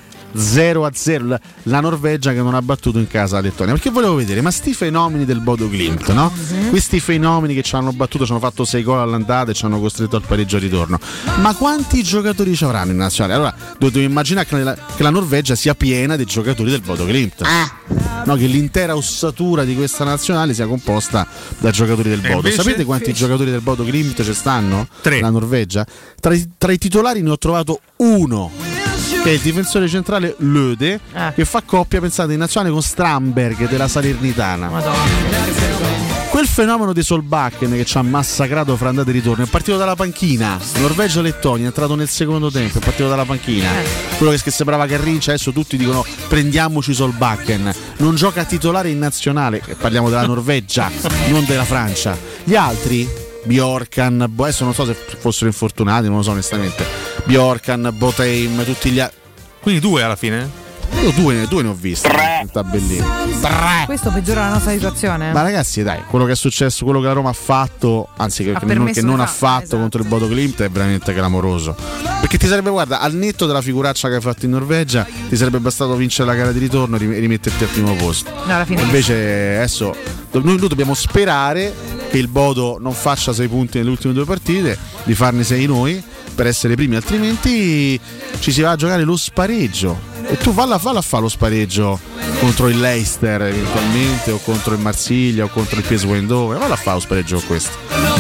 0-0? La Norvegia che non ha battuto in casa la Lettonia. Perché volevo vedere, ma sti fenomeni del Bodo Glimt, no? Questi fenomeni che ci hanno battuto, ci hanno fatto 6 gol all'andata e ci hanno costretto al pareggio al ritorno. Ma quanti giocatori ci avranno in nazionale? Allora, dobbiamo immaginare che la Norvegia sia piena di giocatori del Bodo Glimt. No, che l'intera ossatura di questa nazionale sia composta da giocatori del Bodo. Sapete quanti giocatori del Bodo Glimt ci stanno? 3. La Norvegia? Tra i titolari ne ho trovato uno, che è il difensore centrale Löde, che fa coppia, pensate, in nazionale con Strandberg della Salernitana. Madonna. Quel fenomeno di Solbakken che ci ha massacrato fra andata e ritorno è partito dalla panchina. Norvegia-Lettonia è entrato nel secondo tempo, è partito dalla panchina. Quello che sembrava Carrincia, adesso tutti dicono prendiamoci Solbakken. Non gioca titolare in nazionale, parliamo della Norvegia, non della Francia. Gli altri, Bjorkan, adesso non so se fossero infortunati, non lo so onestamente. Bjorkan, Botheim, tutti gli altri. Quindi 2 alla fine? Io due ne ho visti nel tabellino. 3. Questo peggiora la nostra situazione. Ma ragazzi, dai, quello che è successo, quello che la Roma ha fatto, anzi che non ha fatto contro il Bodo Glimt, è veramente clamoroso. Perché ti sarebbe, guarda, al netto della figuraccia che hai fatto in Norvegia, ti sarebbe bastato vincere la gara di ritorno e rimetterti al primo posto. Invece adesso noi dobbiamo sperare che il Bodo non faccia 6 punti nelle ultime 2 partite, di farne 6 noi per essere primi, altrimenti ci si va a giocare lo spareggio. E tu valla a fare lo spareggio contro il Leicester eventualmente, o contro il Marsiglia, o contro il PSV Eindhoven. Valla a fare lo spareggio con questo.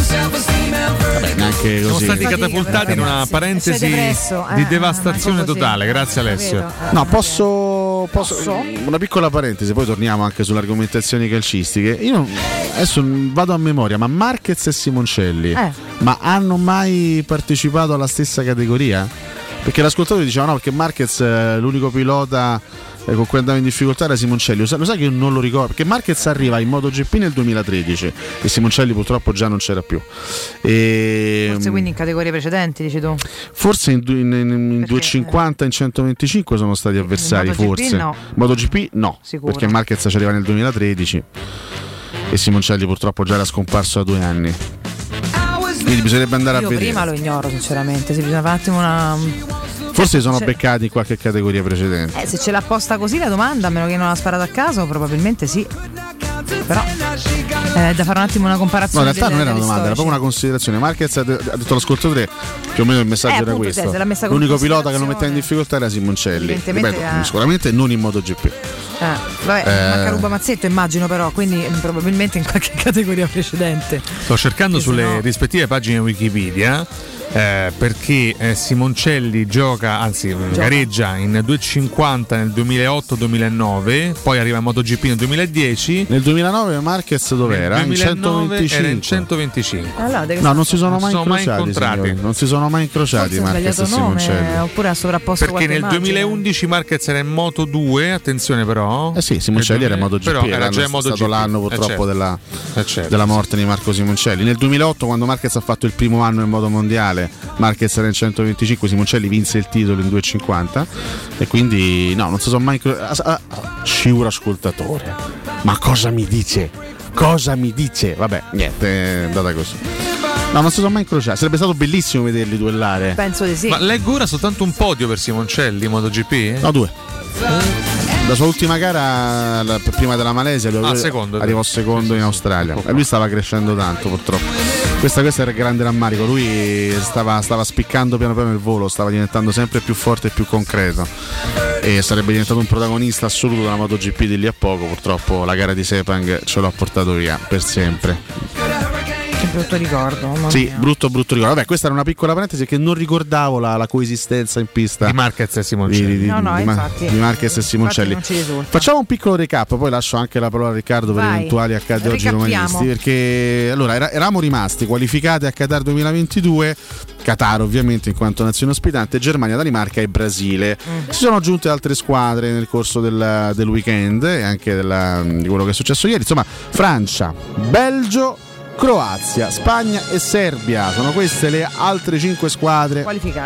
Vabbè, neanche così. Siamo stati catapultati in una parentesi di devastazione totale. Grazie Alessio. No, posso una piccola parentesi, poi torniamo anche sulle argomentazioni calcistiche. Io adesso vado a memoria, ma Marquez e Simoncelli ma hanno mai partecipato alla stessa categoria? Perché l'ascoltatore diceva no, perché Marquez l'unico pilota con cui andava in difficoltà era Simoncelli. Lo sai che io non lo ricordo, perché Marquez arriva in MotoGP nel 2013 e Simoncelli purtroppo già non c'era più. Forse quindi in categorie precedenti, dici tu? Forse in 250, in 125 sono stati avversari, MotoGP forse. No. MotoGP no, sicuro. Perché Marquez ci arriva nel 2013 e Simoncelli purtroppo già era scomparso da 2 anni. Quindi bisognerebbe andare a vedere. Prima lo ignoro sinceramente, se bisogna fare un attimo forse sono beccati in qualche categoria precedente. Se ce l'ha posta così la domanda, a meno che non l'ha sparato a caso, probabilmente sì. Però Da fare un attimo una comparazione. No, in realtà non era una domanda, era proprio una considerazione. Marquez ha detto l'ascoltatore, più o meno il messaggio era appunto, questo. se l'ha messa con L'unico pilota che lo considerazione. metteva in difficoltà era Simoncelli. Evidentemente Ripeto, sicuramente non in MotoGP. Manca Ruba Mazzetto, immagino, però, quindi probabilmente in qualche categoria precedente. Sto cercando sulle rispettive pagine Wikipedia. Perché Simoncelli gareggia in 250 nel 2008-2009, poi arriva a MotoGP nel 2010. Nel 2009 Marquez dov'era? Nel 2009 era in 125. No, non si sono mai incontrati. incontrati. Non si sono mai incrociati Forse ha Marquez e sbagliato nome, Simoncelli. oppure ha sovrapposto Perché qualche nel immagine. 2011 Marquez era in Moto 2, attenzione però. Sì, Simoncelli era in MotoGP, però era già in è MotoGP. stato l'anno purtroppo certo. della morte di Marco Simoncelli. Nel 2008, quando Marquez ha fatto il primo anno in moto mondiale, Marquez era in 125, Simoncelli vinse il titolo in 250 e quindi no, non si sono mai sciuro ascoltatore. Ma cosa mi dice? Cosa mi dice? Vabbè, niente, è andata così. No, non si sono mai incrociati. Sarebbe stato bellissimo vederli duellare. Penso di sì. Ma leggo ora soltanto un podio per Simoncelli in MotoGP? No, 2. La sua ultima gara, prima della Malesia, arrivò secondo in Australia. E lui stava crescendo tanto, purtroppo. Questo era il grande rammarico. Lui stava spiccando piano piano il volo, stava diventando sempre più forte e più concreto. E sarebbe diventato un protagonista assoluto della MotoGP di lì a poco. Purtroppo la gara di Sepang ce l'ha portato via per sempre. Che brutto ricordo. Sì, brutto ricordo. Vabbè, questa era una piccola parentesi che non ricordavo la coesistenza in pista di Marquez e Simoncelli. Di Marquez e Simoncelli. Facciamo un piccolo recap, poi lascio anche la parola a Riccardo per eventuali accadde oggi romanisti. Perché allora eravamo rimasti qualificati a Qatar 2022. Qatar ovviamente in quanto nazione ospitante, Germania, Danimarca e Brasile. Si sono aggiunte altre squadre nel corso del weekend e anche di quello che è successo ieri. Insomma, Francia, Belgio, Croazia, Spagna e Serbia sono queste le altre 5 squadre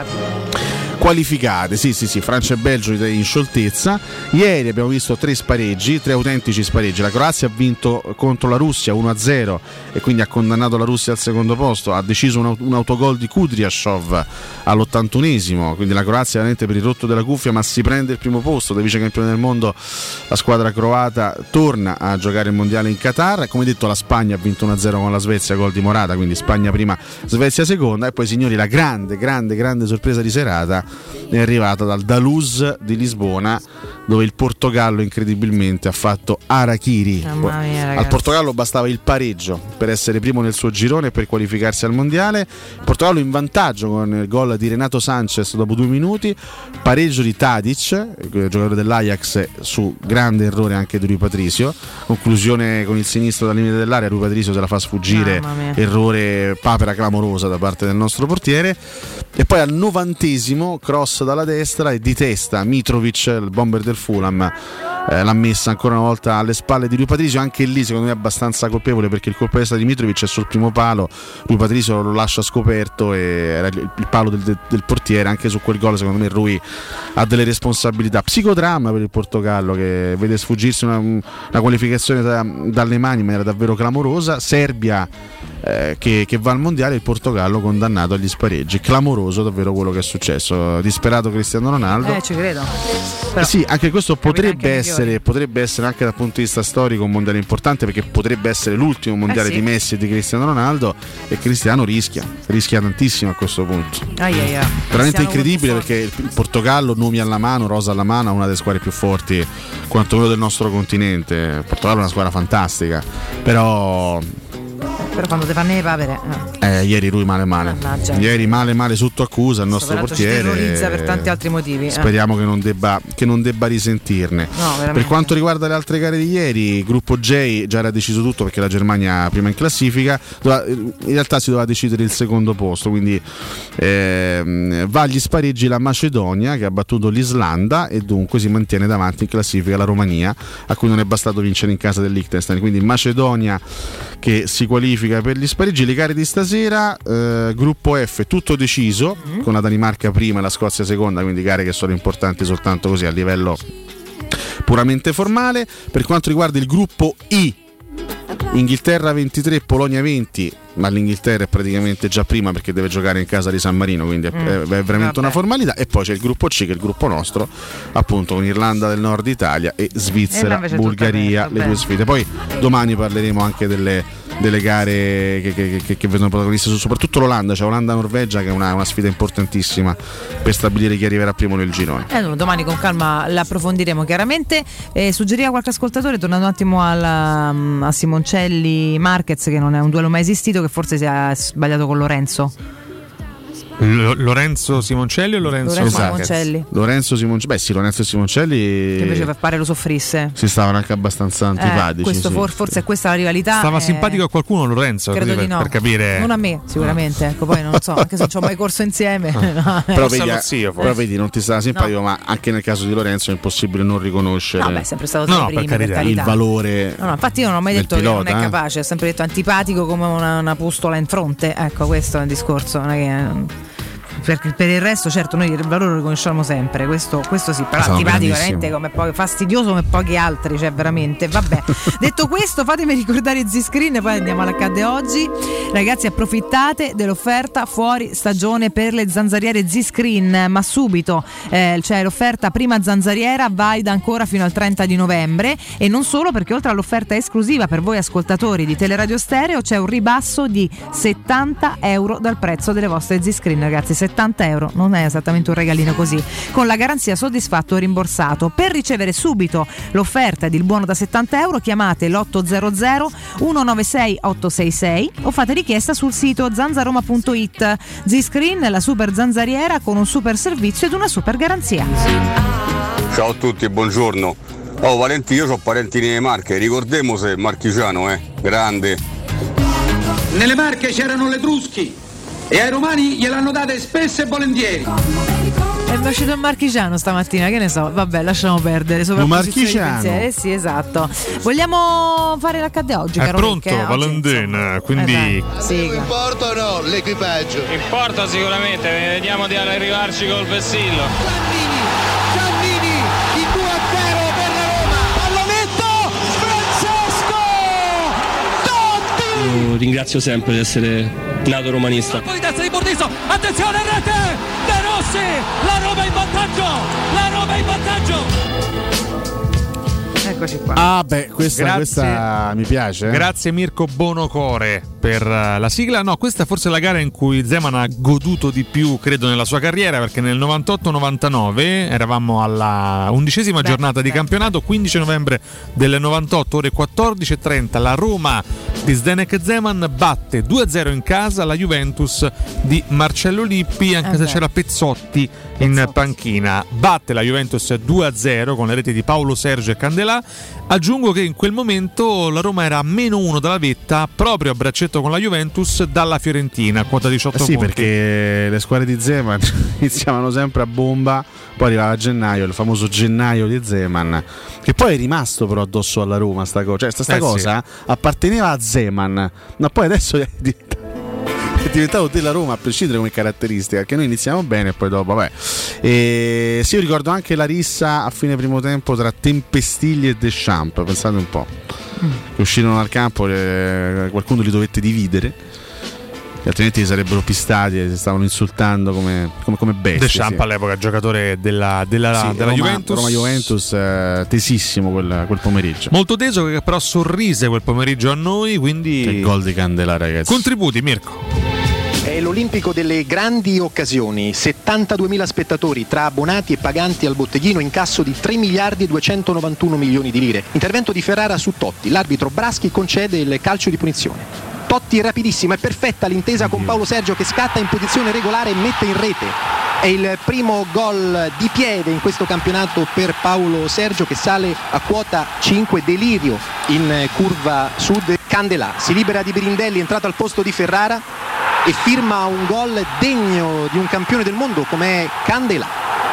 qualificate. Sì, Francia e Belgio in scioltezza. Ieri abbiamo visto 3 spareggi, 3 autentici spareggi. La Croazia ha vinto contro la Russia 1-0 e quindi ha condannato la Russia al secondo posto. Ha deciso un autogol di Kudryashov all'81esimo, quindi la Croazia veramente per il rotto della cuffia, ma si prende il primo posto da vice campione del mondo. La squadra croata torna a giocare il mondiale in Qatar. Come detto, la Spagna ha vinto 1-0 con la Svezia, gol di Morata, quindi Spagna prima, Svezia seconda. E poi, signori, la grande sorpresa di serata è arrivata dal Daluz di Lisbona, dove il Portogallo incredibilmente ha fatto harakiri. Al Portogallo bastava il pareggio per essere primo nel suo girone e per qualificarsi al mondiale. Il Portogallo in vantaggio con il gol di Renato Sanchez dopo 2 minuti, pareggio di Tadic, giocatore dell'Ajax, su grande errore anche di Rui Patricio, conclusione con il sinistro dal limite dell'area, Rui Patricio se la fa sfuggire, errore papera clamorosa da parte del nostro portiere. E poi al 90esimo cross dalla destra e di testa Mitrovic, il bomber del Fulham, l'ha messa ancora una volta alle spalle di Rui Patricio. Anche lì secondo me è abbastanza colpevole, perché il colpo di testa di Mitrovic è sul primo palo, Rui Patricio lo lascia scoperto e era il palo del portiere. Anche su quel gol secondo me Rui ha delle responsabilità. Psicodramma per il Portogallo, che vede sfuggirsi una qualificazione dalle mani in maniera davvero clamorosa. Serbia che va al mondiale, il Portogallo condannato agli spareggi. Clamoroso davvero quello che è successo. Disperato Cristiano Ronaldo. Ci credo. Però, sì, anche questo potrebbe essere anche dal punto di vista storico un mondiale importante, perché potrebbe essere l'ultimo mondiale di Messi e di Cristiano Ronaldo, e Cristiano rischia tantissimo a questo punto. Veramente incredibile, perché il Portogallo, nomi alla mano, rosa alla mano, è una delle squadre più forti quantomeno del nostro continente. Il Portogallo è una squadra fantastica, però quando ti fanno le papere ieri Rui male ieri male sotto accusa il nostro portiere, ci terrorizza per tanti altri motivi. Speriamo che non debba risentirne. Per quanto riguarda le altre gare di ieri, gruppo J già era deciso tutto, perché la Germania prima in classifica, in realtà si doveva decidere il secondo posto, quindi va agli spareggi la Macedonia, che ha battuto l'Islanda, e dunque si mantiene davanti in classifica la Romania, a cui non è bastato vincere in casa del Liechtenstein. Quindi Macedonia che si qualifica per gli spareggi. Le gare di stasera, gruppo F tutto deciso, con la Danimarca prima e la Scozia seconda, quindi gare che sono importanti soltanto così a livello puramente formale. Per quanto riguarda il gruppo I, Inghilterra 23, Polonia 20, ma l'Inghilterra è praticamente già prima perché deve giocare in casa di San Marino, quindi è veramente una formalità. E poi c'è il gruppo C, che è il gruppo nostro, appunto con Irlanda del Nord Italia e Svizzera, Bulgaria, le due sfide. Poi domani parleremo anche delle gare che vedono protagoniste, soprattutto l'Olanda, cioè Olanda-Norvegia, che è una sfida importantissima per stabilire chi arriverà primo nel girone. Domani con calma l'approfondiremo chiaramente. Suggeriva qualche ascoltatore, tornando un attimo a Simoncelli Marquez, che non è un duello mai esistito, che forse si è sbagliato con Lorenzo. Lorenzo Simoncelli o Lorenzo Simoncelli? Lorenzo Simoncelli. Beh sì, Lorenzo Simoncelli, che invece pare lo soffrisse. Si stavano anche abbastanza antipatici. Questo sì. Forse è questa la rivalità. Stava simpatico a qualcuno Lorenzo? Credo di no. Per capire. Non a me sicuramente, ecco, poi non so, anche se non ci ho mai corso insieme. Però vedi, non ti stava simpatico, ma anche nel caso di Lorenzo è impossibile non riconoscere. No, beh, è sempre stato tra i primi, per carità. Il valore. No, infatti io non ho mai detto pilota, che non è capace, ho sempre detto antipatico come una pustola in fronte. Ecco, questo è il discorso, non è che... Per il resto, certo, noi il valore lo riconosciamo sempre, questo sì, però antipatico veramente fastidioso come pochi altri, cioè veramente. Vabbè, detto questo, fatemi ricordare Z-Screen, poi andiamo all'accadde oggi. Ragazzi, approfittate dell'offerta fuori stagione per le zanzariere Z-Screen, ma subito, cioè l'offerta prima zanzariera valida ancora fino al 30 di novembre, e non solo, perché oltre all'offerta esclusiva per voi ascoltatori di Teleradio Stereo c'è un ribasso di €70 dal prezzo delle vostre Z-Screen, ragazzi. €70 non è esattamente un regalino così, con la garanzia soddisfatto o rimborsato. Per ricevere subito l'offerta ed il buono da €70 chiamate l'800 196 866 o fate richiesta sul sito zanzaroma.it. Z-Screen, la super zanzariera con un super servizio ed una super garanzia. Ciao a tutti, buongiorno. Oh Valentino, io sono parenti nelle Marche, ricordiamoci marchigiano, grande. Nelle Marche c'erano le Etruschi e ai romani gliel'hanno date spesso e volentieri. È uscito il marchigiano stamattina, che ne so, vabbè, lasciamo perdere. Un marchigiano? Sì, esatto. Vogliamo fare l'accadde oggi, è caro pronto Mick, Valentina, quindi Importa o no l'equipaggio? Importa sicuramente, vediamo di arrivarci col vessillo. Giannini, il 2-0 per la Roma. Pallonetto, Francesco Totti. Ringrazio sempre di essere nato romanista. Poi testa di Bordiso, attenzione, rete De Rossi, la Roma in vantaggio, la Roma in vantaggio. Eccoci qua. Ah beh, questa mi piace. Grazie Mirko Bonocore per la sigla. No, questa forse è la gara in cui Zeman ha goduto di più, credo, nella sua carriera, perché nel 98-99 eravamo alla 11ª giornata di campionato, 15 novembre del 98, ore 14:30, la Roma di Zdenek Zeman batte 2-0 in casa la Juventus di Marcello Lippi, anche se c'era Pezzotti in panchina. Batte la Juventus 2-0 con le reti di Paolo Sergio e Candelà. Aggiungo che in quel momento la Roma era a -1 dalla vetta, proprio a braccetto con la Juventus, dalla Fiorentina, quota 18 sì, punti. perché le squadre di Zeman iniziavano sempre a bomba, poi arrivava gennaio, il famoso gennaio di Zeman, che poi è rimasto però addosso alla Roma sta cosa, cioè sta cosa apparteneva a Zeman, ma poi adesso è diventato della Roma a prescindere come caratteristica, che noi iniziamo bene e poi dopo vabbè. E sì, io ricordo anche la rissa a fine primo tempo tra Tempestigli e Deschamps, pensate un po', che uscirono dal campo, qualcuno li dovette dividere, altrimenti si sarebbero pistati e si stavano insultando come bestie. Deschamps all'epoca giocatore della Juventus. Roma-Juventus, tesissimo quel pomeriggio. Molto teso, che però sorrise quel pomeriggio a noi, quindi che gol di Candelà, ragazzi. Contributi, Mirko. È l'Olimpico delle grandi occasioni, 72.000 spettatori tra abbonati e paganti al botteghino, incasso di 3 miliardi e 291 milioni di lire. Intervento di Ferrara su Totti, l'arbitro Braschi concede il calcio di punizione. Totti è rapidissimo, è perfetta l'intesa con Paolo Sergio che scatta in posizione regolare e mette in rete. È il primo gol di piede in questo campionato per Paolo Sergio, che sale a quota 5, delirio in curva sud. Candelà si libera di Birindelli, entrato al posto di Ferrara, e firma un gol degno di un campione del mondo come Candelà.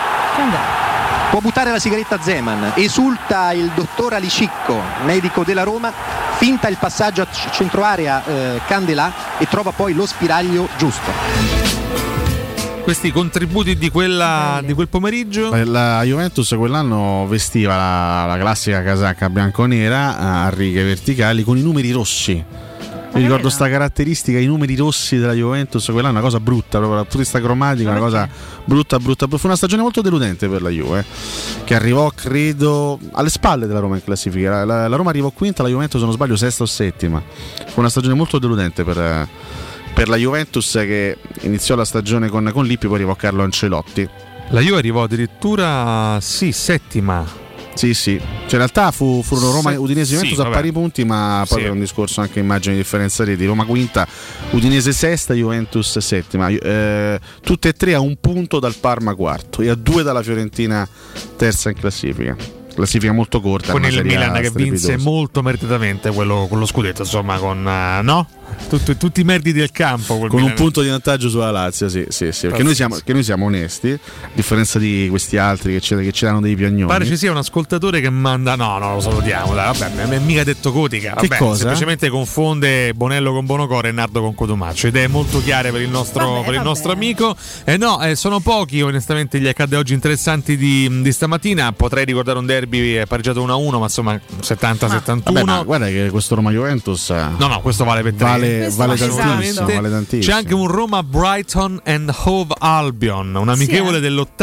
Può buttare la sigaretta Zeman, esulta il dottor Alicicco, medico della Roma, finta il passaggio a centroarea Candelà e trova poi lo spiraglio giusto. questi contributi di quel pomeriggio. La Juventus quell'anno vestiva la classica casacca bianconera a righe verticali con i numeri rossi. Mi ricordo sta caratteristica, i numeri rossi della Juventus quell'anno, una cosa brutta, proprio dal punto di vista cromatico, una cosa brutta. Fu una stagione molto deludente per la Juve, che arrivò, credo, alle spalle della Roma in classifica. La Roma arrivò quinta, la Juventus, se non sbaglio, sesta o settima. Fu una stagione molto deludente per la Juventus, che iniziò la stagione con Lippi, poi arrivò Carlo Ancelotti. La Juve arrivò addirittura settima. Sì, cioè in realtà furono Roma, Udinese e Juventus a pari punti, ma poi per un discorso anche immagine di differenza reti, Roma quinta, Udinese sesta, Juventus settima, tutte e tre a un punto dal Parma quarto e a 2 dalla Fiorentina terza in classifica molto corta, con il Milan che vinse molto meritatamente quello scudetto, insomma, con tutti i meriti del campo, con Milan. Un punto di vantaggio sulla Lazio, sì, perché noi siamo onesti, a differenza di questi altri che ci danno dei piagnoni. Pare ci sia un ascoltatore che manda no, lo salutiamo, dai, vabbè, mi è mica detto Cotica, che cosa? Semplicemente confonde Bonello con Bonocore e Nardo con Cotumaccio, idee molto chiare per il nostro amico. Sono pochi onestamente gli accadde oggi interessanti di stamattina. Potrei ricordare un derby pareggiato 1-1, ma insomma 70-71. Ma guarda che questo Roma Juventus questo vale per te, vale tantissimo. C'è anche un Roma Brighton and Hove Albion, un amichevole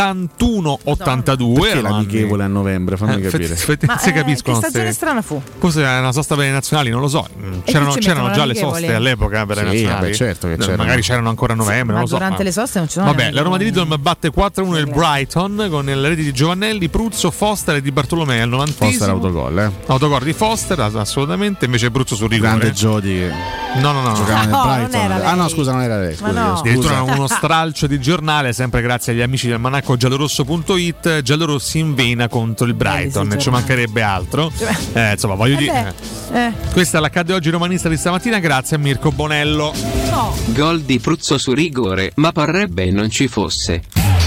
dell'81-82. Perché l'amichevole a novembre? Fammi capire. Se capiscono, che stagione strana fu? Forse era una sosta per le nazionali, non lo so. C'erano già le soste all'epoca per le nazionali. Certo che c'erano. Magari c'erano ancora a novembre, non lo so. Durante le soste non ci sono. Vabbè, la Roma di Lidl batte 4-1 il Brighton con le reti di Giovannelli, Pruzzo, Foster e Di Bartolomei al 90esimo. Foster autogol di Foster, assolutamente. Invece Pruzzo sul rigore. Grande Jody. No. Giocava nel Brighton. No, scusa, non era lei. Addirittura uno stralcio di giornale, sempre grazie agli amici del Manacco giallorosso.it. Giallorossi in vena contro il Brighton, non ci mancherebbe altro. Insomma, voglio dire. Questa è l'accadde oggi romanista di stamattina, grazie a Mirko Bonello. Gol di Pruzzo su rigore, ma parrebbe non ci fosse.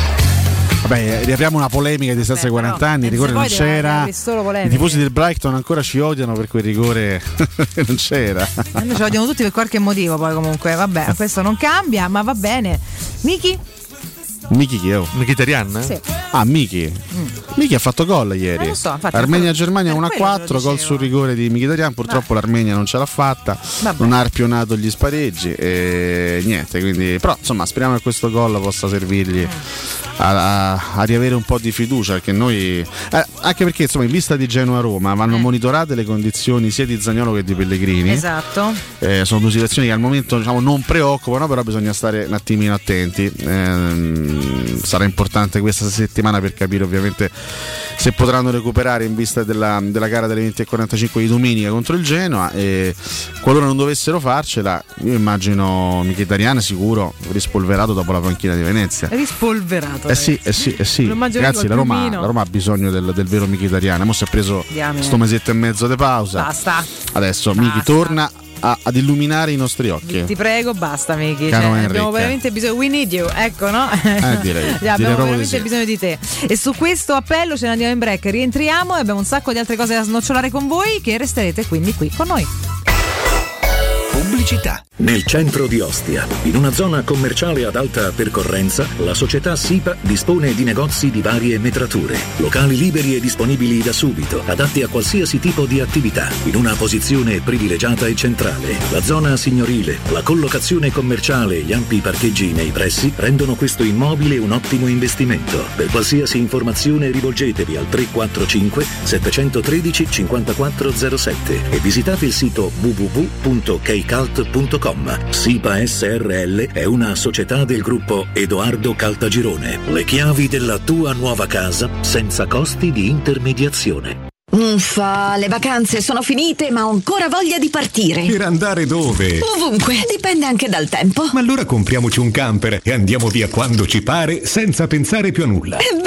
Vabbè, riapriamo una polemica di distanza di 40 anni. Il rigore non c'era. I tifosi del Brighton ancora ci odiano per quel rigore che non c'era. Noi ci odiano tutti per qualche motivo, poi comunque. Vabbè, questo non cambia, ma va bene. Miki chi è? Mkhitaryan? Sì. Miki. Miki ha fatto gol ieri. Lo so, Armenia-Germania 1-4, gol sul rigore di Mkhitaryan. Purtroppo l'Armenia non ce l'ha fatta. Non ha arpionato gli spareggi e niente, quindi però insomma speriamo che questo gol possa servirgli a riavere un po' di fiducia, perché noi anche perché insomma in vista di Genoa-Roma vanno monitorate le condizioni sia di Zaniolo che di Pellegrini. Esatto. Sono due situazioni che al momento non preoccupano, però bisogna stare un attimino attenti. Sarà importante questa settimana per capire ovviamente se potranno recuperare in vista della gara delle 20:45 di domenica contro il Genoa, e qualora non dovessero farcela io immagino Mkhitaryan sicuro rispolverato dopo la panchina di Venezia. Rispolverato. Sì. Ragazzi, la Roma ha bisogno del vero Mkhitaryan. Mo si è preso sto mesetto e mezzo di pausa. Basta. Adesso Miki torna ad illuminare i nostri occhi. Ti prego, basta Miki, abbiamo veramente bisogno. We need you, ecco, no? Direi abbiamo veramente sì. bisogno di te. E su questo appello ce ne andiamo in break, rientriamo e abbiamo un sacco di altre cose da snocciolare con voi, che resterete quindi qui con noi. Pubblicità. Nel centro di Ostia, in una zona commerciale ad alta percorrenza, la società SIPA dispone di negozi di varie metrature, locali liberi e disponibili da subito, adatti a qualsiasi tipo di attività, in una posizione privilegiata e centrale. La zona signorile, la collocazione commerciale e gli ampi parcheggi nei pressi rendono questo immobile un ottimo investimento. Per qualsiasi informazione rivolgetevi al 345 713 5407 e visitate il sito www.kcalt.com. SIPA SRL è una società del gruppo Edoardo Caltagirone. Le chiavi della tua nuova casa senza costi di intermediazione. Uffa, le vacanze sono finite, ma ho ancora voglia di partire. Per andare dove? Ovunque, dipende anche dal tempo. Ma allora compriamoci un camper e andiamo via quando ci pare, senza pensare più a nulla. È vero!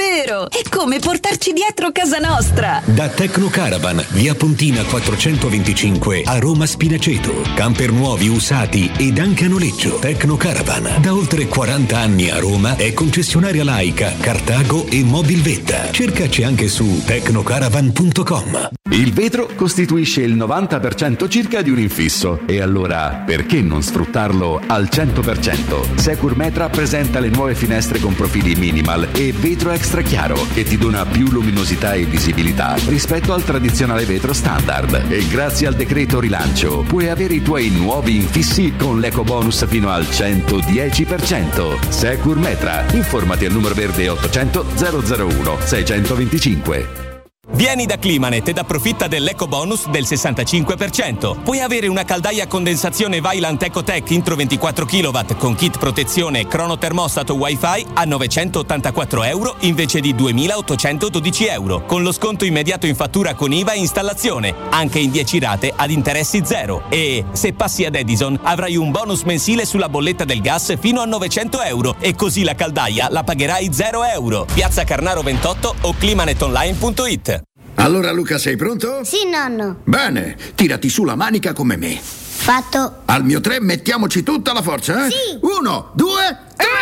vetro. È come portarci dietro casa nostra. Da Tecnocaravan, via Pontina 425 a Roma Spinaceto. Camper nuovi, usati ed anche a noleggio. Tecnocaravan, da oltre 40 anni a Roma, è concessionaria Laica, Cartago e Mobilvetta. Cercaci anche su tecnocaravan.com. Il vetro costituisce il 90% circa di un infisso. E allora, perché non sfruttarlo al 100%? Securmetra presenta le nuove finestre con profili minimal e vetro extra chiaro, che ti dona più luminosità e visibilità rispetto al tradizionale vetro standard. E grazie al decreto rilancio puoi avere i tuoi nuovi infissi con l'eco bonus fino al 110%. Securmetra, informati al numero verde 800 001 625. Vieni da Climanet ed approfitta dell'eco bonus del 65%. Puoi avere una caldaia a condensazione Vaillant Ecotech Intro 24 kW con kit protezione e cronotermostato Wi-Fi a €984 invece di €2.812, con lo sconto immediato in fattura con IVA e installazione, anche in 10 rate ad interessi zero. E se passi ad Edison avrai un bonus mensile sulla bolletta del gas fino a €900 e così la caldaia la pagherai €0. Piazza Carnaro 28 o climanetonline.it. Allora Luca, sei pronto? Sì, nonno. Bene, tirati su la manica come me. Fatto. Al mio 3 mettiamoci tutta la forza, eh? Sì. 1, 2,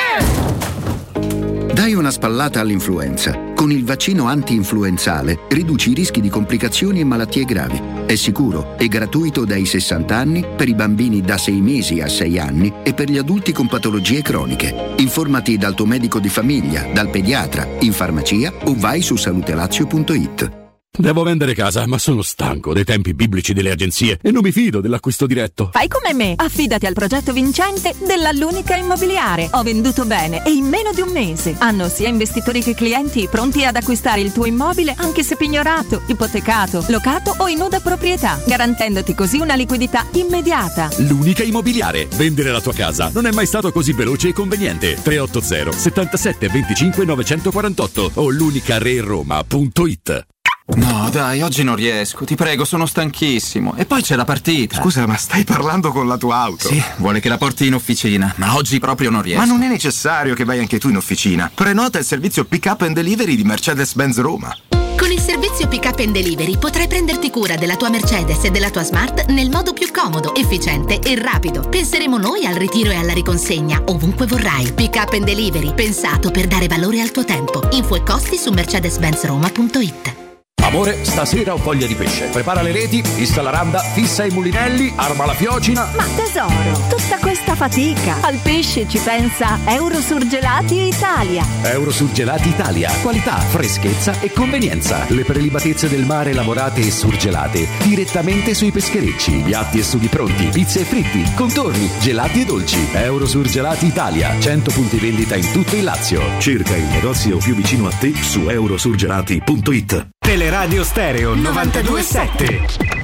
3! Dai una spallata all'influenza. Con il vaccino anti-influenzale riduci i rischi di complicazioni e malattie gravi. È sicuro e gratuito dai 60 anni per i bambini da 6 mesi a 6 anni e per gli adulti con patologie croniche. Informati dal tuo medico di famiglia, dal pediatra, in farmacia o vai su salutelazio.it. Devo vendere casa, ma sono stanco dei tempi biblici delle agenzie e non mi fido dell'acquisto diretto. Fai come me, affidati al progetto vincente della L'Unica Immobiliare. Ho venduto bene e in meno di un mese. Hanno sia investitori che clienti pronti ad acquistare il tuo immobile anche se pignorato, ipotecato, locato o in nuda proprietà, garantendoti così una liquidità immediata. L'Unica Immobiliare. Vendere la tua casa non è mai stato così veloce e conveniente. 380 77 25 948 o l'unicareroma.it. No, dai, oggi non riesco, ti prego, sono stanchissimo. E poi c'è la partita. Scusa, ma stai parlando con la tua auto? Sì, vuole che la porti in officina, ma oggi proprio non riesco. Ma non è necessario che vai anche tu in officina. Prenota il servizio Pick Up and Delivery di Mercedes-Benz Roma. Con il servizio Pick Up and Delivery potrai prenderti cura della tua Mercedes e della tua Smart nel modo più comodo, efficiente e rapido. Penseremo noi al ritiro e alla riconsegna ovunque vorrai. Pick Up and Delivery, pensato per dare valore al tuo tempo. Info e costi su mercedes-benzroma.it. Amore, stasera ho voglia di pesce. Prepara le reti, fissa la randa, fissa i mulinelli, arma la fiocina. Ma tesoro, tutta questa fatica. Al pesce ci pensa Eurosurgelati Italia. Eurosurgelati Italia. Qualità, freschezza e convenienza. Le prelibatezze del mare lavorate e surgelate direttamente sui pescherecci. Piatti e sughi pronti, pizze e fritti, contorni, gelati e dolci. Eurosurgelati Italia. 100 punti vendita in tutto il Lazio. Cerca il negozio più vicino a te su eurosurgelati.it. Teleradio Stereo 92.7.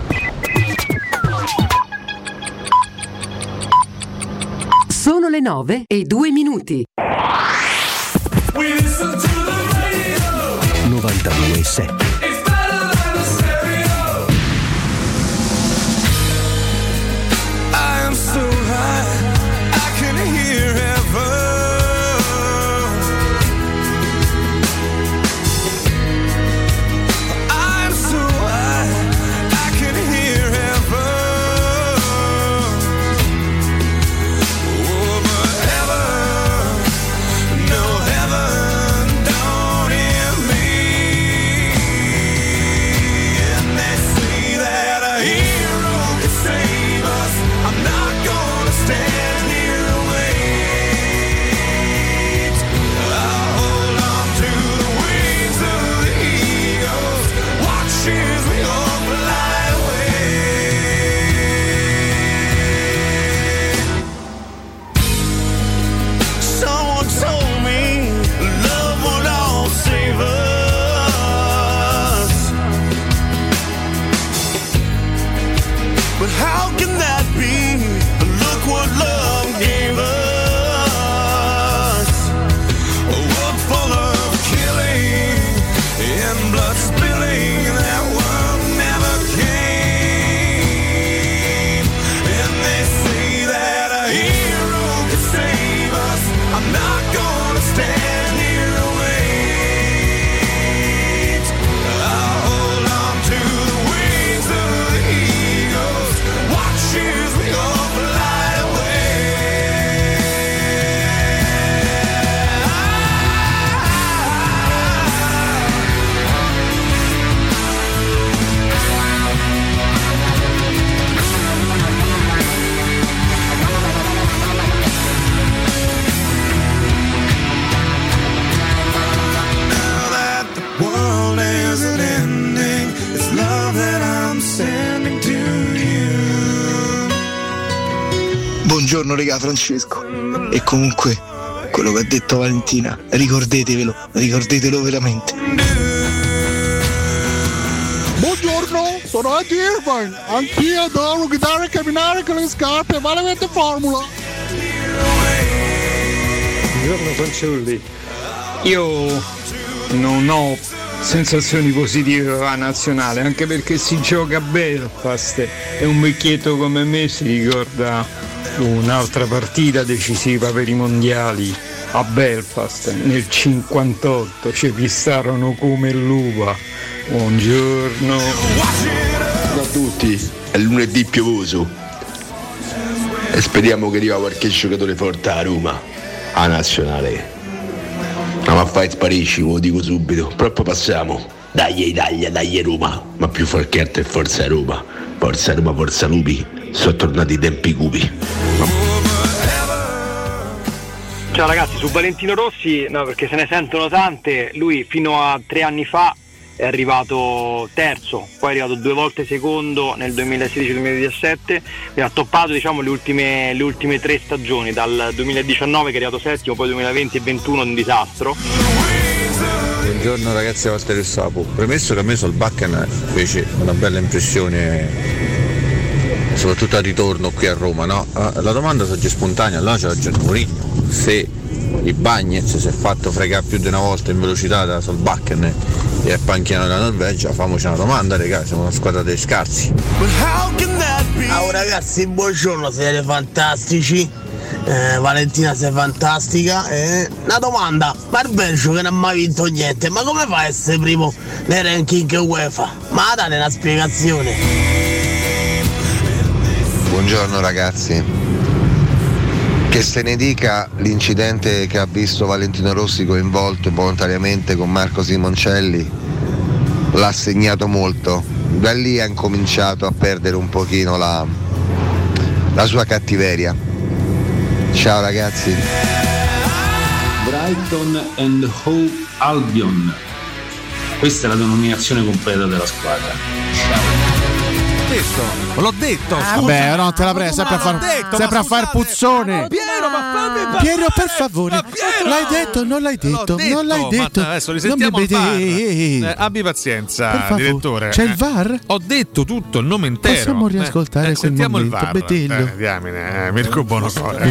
Sono le 9:02. 92.7. Buongiorno regà Francesco. E comunque quello che ha detto Valentina, ricordatelo veramente. Buongiorno, sono Eddie Irvine. Anch'io adoro guidare e camminare con le scarpe, ma la mette formula. Buongiorno Fanciulli. Io non ho sensazioni positive per la nazionale, anche perché si gioca a Belfast e un vecchietto come me si ricorda un'altra partita decisiva per i mondiali a Belfast nel 58, ci pistarono come l'uva. Buongiorno. Ciao a tutti, è lunedì piovoso e speriamo che arriva qualche giocatore forte a Roma, a nazionale. Ma fai sparisci, ve lo dico subito, però poi passiamo. Dai Italia, dai Roma, ma più forte è forza Roma. Forza Roma, forza Lupi, sono tornati i tempi cupi. Ciao ragazzi, su Valentino Rossi, no, perché se ne sentono tante, lui fino a 3 anni fa è arrivato terzo, poi è arrivato 2 volte secondo nel 2016-2017 e ha toppato diciamo le ultime 3 stagioni, dal 2019 che è arrivato settimo, poi 2020 e 2021 un disastro. Buongiorno ragazzi a Walter Sapo, premesso che a me Solbakken fece una bella impressione soprattutto al ritorno qui a Roma, no? La domanda sorge spontanea, allora c'è la Mourinho, se il Bagnez si è fatto fregare più di una volta in velocità da Solbakken e è panchino della Norvegia, famoci una domanda, ragazzi, siamo una squadra dei scarsi. Ciao ragazzi, buongiorno, siete fantastici. Valentina sei fantastica. Una domanda, ma il Belgio che non ha mai vinto niente, ma come fa a essere primo nei ranking UEFA? Ma date una spiegazione. Buongiorno ragazzi. Che se ne dica l'incidente che ha visto Valentino Rossi coinvolto volontariamente con Marco Simoncelli, l'ha segnato molto. Da lì ha incominciato a perdere un pochino la sua cattiveria. Ciao ragazzi. Brighton and Hove Albion. Questa è la denominazione completa della squadra. L'ho detto. Vabbè, non te la prendo, sempre a far puzzone. Piero, per favore. L'hai detto, non l'hai detto, non l'hai detto. Adesso risentiamo il VAR. Abbi pazienza, direttore. C'è il VAR? Ho detto tutto, il nome intero. Possiamo riascoltare quel sentiamo momento, il VAR. Betello. Diamine, Mirko Bonocore.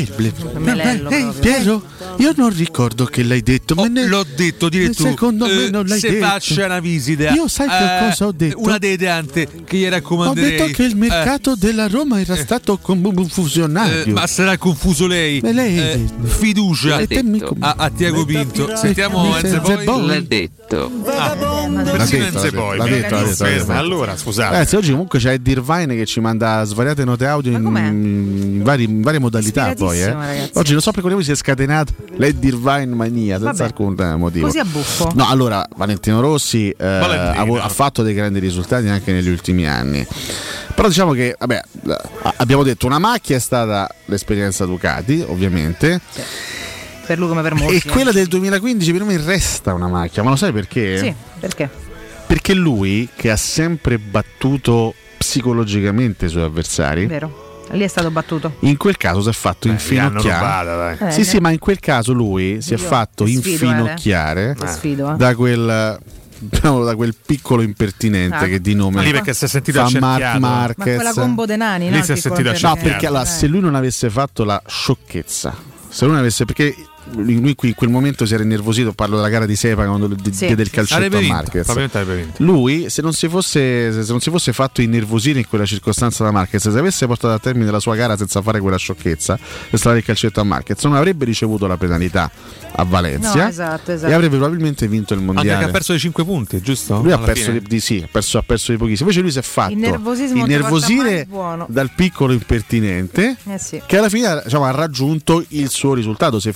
Piero, io non ricordo che l'hai detto. L'ho detto, direttore. Secondo me non l'hai detto. Se faccia una visita. Io sai che cosa ho detto? Una dei tanti che gli raccomanderei. Ho detto che il mercato della Roma era stato confusionario. Ma sarà confuso lei. Fiducia a Tiago Pinto. Sentiamo Enze poi. L'ha detto. L'ha detto. Allora, scusate. Ragazzi, oggi comunque c'è Eddie Irvine che ci manda svariate note audio in varie modalità. Poi oggi non so per quale si è scatenata l'Eddie Irvine mania senza alcun motivo. Così a buffo. No, allora Valentino Rossi ha fatto dei grandi risultati anche negli ultimi anni. Però diciamo che abbiamo detto una macchia è stata l'esperienza Ducati, ovviamente. Sì. Per lui come per molti. E quella del 2015 per me resta una macchia, ma lo sai perché? Sì, perché? Perché lui che ha sempre battuto psicologicamente i suoi avversari. Vero. Lì è stato battuto. In quel caso si è fatto infinocchiare. Sì, ma in quel caso lui si è fatto infinocchiare da quel piccolo impertinente che di nome lì perché si è sentito accerchiato. Mark Marquez. Ma quella combo dei nani, lì si è sentito accerchiato. No, perché allora, se lui non avesse fatto la sciocchezza, se lui non avesse, perché lui qui in quel momento si era innervosito, parlo della gara di Sepa quando diede il calcetto a Marquez. Lui se non si fosse fatto innervosire in quella circostanza da Marquez, se avesse portato a termine la sua gara senza fare quella sciocchezza per dare il calcetto a Marquez, non avrebbe ricevuto la penalità a Valencia. No, esatto. E avrebbe probabilmente vinto il mondiale. Anche che ha perso di 5 punti, giusto? Lui ha perso di pochissimi. Invece lui si è fatto innervosire dal piccolo impertinente che alla fine ha raggiunto il suo risultato, se effettivamente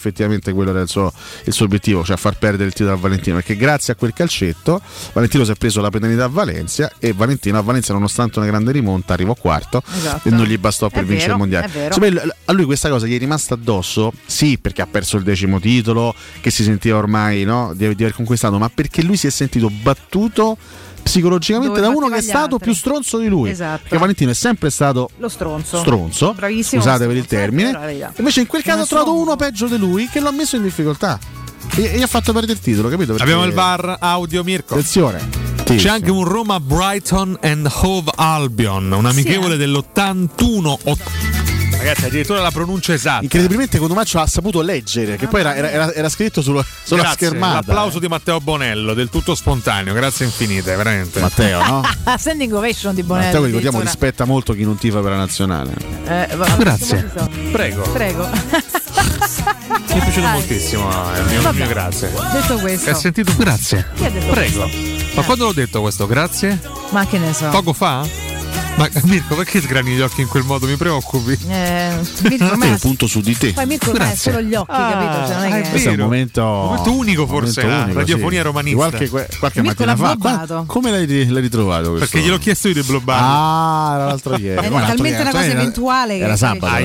sicuramente quello era il suo obiettivo, cioè far perdere il titolo a Valentino, perché grazie a quel calcetto Valentino si è preso la penalità a Valencia e Valentino a Valencia, nonostante una grande rimonta, arrivò quarto, e non gli bastò per vincere il mondiale. A lui questa cosa gli è rimasta addosso, sì, perché ha perso il 10° titolo, che si sentiva ormai, no, di aver conquistato, ma perché lui si è sentito battuto psicologicamente da uno che è stato più stronzo di lui. Perché Valentino è sempre stato lo stronzo. Bravissimo. Scusate per il termine. Invece in quel caso ha trovato uno peggio di lui che lo ha messo in difficoltà e gli ha fatto perdere il titolo, capito? Perché... Abbiamo il VAR audio, Mirko. Attenzione. C'è anche un Roma Brighton and Hove Albion, un amichevole dell'81. Ragazzi, addirittura la pronuncia esatta. Incredibilmente Cotumaccio ha saputo leggere, che poi era scritto sulla schermata. L'applauso di Matteo Bonello, del tutto spontaneo, grazie infinite, veramente. Matteo, no? Standing ovation di Bonello. Matteo, ricordiamo, rispetta molto chi non tifa per la nazionale. Grazie. Prego. Mi è piaciuto moltissimo, il mio grazie. Detto questo, hai sentito? Grazie. Chi ha detto Prego. questo? Ma quando l'ho detto questo? Grazie? Ma che ne so. Poco fa? Ma Mirko, perché sgrani gli occhi in quel modo? Mi preoccupi. Mirko, io punto su di te. Poi Mirko ormai è solo gli occhi, capito? Cioè, non è che... Questo è un momento unico, forse, la radiofonia romanista. Qualche mattina fa. Come l'hai ritrovato questo? Perché gliel'ho chiesto io di blobbarlo. Era l'altro ieri. È talmente una cosa eventuale che era sabato.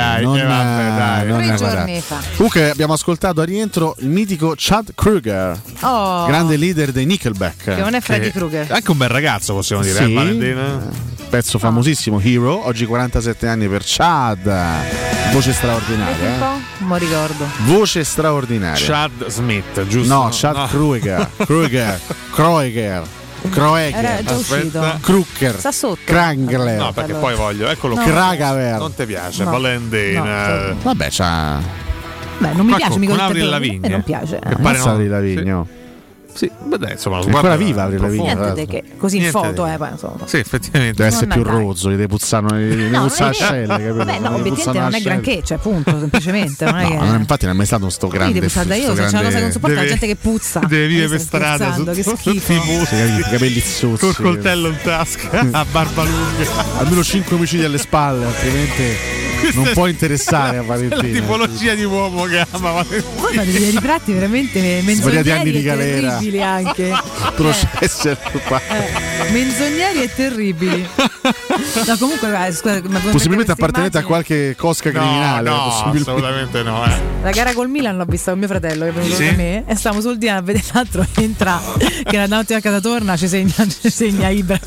Non 3 giorni fa. Comunque abbiamo ascoltato a rientro il mitico Chad Kroeger, grande leader dei Nickelback. Che non è Freddy Krueger. Anche un bel ragazzo, possiamo dire, sì, Valentina. Pezzo famosissimo, Hero, oggi 47 anni per Chad, voce straordinaria. Non ricordo. Voce straordinaria. Chad Smith, giusto? No, Chad Kroeger. Kroeger. Era già uscito. Krucker. Sta sotto. Krangler. No, perché poi voglio, eccolo no. Kragaver. Non ti piace, Valentina. Vabbè, c'ha. Beh, non mi piace mica con Avril Lavigne. Non piace. Avril Lavigne. Sì, beh, insomma, è ancora viva Avril Lavigne. Niente che così in foto, insomma. Sì, effettivamente. Deve essere più rozzo, gli deve puzzare ascelle, capito? Vabbè, no, obiettivamente non è granché, cioè, punto, semplicemente. Non è che... infatti non è mai stato sto grande. Io, se c'è una cosa che non sopporta, la gente che puzza. Deve vivere per strada, che schifo. I capelli zozzi. Col coltello in tasca, a barba lunga. Almeno 5 omicidi alle spalle, altrimenti non può interessare a Valentina. È la tipologia di uomo che ama Valentina. Voi fate dei ritratti veramente menzogneri e terribili anche. Processo menzogneri e terribili. No, comunque, scusa, possibilmente appartenete a qualche cosca criminale. No, assolutamente no. La gara col Milan l'ho vista con mio fratello che è venuto da me e stavamo sul divano a vedere l'altro entra che era davanti a casa torna, ci segna Ibra.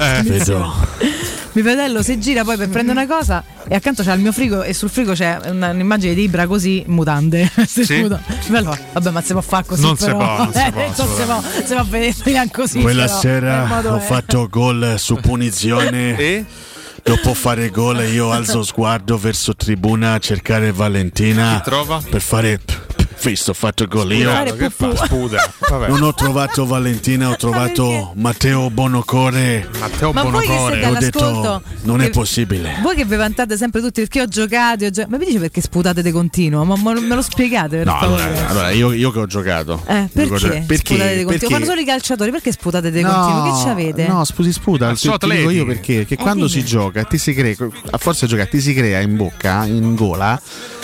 Mio fratello si gira poi per prendere una cosa e accanto c'è il mio frigo e sul frigo c'è un'immagine di Ibra così mutande. Vabbè, ma si può fare così? Non però. si può vedere Milan così. Quella però, sera ho fatto gol su punizione e dopo fare gol io alzo sguardo verso tribuna a cercare Valentina. Chi trova? Per fare visto, ho fatto gol io. Che fa? Spuda. Non ho trovato Valentina, ho trovato Matteo Bonocore. Ma voi che siete ho detto non è possibile. Voi che vi vantate sempre tutti perché ho giocato, ma vi dice perché sputate di continuo? Ma me lo spiegate per favore? Allora io che ho giocato. Perché sputate di continuo? Fanno solo i calciatori, perché sputate di continuo? Che ci avete? No, si sputa, ti dico io perché quando si gioca ti si crea, a forza di giocare ti si crea in bocca, in gola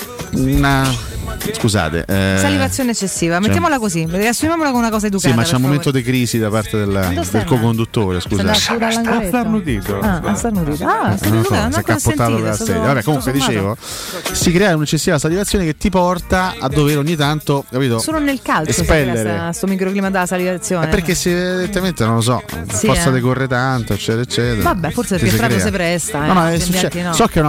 una scusate salivazione eccessiva, mettiamola così, riassumiamola con una cosa educata. Sì, ma c'è un momento di crisi da parte del co-conduttore, scusate. Starnutito. Si è cappottato per la sedia. Vabbè, comunque dicevo, si crea un'eccessiva salivazione che ti porta a dover ogni tanto, capito? Solo nel calcio espellere questo microclima della salivazione. Perché direttamente non lo so, forza di corre tanto, eccetera, eccetera. Vabbè, forse perché proprio si presta. So che è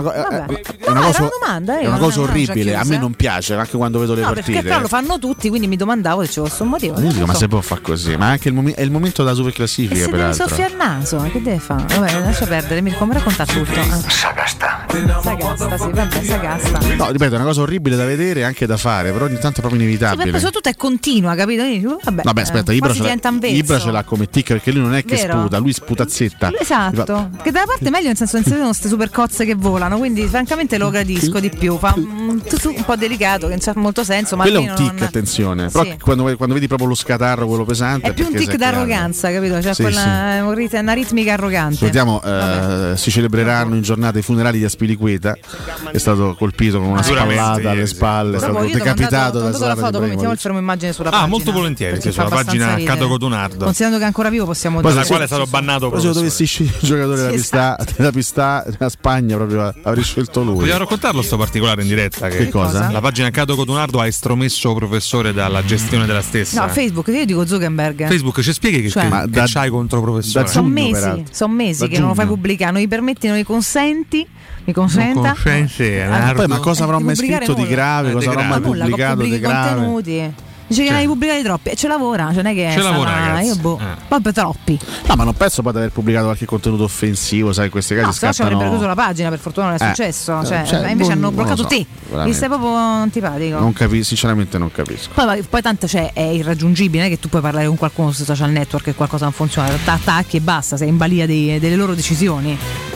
una cosa orribile, a me non piace anche quando vedo le partite. Perché però lo fanno tutti, quindi mi domandavo se ci fosse un motivo. Ma se può fare così, ma anche è il momento della super classifica, peraltro. Mi soffia il naso, che deve fare? Vabbè, lascia perdere, Mirko, mi racconta tutto. Sagasta, sì, vabbè, sagasta. No, ripeto, è una cosa orribile da vedere e anche da fare, però ogni tanto è proprio inevitabile. Sì, soprattutto è continua, capito? Vabbè, aspetta, Ibra ce l'ha come tic, perché lui non è che sputa, lui sputazzetta. Esatto, che da una parte è meglio, nel senso non si vedono queste super cozze che volano, quindi francamente lo gradisco di più. Fa un po' delicato, che non c'ha molto senso, ma quello è un tic, attenzione. Però quando vedi proprio lo scatarro, quello pesante, è più un tic d'arroganza, capito? Cioè una ritmica arrogante. Vediamo, si celebreranno in giornata i funerali Azpilicueta, è stato colpito con una spallata alle spalle, è stato decapitato da la foto, poi mettiamo il fermo immagine sulla pagina. Molto volentieri, sulla pagina Cato Cotonardo. Considerando che è ancora vivo possiamo dire. Poi la quale è stato bannato. Se dovessi il giocatore della Spagna proprio avrei scelto lui. Vogliamo raccontarlo sto particolare in diretta? Che cosa? La pagina Cato Cotonardo ha estromesso professore dalla gestione della stessa. No, Facebook, io dico Zuckerberg. Facebook ci spieghi che c'hai contro professore? Sono mesi che non lo fai pubblicare, non gli permetti, non gli consenti. Mi consenta? Poi ma cosa avrò mai scritto di grave? Cosa avrò mai pubblicato di grave? Contenuti. Dice che ne hai pubblicati troppi, ce lavora, cioè non è che ce lavora, ragazzi. Vabbè, troppi. No, ma non penso poi di aver pubblicato qualche contenuto offensivo, sai, in questi casi scattano. No, ci avrebbero chiuso la pagina, per fortuna non è successo. Invece hanno bloccato te. Mi stai proprio antipatico. Non capisco, sinceramente non capisco. Poi tanto è irraggiungibile, non è che tu puoi parlare con qualcuno sui social network e qualcosa non funziona, attacchi e basta, sei in balia delle loro decisioni.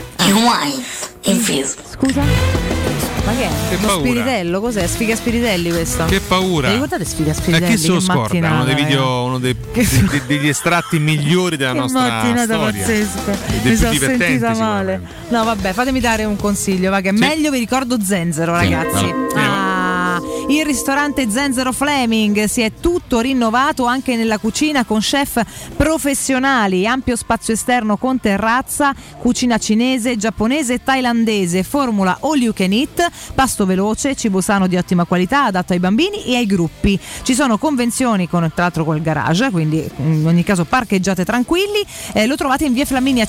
In Facebook. Scusa? Ma che è? Che paura. Spiritello? Cos'è? Sfiga Spiritelli questo? Che paura. Mi ricordate Sfiga Spiritelli? E chi se lo scorda? Uno dei video, degli estratti migliori della nostra storia. Pazzesca. Mi sono sentita male. No, vabbè, fatemi dare un consiglio, va, che è meglio vi ricordo Zenzero, ragazzi. Il ristorante Zenzero Fleming si è tutto rinnovato anche nella cucina con chef professionali, ampio spazio esterno con terrazza, cucina cinese, giapponese e thailandese, formula all you can eat, pasto veloce, cibo sano di ottima qualità adatto ai bambini e ai gruppi. Ci sono convenzioni tra l'altro col garage, quindi in ogni caso parcheggiate tranquilli. Lo trovate in via Flaminia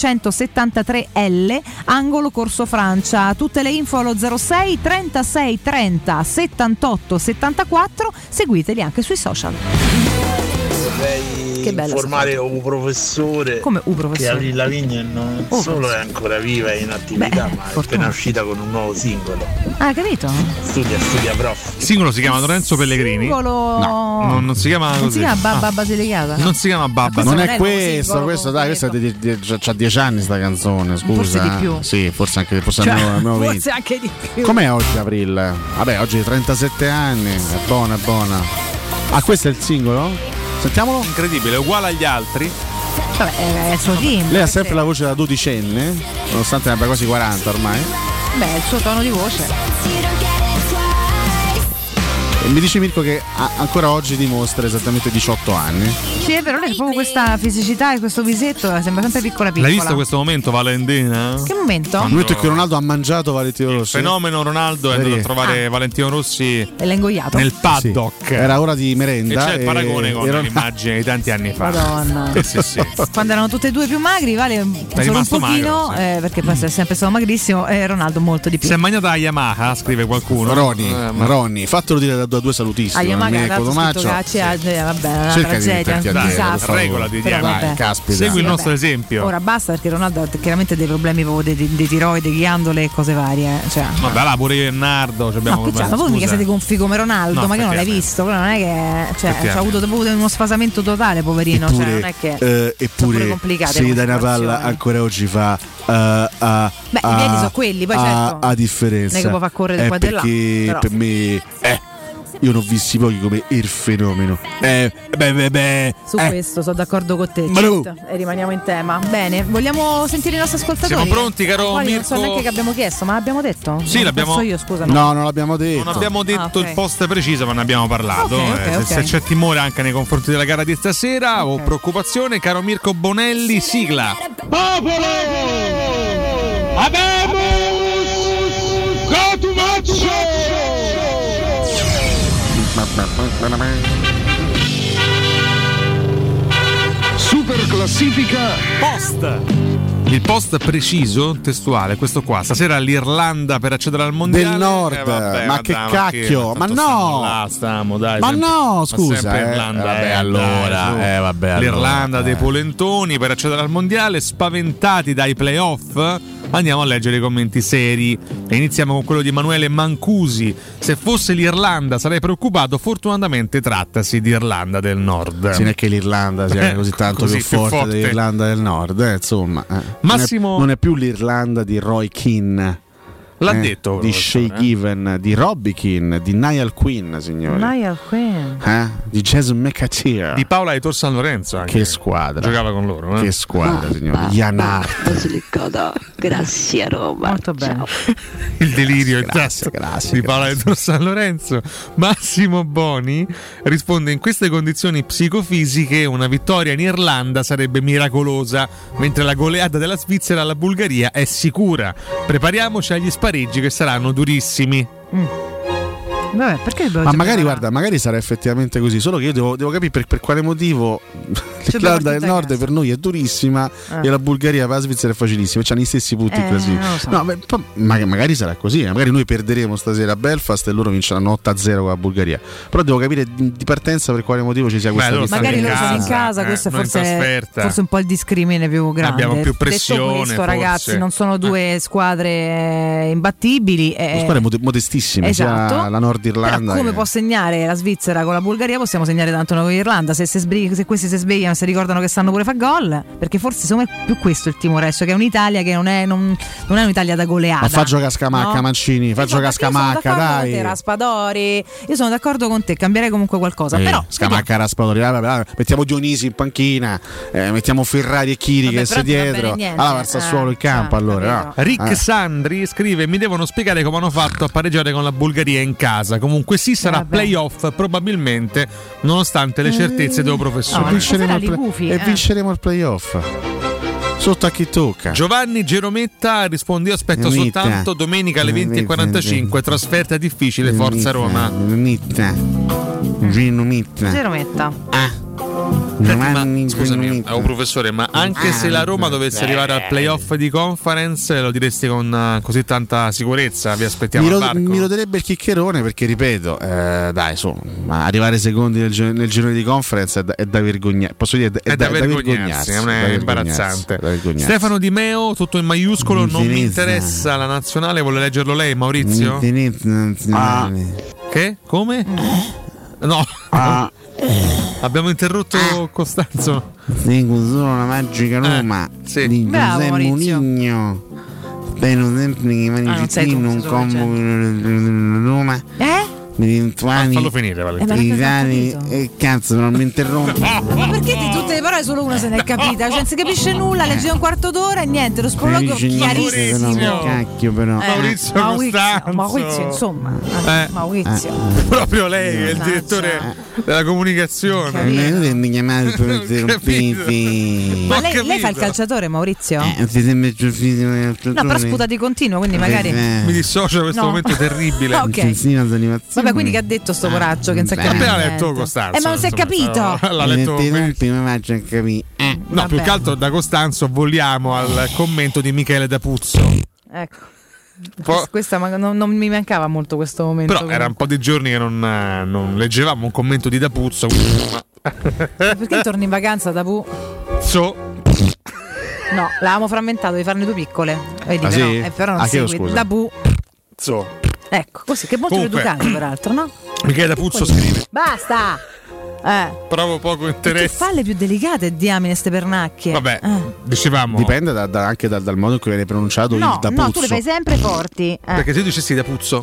573L, angolo Corso Francia. Tutte le info allo 06 36 30 78 74, seguiteli anche sui social. Vorrei informare un professore. Come un professore? Che Avril Lavigne non solo è ancora viva e in attività, ma è appena uscita con un nuovo singolo. Ah, capito? Studia prof. Il singolo si chiama Lorenzo Pellegrini? No, non si chiama così. Non si chiama Babba Basilicata? Non si chiama Babba. Non è questo dai, questa c'ha 10 anni sta canzone, scusa. Forse di più. Sì, forse anche forse anche di più. Com'è oggi Avril? Vabbè, oggi 37 anni, è buona. Ah, questo è il singolo? Sentiamolo. Incredibile, uguale agli altri. Vabbè, è il suo team. Lei ha sempre la voce da dodicenne, nonostante ne abbia quasi 40 ormai. Beh, il suo tono di voce. E mi dice Mirko che ancora oggi dimostra esattamente 18 anni. Sì, è vero, lei ha proprio questa fisicità e questo visetto, sembra sempre piccola. L'hai visto questo momento, Valentina? Che momento? Il momento in cui Ronaldo ha mangiato Valentino Rossi. Il fenomeno Ronaldo è andato a trovare Valentino Rossi e l'ha ingoiato nel paddock. Sì. Era ora di merenda. E c'è il paragone con l'immagine di tanti anni fa. Madonna. Sì. Quando erano tutti e due più magri, Vale solo un pochino, magro, perché poi è sempre stato magrissimo, e Ronaldo molto di più. Si è mangiata la Yamaha, scrive qualcuno. Ronny, fatelo dire da due salutissimi. Vabbè, una tragedia, un disastro. Regolati, segui il nostro esempio. Ora basta, perché Ronaldo ha chiaramente dei problemi proprio di tiroide, ghiandole e cose varie. Vabbè, là pure io e Nardo ma voi mica siete gonfi come Ronaldo, ma che non l'hai visto? Non è che ha avuto uno sfasamento totale, poverino. Eppure, non è che eppure se gli dai una palla ancora oggi fa i piedi sono quelli, poi certo a differenza non è che può far correre qua e là, però. Per me io non ho visti pochi come il fenomeno. Su questo sono d'accordo con te, certo. E rimaniamo in tema. Bene, vogliamo sentire i nostri ascoltatori? Siamo pronti, caro Mirko? Non so neanche che abbiamo chiesto, ma l'abbiamo detto? Sì, l'abbiamo. Io, scusa, no, non l'abbiamo detto. Non abbiamo detto il post preciso, ma ne abbiamo parlato. Okay. Se c'è timore anche nei confronti della gara di stasera o preoccupazione, caro Mirko Bonelli, sigla. Popolo! Abemus Cotumaccio! Super classifica post. Il post preciso, testuale, questo qua. Stasera l'Irlanda per accedere al mondiale del Nord. Ma che cacchio? Ma no! Dai, ma no, scusa. Irlanda, allora. L'Irlanda dei polentoni per accedere al mondiale, spaventati dai playoff. Andiamo a leggere i commenti seri e iniziamo con quello di Emanuele Mancusi. Se fosse l'Irlanda sarei preoccupato, fortunatamente trattasi di Irlanda del Nord. Sì, non è che l'Irlanda sia così tanto più forte dell'Irlanda del Nord, insomma. Massimo non è più l'Irlanda di Roy Keane. L'ha detto di Shay Given, di Robbie Keane, di Niall Quinn, signori. Niall Quinn. Di Jason McAteer. Di Paola e Tor San Lorenzo anche. Che squadra. Giocava con loro. Che squadra, signori. Jan Hart. Basilicata, grazie Roma. Molto bene. Il delirio di Paola e Tor San Lorenzo. Massimo Boni risponde: in queste condizioni psicofisiche una vittoria in Irlanda sarebbe miracolosa, mentre la goleata della Svizzera alla Bulgaria è sicura. Prepariamoci agli spareggi che saranno durissimi. Vabbè, perché ma magari guarda, magari sarà effettivamente così, solo che io devo capire per quale motivo l'Irlanda del Nord per noi è durissima e la Bulgaria per la Svizzera è facilissima, c'hanno gli stessi punti in classifica. So. No, magari sarà così, magari noi perderemo stasera a Belfast e loro vinceranno 8-0 con la Bulgaria. Però devo capire di partenza per quale motivo ci sia questa differenza. Magari loro sono in casa, questo è forse un po' il discrimine più grande. Abbiamo più pressione. Detto questo, forse. ragazzi, non sono due squadre imbattibili. Squadre modestissime, esatto. Sia la Nord Irlanda. Però come può segnare la Svizzera con la Bulgaria, possiamo segnare tanto noi con l'Irlanda. Se questi si svegliano, si ricordano che stanno pure a fare gol, perché forse secondo me è più questo il timore adesso, che è un'Italia che non è un'Italia da goleata. Ma fa giocare Scamacca, no? Mancini, fa giocare Scamacca, dai. Con te, Raspadori, io sono d'accordo con te, cambierei comunque qualcosa. Però Scamacca, Raspadori, mettiamo Dionisi in panchina, mettiamo Ferrari e Chiri che sei dietro. Allora il Sassuolo in campo, allora. No. Rick Sandri scrive: mi devono spiegare come hanno fatto a pareggiare con la Bulgaria in casa. Comunque sì, sarà playoff probabilmente, nonostante le certezze del professore. Vinceremo il playoff sotto a chi tocca. Giovanni Gerometta risponde: io aspetto soltanto domenica alle 20:45, trasferta difficile, forza Roma. Gerometta. Scusami, professore, ma anche se la Roma dovesse arrivare al playoff di conference, lo diresti con così tanta sicurezza? Vi aspettiamo al varco? Mi roderebbe il chiccherone, perché ripeto, arrivare secondi nel girone di conference è da vergognare. Posso dire, è da vergognarsi, è imbarazzante. Stefano Di Meo, tutto in maiuscolo: non mi interessa la nazionale. Vuole leggerlo lei, Maurizio? Che? Come? No. Abbiamo interrotto Costanzo. Dico solo una magica Roma di Giuseppe Mourinho. Spero sempre che Manicettino non convochi Roma. Fallo finire, e cazzo, non mi interrompo. Ma perché di tutte le parole solo una se ne è capita? Cioè non si capisce nulla, legge un quarto d'ora e niente, lo sproloquio chiarissimo. Cacchio, però. Maurizio, insomma. Maurizio. Proprio lei è il direttore della comunicazione. Mi chiamate per interrompiti. Ma lei fa il calciatore, Maurizio? No, però sputa di continuo, quindi magari mi dissocio da questo momento terribile. Ok. Vabbè, quindi che ha detto sto coraggio che non si è capito? Appena letto Costanzo. Ma non si è capito. L'ha letto. No, più che altro da Costanzo vogliamo al commento di Michele D'Apuzzo. Ecco. Questa non mi mancava molto questo momento. Però era un po' di giorni che non leggevamo un commento di D'Apuzzo. Perché torni in vacanza, D'Apuzzo? No, l'avevamo frammentato, devi farne due piccole. Vedi, però non segui. D'Apuzzo. Ecco, così, che è molto educato peraltro, no? Michele D'Apuzzo scrive: basta! Provo poco interesse. Che falle più delicate, diamine ste pernacchie. Vabbè, dicevamo. Dipende anche dal modo in cui viene pronunciato il D'Apuzzo. No, tu le fai sempre forti. Perché se tu dicessi D'Apuzzo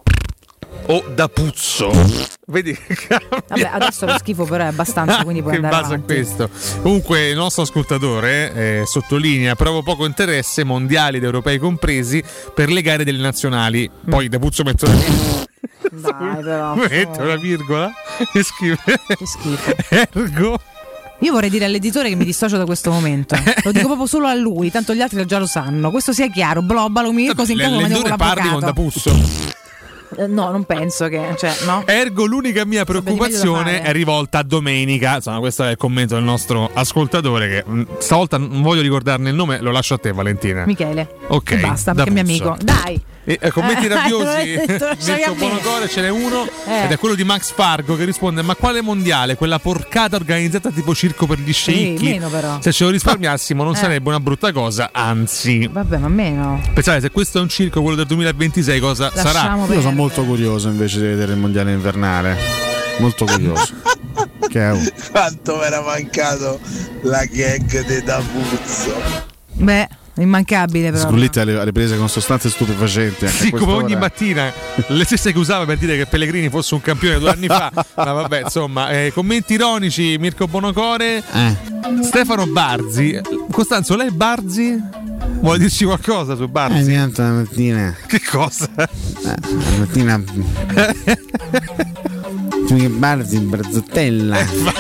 o D'Apuzzo, vedi? Vabbè, adesso lo schifo però è abbastanza, quindi puoi andare avanti. In base a questo. Comunque il nostro ascoltatore sottolinea: provo poco interesse, mondiali ed europei compresi, per le gare delle nazionali. Poi D'Apuzzo mette una virgola e scrive: che schifo. Ergo. Io vorrei dire all'editore che mi dissocio da questo momento. Lo dico proprio solo a lui, tanto gli altri già lo sanno. Questo sia chiaro. Blobalo, Mirko, si incavola con l'avvocato. Parli con D'Apuzzo. No, non penso che. No. Ergo, l'unica mia preoccupazione è rivolta a domenica. Insomma, questo è il commento del nostro ascoltatore. Che stavolta non voglio ricordarne il nome, lo lascio a te, Valentina. Michele. Ok. Basta, perché è mio amico. Dai. Commenti rabbiosi. Mirko Buonocore ce n'è uno ed è quello di Max Fargo che risponde: ma quale mondiale? Quella porcata organizzata tipo circo per gli sceicchi? Meno però. Se ce lo risparmiassimo non sarebbe una brutta cosa, anzi. Vabbè, ma meno. Pensate, se questo è un circo, quello del 2026 cosa sarà? Io sono molto curioso invece di vedere il mondiale invernale. Molto curioso. Quanto mi era mancato la gag di D'Apuzzo. Beh, Immancabile però. Sgulletti alle prese con sostanze stupefacenti. Sì, come ogni mattina, le stesse che usava per dire che Pellegrini fosse un campione 2 anni fa. Ma vabbè, insomma, commenti ironici, Mirko Bonocore, Stefano Barzi. Costanzo, lei Barzi? Vuole dirci qualcosa su Barzi? Niente, la mattina. Che cosa? La mattina. Barzi, Barzottella.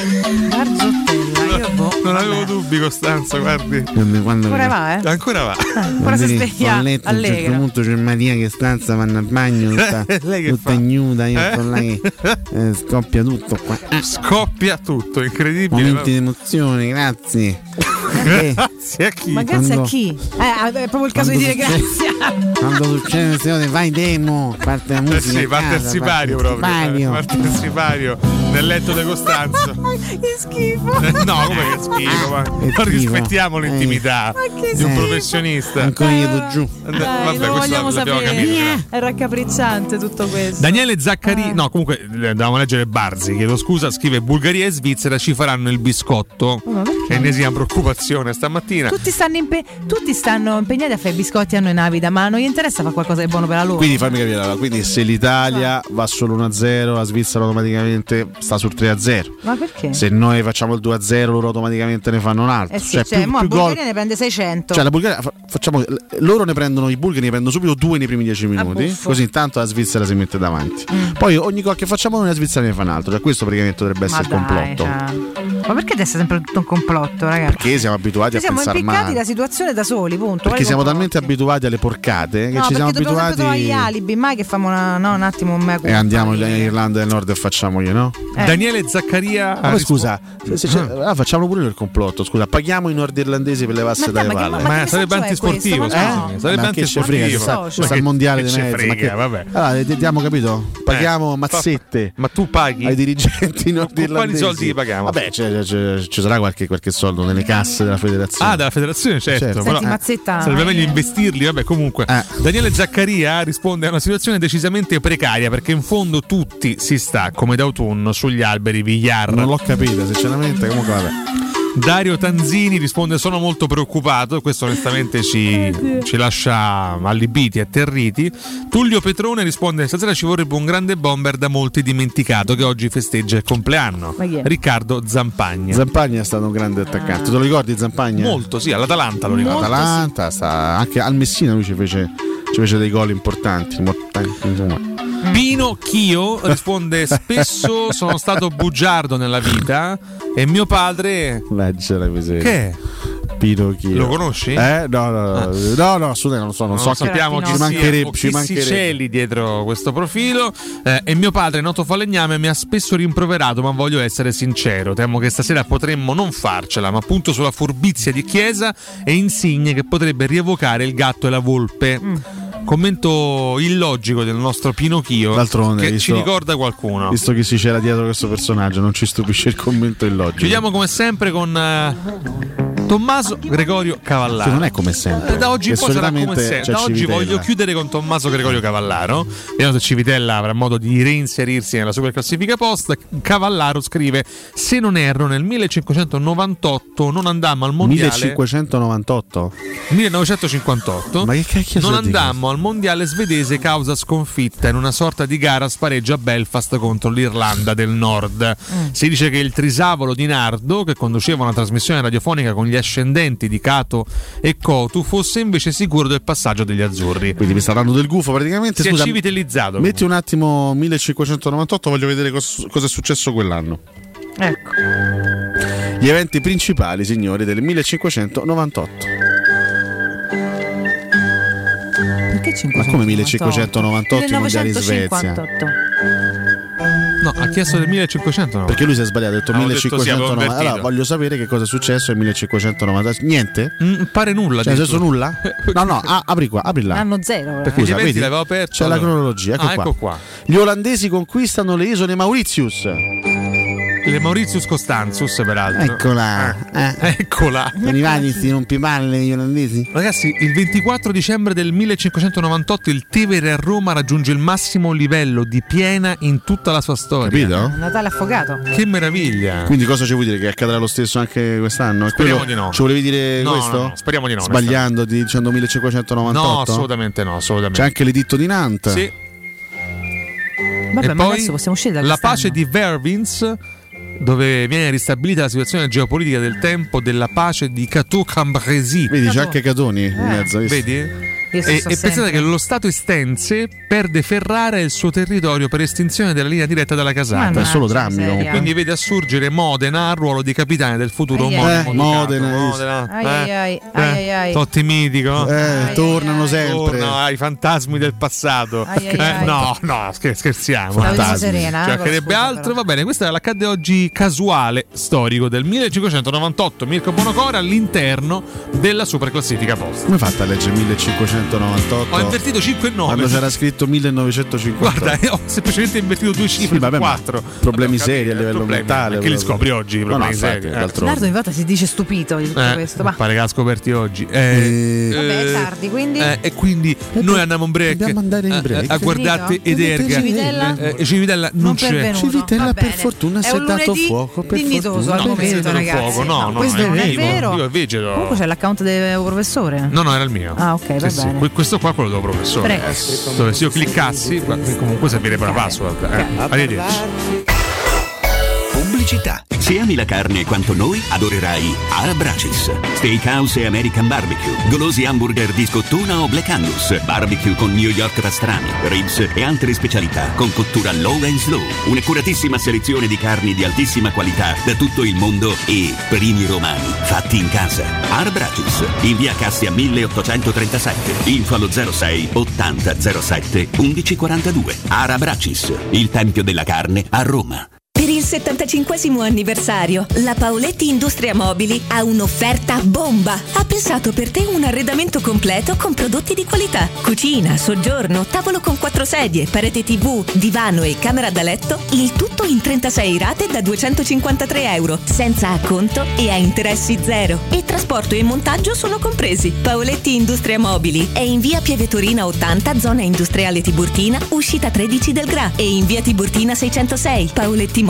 Non avevo dubbi, Costanzo, guardi. Ancora va, Ancora va. Ora si sveglia a un certo punto c'è Maria che stanza, vanno al bagno tutta ignuda, io sto là che scoppia tutto qua. Scoppia tutto, incredibile. Momenti di emozione, grazie. Grazie a chi? Ma grazie a chi? È proprio il caso di dire grazie. Quando succede questione, vai demo, parte la musica. Sì, parte il sipario proprio. Parte il sipario nel letto di Costanzo. Che schifo. No, come che schifo, ma rispettiamo l'intimità di un professionista. Ancora io giù. Vabbè, lo vogliamo sapere. capito. È raccapricciante tutto questo. Daniele Zaccari, no, comunque dovevamo leggere Barzi, chiedo scusa, scrive: Bulgaria e Svizzera ci faranno il biscotto. Ennesima preoccupazione stamattina. Tutti stanno impegnati a fare i biscotti a noi Navida, ma non gli interessa fare qualcosa di buono per la loro. Quindi fammi capire, quindi se l'Italia va solo 1-0, la Svizzera automaticamente sta sul 3-0. Ma perché? Se noi facciamo il 2-0, loro automaticamente ne fanno un altro. Sì, cioè la Bulgaria ne prende 600. Cioè la Bulgaria loro ne prendono, i bulgari ne prendono subito 2 nei primi 10 minuti, così intanto la Svizzera si mette davanti. Poi ogni gol che facciamo noi la Svizzera ne fa un altro. Cioè questo praticamente dovrebbe essere il complotto. Ma perché deve essere sempre tutto un complotto, ragazzi? Perché siamo abituati a pensare male. Siamo impiccati da situazione da soli, punto. Perché siamo talmente abituati alle porcate che ci siamo abituati. No, gli alibi, mai che famo un attimo e andiamo in Irlanda del Nord e facciamogli, no? Daniele Zaccaria. Ma scusa, facciamo pure il complotto. Scusa, paghiamo i nordirlandesi per levarsi dalle palle. Ma sarebbe antisportivo, sarebbe antisportivo. Sta il mondiale di mezzo. Vabbè. Allora, abbiamo capito? Paghiamo mazzette. Ma tu paghi ai dirigenti nordirlandesi. Quali soldi li paghiamo? Vabbè, ci sarà qualche soldo nelle casse della federazione. Della federazione, certo. Senti, mazzetta. Sarebbe meglio investirli, vabbè, comunque. Daniele Zaccaria risponde a una situazione decisamente precaria, perché in fondo tutti si sta come d'autunno sugli alberi Villar. Non l'ho capito, sinceramente, comunque vabbè. Dario Tanzini risponde: sono molto preoccupato, questo onestamente ci lascia allibiti e atterriti. Tullio Petrone risponde: stasera ci vorrebbe un grande bomber da molti dimenticato che oggi festeggia il compleanno. Riccardo Zampagna. Zampagna è stato un grande attaccante, te lo ricordi Zampagna? Molto, sì, all'Atalanta lo ricordo. All'Atalanta, anche al Messina lui ci fece dei gol importanti. Pino Chio risponde: spesso sono stato bugiardo nella vita e mio padre. Legge la miseria. Che? Pino Chio. Lo conosci? No, assolutamente non so. Sappiamo ci mancherebbe. Si celi dietro questo profilo. E mio padre, noto falegname, mi ha spesso rimproverato, ma voglio essere sincero. Temo che stasera potremmo non farcela, ma appunto sulla furbizia di Chiesa e Insigne che potrebbe rievocare il gatto e la volpe. Commento illogico del nostro Pinocchio, d'altronde, che ci ricorda qualcuno. Visto che si c'era dietro questo personaggio, non ci stupisce il commento illogico. Chiudiamo come sempre con Tommaso Gregorio Cavallaro. Che non è come sempre. Da oggi in poi sarà come sempre. Da oggi voglio chiudere con Tommaso Gregorio Cavallaro. Vediamo se Civitella avrà modo di reinserirsi nella super classifica post. Cavallaro scrive: se non erro nel 1598 non andammo al mondiale. 1598? 1958. Ma che cacchio non andammo al mondiale svedese causa sconfitta in una sorta di gara a spareggio a Belfast contro l'Irlanda del Nord. Si dice che il trisavolo di Nardo, che conduceva una trasmissione radiofonica con gli ascendenti di Cato e Cotu, fosse invece sicuro del passaggio degli azzurri. Quindi mi sta dando del gufo praticamente. Si è civitellizzato. Metti un attimo 1598, voglio vedere cosa è successo quell'anno. Ecco. Gli eventi principali, signori, del 1598. Perché 598? Ma come 1598 i mondiali in Svezia? No, ha chiesto del 1590. Perché lui si è sbagliato, ha detto 1590. Allora voglio sapere che cosa è successo nel 1590. Niente? Pare nulla. Cioè, senso nulla? No, apri qua, apri là. Anno zero. Perché gli eventi l'avevo aperto. C'è la cronologia, ecco qua. Gli olandesi conquistano le isole Mauritius. il Mauritius Costanzus, peraltro. Eccola. Sono arrivati questi rompipalle gli olandesi. Ragazzi, il 24 dicembre del 1598 il Tevere a Roma raggiunge il massimo livello di piena in tutta la sua storia. Capito? Natale affogato. Che meraviglia. Quindi cosa ci vuoi dire? Che accadrà lo stesso anche quest'anno? Speriamo di no. Ci volevi dire No, questo? no, speriamo di no. Sbagliando, dicendo 1598? No, assolutamente no, assolutamente. C'è anche l'editto di Nantes. Sì. Vabbè, E ma poi adesso possiamo uscire da la quest'anno. pace di Vervins, dove viene ristabilita la situazione geopolitica del tempo della pace di Cateau-Cambrésis. Vedi, c'è anche Catoni in mezzo. Visto? Vedi? Io E so pensate sempre. che lo Stato estense perde Ferrara e il suo territorio per estinzione della linea diretta dalla Casata. Mannaggia, È solo drammi, miseria. Comunque. Quindi vede assurgere Modena al ruolo di capitane del futuro Ai, omonimo di Modena, Cato. Totti mitico. Tornano sempre. Tornano ai fantasmi del passato. No, scherziamo. Stavo serena, Ci mancherebbe altro. Va bene, questa è l'accadde oggi casuale storico del 1598. Mirko Bonocore all'interno della superclassifica post. Come hai fatto a leggere 1598? Ho invertito 5 e 9. Quando c'era scritto 1950. Guarda, ho semplicemente invertito 2 cifre, Sì, vabbè, ma 4. problemi seri a livello mentale. Che li scopri oggi? I problemi seri. Nardo infatti si dice stupito di tutto questo. Ma Pare che l'ha scoperti oggi. vabbè, è tardi, quindi. E quindi noi andiamo in break. Dobbiamo andare in break. A guardarti ed Erga. Civitella? Non c'è. Civitella per fortuna È si è un dato lunedì fuoco. Per dignitoso fortuna. al momento, ragazzi. Fuoco. No, questo non è vero. Io è vegeto. Comunque c'è l'account del professore. No, era il mio. Ah, ok, va bene. Questo qua è quello del professore. Prego. Dove se io cliccassi, comunque servirebbe la password. Arrivederci. Pubblicità. Se ami la carne quanto noi, adorerai Arabracis. Steakhouse e American Barbecue. Golosi hamburger di scottuna o Black Angus. Barbecue con New York pastrami, ribs e altre specialità con cottura low and slow. Un'accuratissima selezione di carni di altissima qualità da tutto il mondo e primi romani fatti in casa. Arabracis. In via Cassia 1837. Info allo 06 80 07 1142. Arabracis. Il tempio della carne a Roma. Per il 75° anniversario, la Paoletti Industria Mobili ha un'offerta bomba. Ha pensato per te un arredamento completo con prodotti di qualità. Cucina, soggiorno, tavolo con 4 sedie, parete TV, divano e camera da letto, il tutto in 36 rate da €253, senza acconto e a interessi zero. E trasporto e montaggio sono compresi. Paoletti Industria Mobili è in via Pieve Torina 80, zona industriale Tiburtina, uscita 13 del Gra, e in via Tiburtina 606, paolettimobili.it.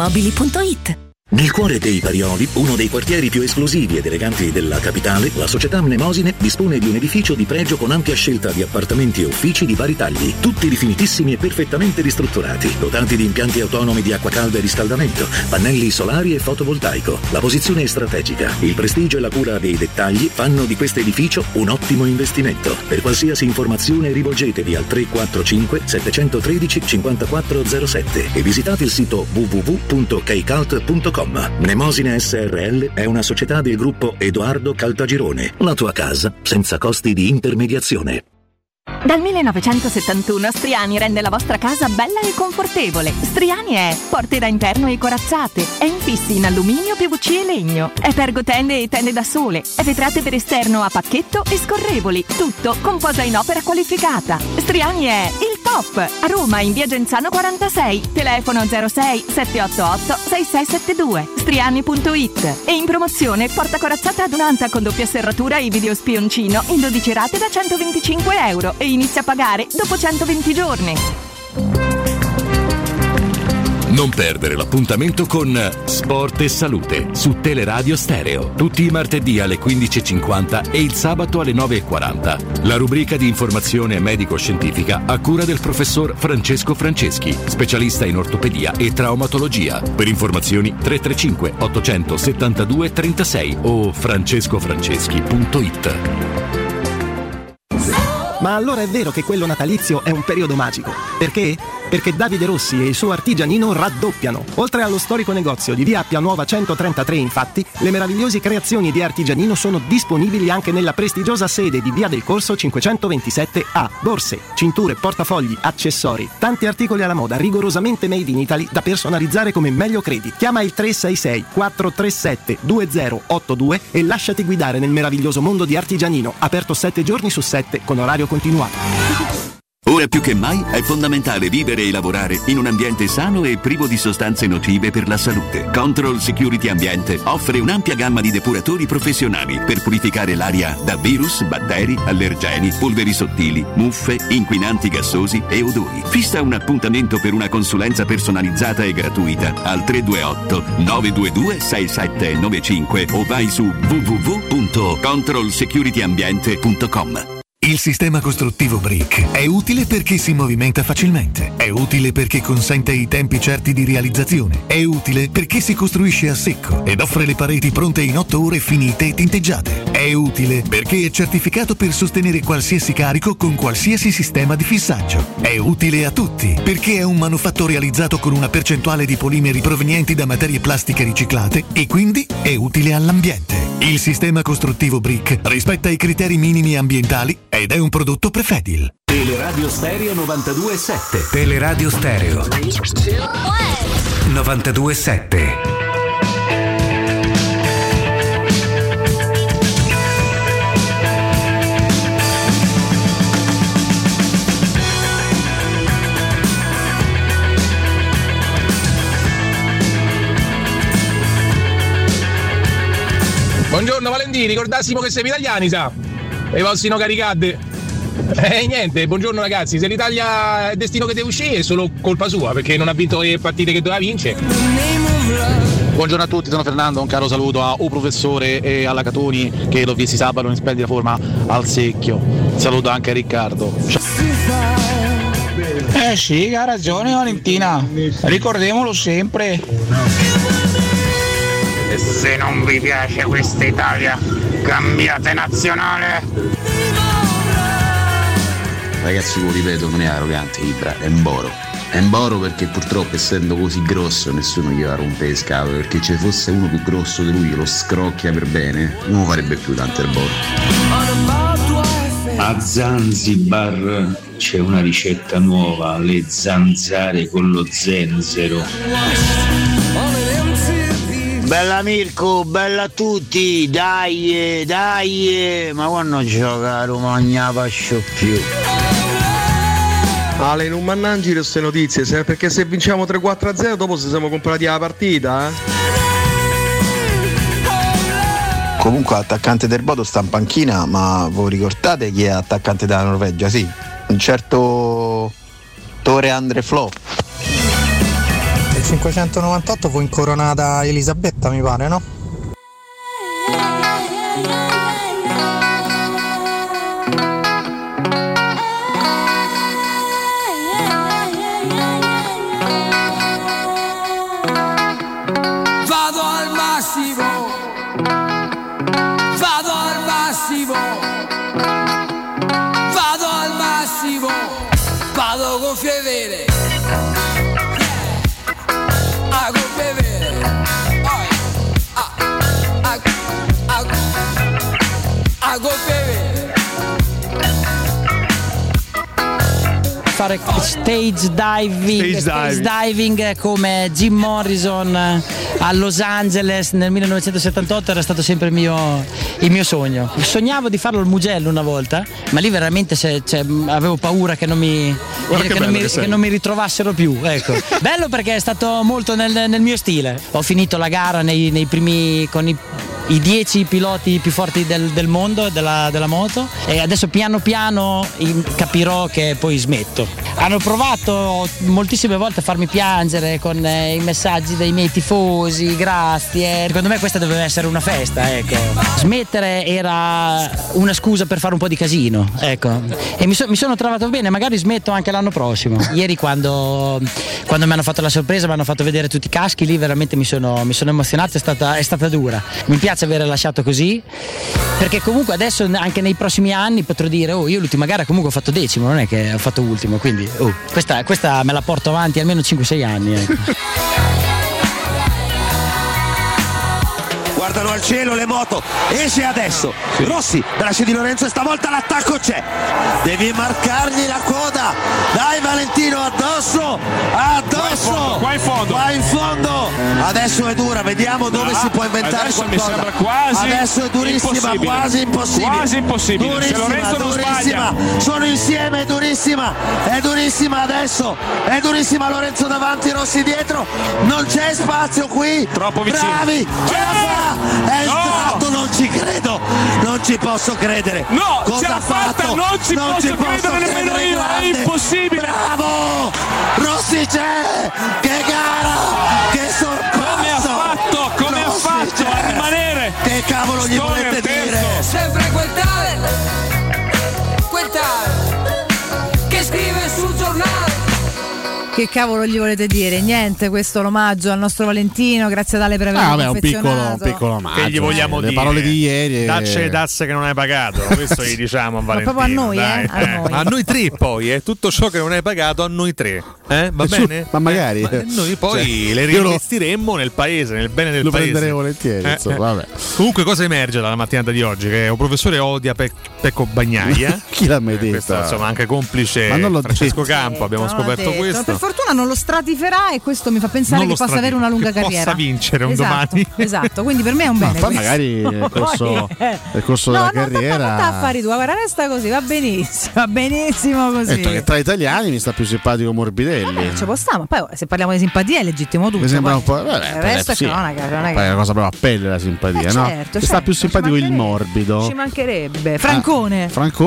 Nel cuore dei Parioli, uno dei quartieri più esclusivi ed eleganti della capitale, la società Mnemosine dispone di un edificio di pregio con ampia scelta di appartamenti e uffici di vari tagli, tutti rifinitissimi e perfettamente ristrutturati, dotati di impianti autonomi di acqua calda e riscaldamento, pannelli solari e fotovoltaico. La posizione è strategica, il prestigio e la cura dei dettagli fanno di questo edificio un ottimo investimento. Per qualsiasi informazione rivolgetevi al 345 713 5407 e visitate il sito www.keicalt.com. Mnemosine SRL è una società del gruppo Edoardo Caltagirone. La tua casa senza costi di intermediazione. Dal 1971 Striani rende la vostra casa bella e confortevole. Striani è porte da interno e corazzate, è infissi in alluminio, PVC e legno, è pergotende e tende da sole, è vetrate per esterno a pacchetto e scorrevoli, tutto con posa in opera qualificata. Striani è il top! A Roma in via Genzano 46, telefono 06 788 6672, striani.it. E in promozione porta corazzata adunata con doppia serratura e video spioncino in 12 rate da €125 e inizia a pagare dopo 120 giorni. Non perdere l'appuntamento con Sport e Salute su Teleradio Stereo, tutti i martedì alle 15.50 e il sabato alle 9.40. La rubrica di informazione medico-scientifica a cura del professor Francesco Franceschi, specialista in ortopedia e traumatologia. Per informazioni 335 872 36 o francescofranceschi.it. Ma allora è vero che quello natalizio è un periodo magico. Perché? Perché Davide Rossi e il suo artigianino raddoppiano. Oltre allo storico negozio di via Appia Nuova 133, infatti, le meravigliose creazioni di artigianino sono disponibili anche nella prestigiosa sede di via del Corso 527A. Borse, cinture, portafogli, accessori, tanti articoli alla moda rigorosamente made in Italy da personalizzare come meglio credi. Chiama il 366 437 2082 e lasciati guidare nel meraviglioso mondo di artigianino, aperto 7 giorni su 7 con orario continuato. Ora più che mai è fondamentale vivere e lavorare in un ambiente sano e privo di sostanze nocive per la salute. Control Security Ambiente offre un'ampia gamma di depuratori professionali per purificare l'aria da virus, batteri, allergeni, polveri sottili, muffe, inquinanti gassosi e odori. Fissa un appuntamento per una consulenza personalizzata e gratuita al 328 922 6795 o vai su www.controlsecurityambiente.com. Il sistema costruttivo Brick è utile perché si movimenta facilmente, è utile perché consente i tempi certi di realizzazione, è utile perché si costruisce a secco ed offre le pareti pronte in 8 ore finite e tinteggiate, è utile perché è certificato per sostenere qualsiasi carico con qualsiasi sistema di fissaggio, è utile a tutti perché è un manufatto realizzato con una percentuale di polimeri provenienti da materie plastiche riciclate e quindi è utile all'ambiente. Il sistema costruttivo Brick rispetta i criteri minimi ambientali ed è un prodotto Prefedil. Teleradio Stereo 92.7. Teleradio Stereo 92.7. Buongiorno Valentini, ricordassimo che siamo italiani, sa? E i vostri no caricate. Niente, buongiorno ragazzi, se l'Italia è destino che deve uscire è solo colpa sua, perché non ha vinto le partite che doveva vincere. Buongiorno a tutti, sono Fernando, un caro saluto a U professore e alla Catoni che l'ho visti sabato in splendida forma al secchio. Saluto anche a Riccardo. Sì, ha ragione Valentina, ricordiamolo sempre. E se non vi piace questa Italia, cambiate nazionale. Ragazzi, lo ripeto, non è arrogante Ibra, è Mboro. È Mboro perché purtroppo, essendo così grosso, nessuno gli va a rompere le scatole, perché se fosse uno più grosso di lui che lo scrocchia per bene, non farebbe più tanto il Mboro. A Zanzibar c'è una ricetta nuova, le zanzare con lo zenzero. Bella Mirko, bella a tutti, dai, ma quando gioca a Roma non ne faccio più. Ale, non mannaggi queste notizie, perché se vinciamo 3-4-0 dopo se siamo comprati la partita, Comunque l'attaccante del Bodo sta in panchina, ma voi ricordate chi è attaccante della Norvegia? Sì, un certo Tore Andre Flo. Nel 598 fu incoronata Elisabetta, mi pare, no? Vado al massimo, vado con fievere. Fare stage diving come Jim Morrison a Los Angeles nel 1978 era stato sempre il mio sogno. Sognavo di farlo al Mugello una volta, ma lì veramente avevo paura che non mi ritrovassero più, ecco. Bello perché è stato molto nel mio stile. Ho finito la gara nei primi con i 10 piloti più forti del mondo della moto, e adesso piano piano capirò che poi smetto. Hanno provato moltissime volte a farmi piangere con i messaggi dei miei tifosi, grazie. Secondo me questa doveva essere una festa, ecco. Smettere era una scusa per fare un po' di casino, ecco. E mi sono trovato bene, magari smetto anche l'anno prossimo. Ieri quando mi hanno fatto la sorpresa, mi hanno fatto vedere tutti i caschi, lì veramente mi sono emozionato, è stata dura. Mi piace aver lasciato così, perché comunque adesso anche nei prossimi anni potrò dire io l'ultima gara comunque ho fatto 10º, non è che ho fatto ultimo, quindi questa me la porto avanti almeno 5-6 anni, ecco. guardano al cielo le moto, esce adesso Rossi dalla scia di Lorenzo e stavolta l'attacco c'è, devi marcargli la coda, dai Valentino, addosso qua in fondo adesso è dura, vediamo dove si può inventare adesso qualcosa. mi sembra quasi adesso è durissima, quasi impossibile, durissima, se Lorenzo non sbaglia. Sono insieme, è durissima adesso, è durissima, Lorenzo davanti, Rossi dietro, non c'è spazio qui, troppo vicino, bravi, ce la fa, è entrato, non ci credo, non ci posso credere, ce l'ha fatta, non ci posso credere nemmeno io, è impossibile, bravo, Rossi c'è, che gara, che sorpresa, come ha fatto a rimanere, che cavolo gli volete dire? Sempre quel tale che scrive sul giornale. Che cavolo gli volete dire? Niente, questo è l'omaggio al nostro Valentino, grazie ad Ale per averlo confezionato. Un piccolo omaggio. Che gli vogliamo dire? Le parole di ieri. Dacci le tasse che non hai pagato, questo gli diciamo a Valentino. Ma proprio a noi, dai. A noi tre poi, è tutto ciò che non hai pagato a noi tre. Va bene? Ma magari. Noi poi le reinvestiremmo nel paese, nel bene del paese. Lo prenderei volentieri, vabbè. Comunque cosa emerge dalla mattinata di oggi? Che un professore odia Pecco Bagnaia. Chi l'ha mai detto? Questo, insomma, anche complice Francesco Campo, abbiamo scoperto questo. Per fortuna non lo stratiferà e questo mi fa pensare che possa avere una lunga carriera. Possa vincere un domani. Esatto, quindi per me è un bene. Poi magari nel corso della carriera. No, affari tua, guarda, resta così, va benissimo così. Detto che tra italiani mi sta più simpatico Morbidelli. Ci può stare, ma poi se parliamo di simpatia è legittimo tutto. Mi sembra un po'. Il resto è cronaca, non è poi è una cosa proprio a pelle la simpatia, no? Certo, sta più simpatico il morbido. Ci mancherebbe. Francone.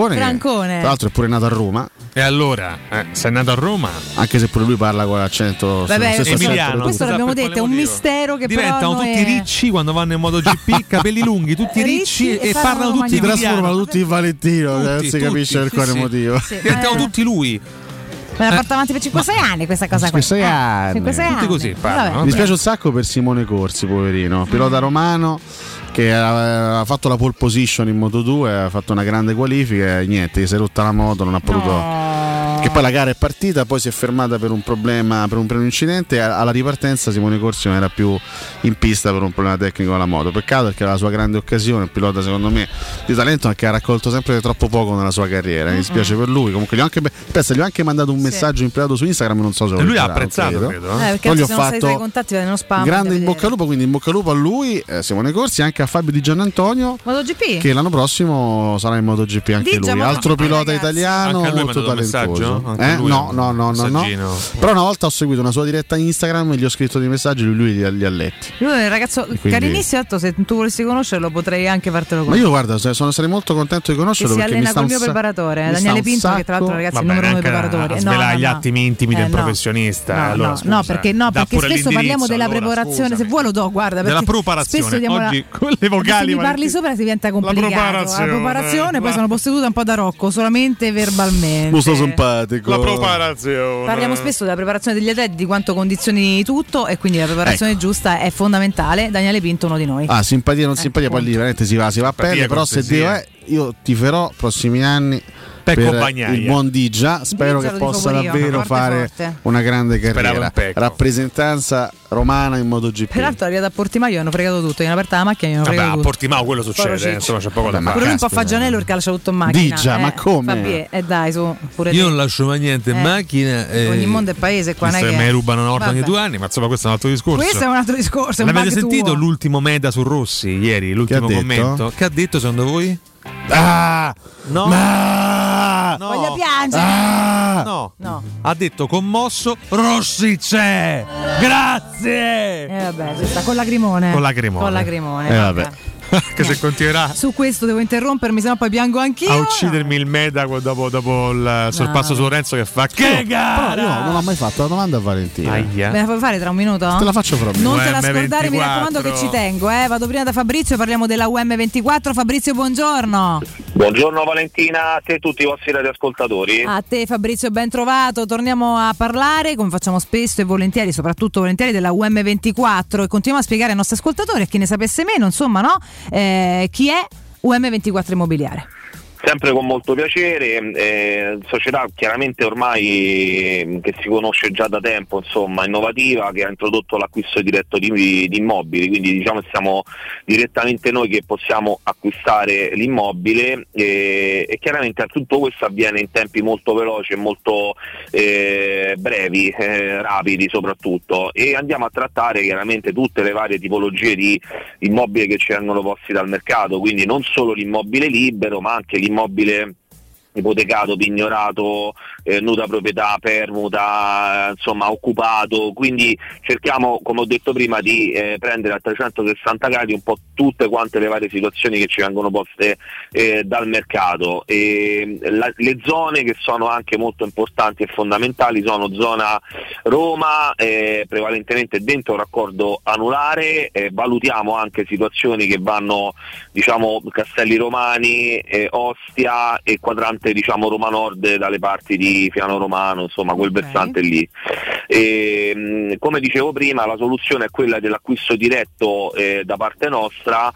Tra l'altro è pure nato a Roma. E allora, sei nato a Roma? Anche se pure lui parla con l'accento emiliano. Questo l'abbiamo detto, è un mistero che diventano tutti ricci quando vanno in MotoGP, capelli lunghi, tutti ricci e parlano tutti emiliano. Si trasformano tutti in Valentino, non si capisce per quale motivo. Diventano tutti lui. Me la porto avanti per 5-6 anni questa cosa qua. 5-6 anni. Tutti così parlano. Mi dispiace un sacco per Simone Corsi, poverino, pilota romano che ha fatto la pole position in Moto2, ha fatto una grande qualifica e niente, gli si è rotta la moto, non ha potuto. Che poi la gara è partita, poi si è fermata per un problema, per un incidente. Alla ripartenza Simone Corsi non era più in pista per un problema tecnico alla moto. Peccato, perché era la sua grande occasione, un pilota secondo me di talento, che ha raccolto sempre troppo poco nella sua carriera. Mi dispiace per lui. Comunque gli ho anche mandato un messaggio in privato su Instagram, non so se lui ha apprezzato, credo. Perché poi gli ho fatto i contatti nello spam. Grande in bocca al lupo, quindi in bocca al lupo a lui, Simone Corsi, anche a Fabio Di Giannantonio, MotoGP, che l'anno prossimo sarà in MotoGP anche lui, altro pilota italiano molto talentuoso. No. Però una volta ho seguito una sua diretta Instagram e gli ho scritto dei messaggi, lui li ha letti. Lui è un ragazzo carinissimo, se tu volessi conoscerlo potrei anche fartelo conoscere. Ma io guarda, sarei molto contento di conoscerlo, che perché si allena col mio preparatore, Daniele Pinto, che tra l'altro ragazzi è il numero uno dei preparatori. Svelare gli attimi intimi del professionista. No, perché spesso parliamo della preparazione, se vuoi lo do, guarda, della preparazione. Oggi con le vocali se mi parli sopra si diventa complicato. La preparazione poi sono posseduta un po' da Rocco, solamente verbalmente. Molto simpatico. La preparazione. Parliamo spesso della preparazione degli atleti, di quanto condizioni tutto, e quindi la preparazione giusta è fondamentale. Daniele Pinto, uno di noi. Simpatia, non simpatia, poi lì veramente si va a pelle, però se devo io tiferò prossimi anni Pecco per Bagnaia. Il buon Digia, spero che possa davvero fare una grande carriera. Rappresentanza romana in MotoGP. Peraltro arrivato a Portimao hanno fregato tutto, gli hanno aperta la macchina, gli hanno fregato tutto. A Portimao quello succede, insomma c'è poco da fare. Pure lui un po' fagianello perché ha lasciato tutto in macchina. Digia, ma come? Dai, su, pure io non lascio mai niente in macchina. Ogni mondo è paese qua, non è che me rubano una volta ogni 2 anni, ma insomma questo è un altro discorso. Questo è un altro discorso. L'avete sentito l'ultimo meta su Rossi ieri, l'ultimo commento? Che ha detto secondo voi? No. Voglio piangere. No. Ha detto commosso: Rossi c'è. Grazie. Vabbè, sta con lacrimone. Con lacrimone. Vabbè. Che se continuerà. Su questo devo interrompermi, sennò poi piango anch'io. A uccidermi il meta dopo il sorpasso su Lorenzo che fa che gara. Però io non ho mai fatto la domanda a Valentina. Me la puoi fare tra un minuto? Te la faccio proprio. Non te la scordare, mi raccomando che ci tengo. Vado prima da Fabrizio, parliamo della UM24. Fabrizio, buongiorno. Buongiorno Valentina, a te e tutti i vostri radioascoltatori. A te Fabrizio, ben trovato. Torniamo a parlare, come facciamo spesso e volentieri, soprattutto volentieri, della UM24, e continuiamo a spiegare ai nostri ascoltatori, a chi ne sapesse meno, insomma, no? Chi è UM24 Immobiliare? Sempre con molto piacere, società chiaramente ormai che si conosce già da tempo, insomma, innovativa, che ha introdotto l'acquisto diretto di immobili, quindi diciamo che siamo direttamente noi che possiamo acquistare l'immobile e chiaramente tutto questo avviene in tempi molto veloci e molto brevi, rapidi soprattutto, e andiamo a trattare chiaramente tutte le varie tipologie di immobili che ci vengono posti dal mercato, quindi non solo l'immobile libero ma anche l'immobile ipotecato, pignorato, nuda proprietà, permuta, insomma occupato, quindi cerchiamo, come ho detto prima, di prendere a 360 gradi un po' tutte quante le varie situazioni che ci vengono poste dal mercato. Le zone che sono anche molto importanti e fondamentali sono zona Roma, prevalentemente dentro raccordo anulare, valutiamo anche situazioni che vanno, diciamo, Castelli Romani, Ostia e quadrante, diciamo, Roma Nord dalle parti di Fiano Romano, insomma quel versante lì. Come dicevo prima, la soluzione è quella dell'acquisto diretto da parte nostra,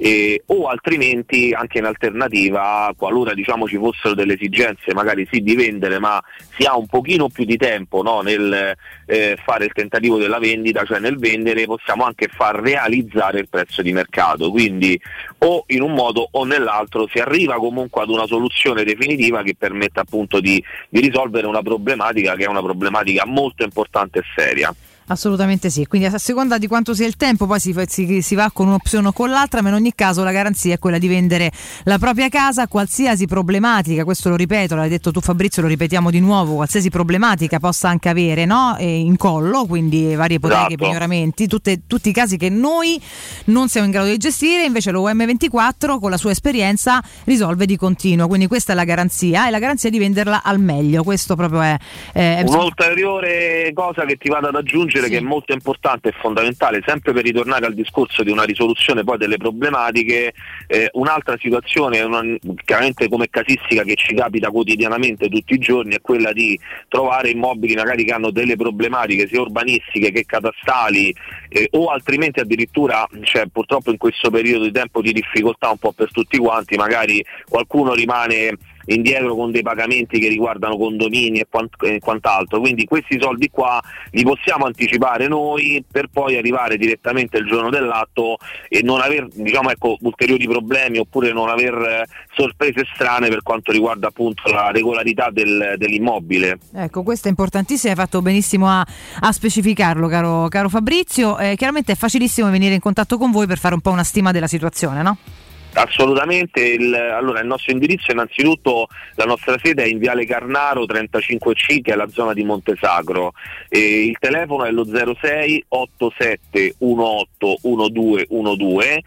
o altrimenti anche in alternativa, qualora, diciamo, ci fossero delle esigenze magari sì di vendere, ma si ha un pochino più di tempo, no, nel fare il tentativo della vendita, cioè nel vendere, possiamo anche far realizzare il prezzo di mercato, quindi o in un modo o nell'altro si arriva comunque ad una soluzione definitiva che permetta appunto di risolvere una problematica che è una problematica molto importante e seria. Assolutamente sì, quindi a seconda di quanto sia il tempo poi si va con un'opzione o con l'altra, ma in ogni caso la garanzia è quella di vendere la propria casa, qualsiasi problematica, questo lo ripeto, l'hai detto tu Fabrizio, lo ripetiamo di nuovo, qualsiasi problematica possa anche avere, no? In collo, quindi varie ipoteche, pignoramenti, tutti i casi che noi non siamo in grado di gestire, invece lo UM24 con la sua esperienza risolve di continuo, quindi questa è la garanzia, e la garanzia di venderla al meglio, questo proprio è un'ulteriore cosa che ti vado ad aggiungere, che è molto importante e fondamentale, sempre per ritornare al discorso di una risoluzione poi delle problematiche. Un'altra situazione, chiaramente come casistica che ci capita quotidianamente tutti i giorni, è quella di trovare immobili magari che hanno delle problematiche sia urbanistiche che catastali, o altrimenti addirittura, cioè, purtroppo in questo periodo di tempo di difficoltà un po' per tutti quanti, magari qualcuno rimane indietro con dei pagamenti che riguardano condomini e quant'altro, quindi questi soldi qua li possiamo anticipare noi per poi arrivare direttamente il giorno dell'atto e non aver, diciamo, ecco, ulteriori problemi, oppure non aver sorprese strane per quanto riguarda appunto la regolarità dell'immobile. Ecco, questo è importantissimo, hai fatto benissimo a specificarlo, caro Fabrizio. Chiaramente è facilissimo venire in contatto con voi per fare un po' una stima della situazione, no? Assolutamente, allora il nostro indirizzo, innanzitutto la nostra sede è in Viale Carnaro 35C, che è la zona di Montesacro, il telefono è lo 06 87 18 1212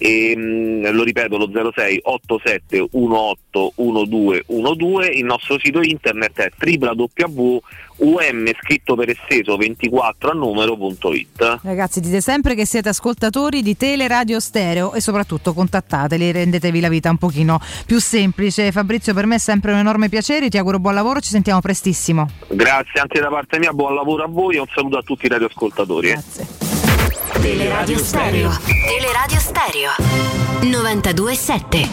lo ripeto, lo 06 87 18 1212, il nostro sito internet è www.um scritto per esteso 24 a numero.it. Ragazzi, dite sempre che siete ascoltatori di Teleradio Stereo e soprattutto contattateli, rendetevi la vita un pochino più semplice. Fabrizio, per me è sempre un enorme piacere, ti auguro buon lavoro, ci sentiamo prestissimo. Grazie anche da parte mia, buon lavoro a voi e un saluto a tutti i radioascoltatori. Grazie. Teleradio Stereo. Teleradio Stereo 92.7.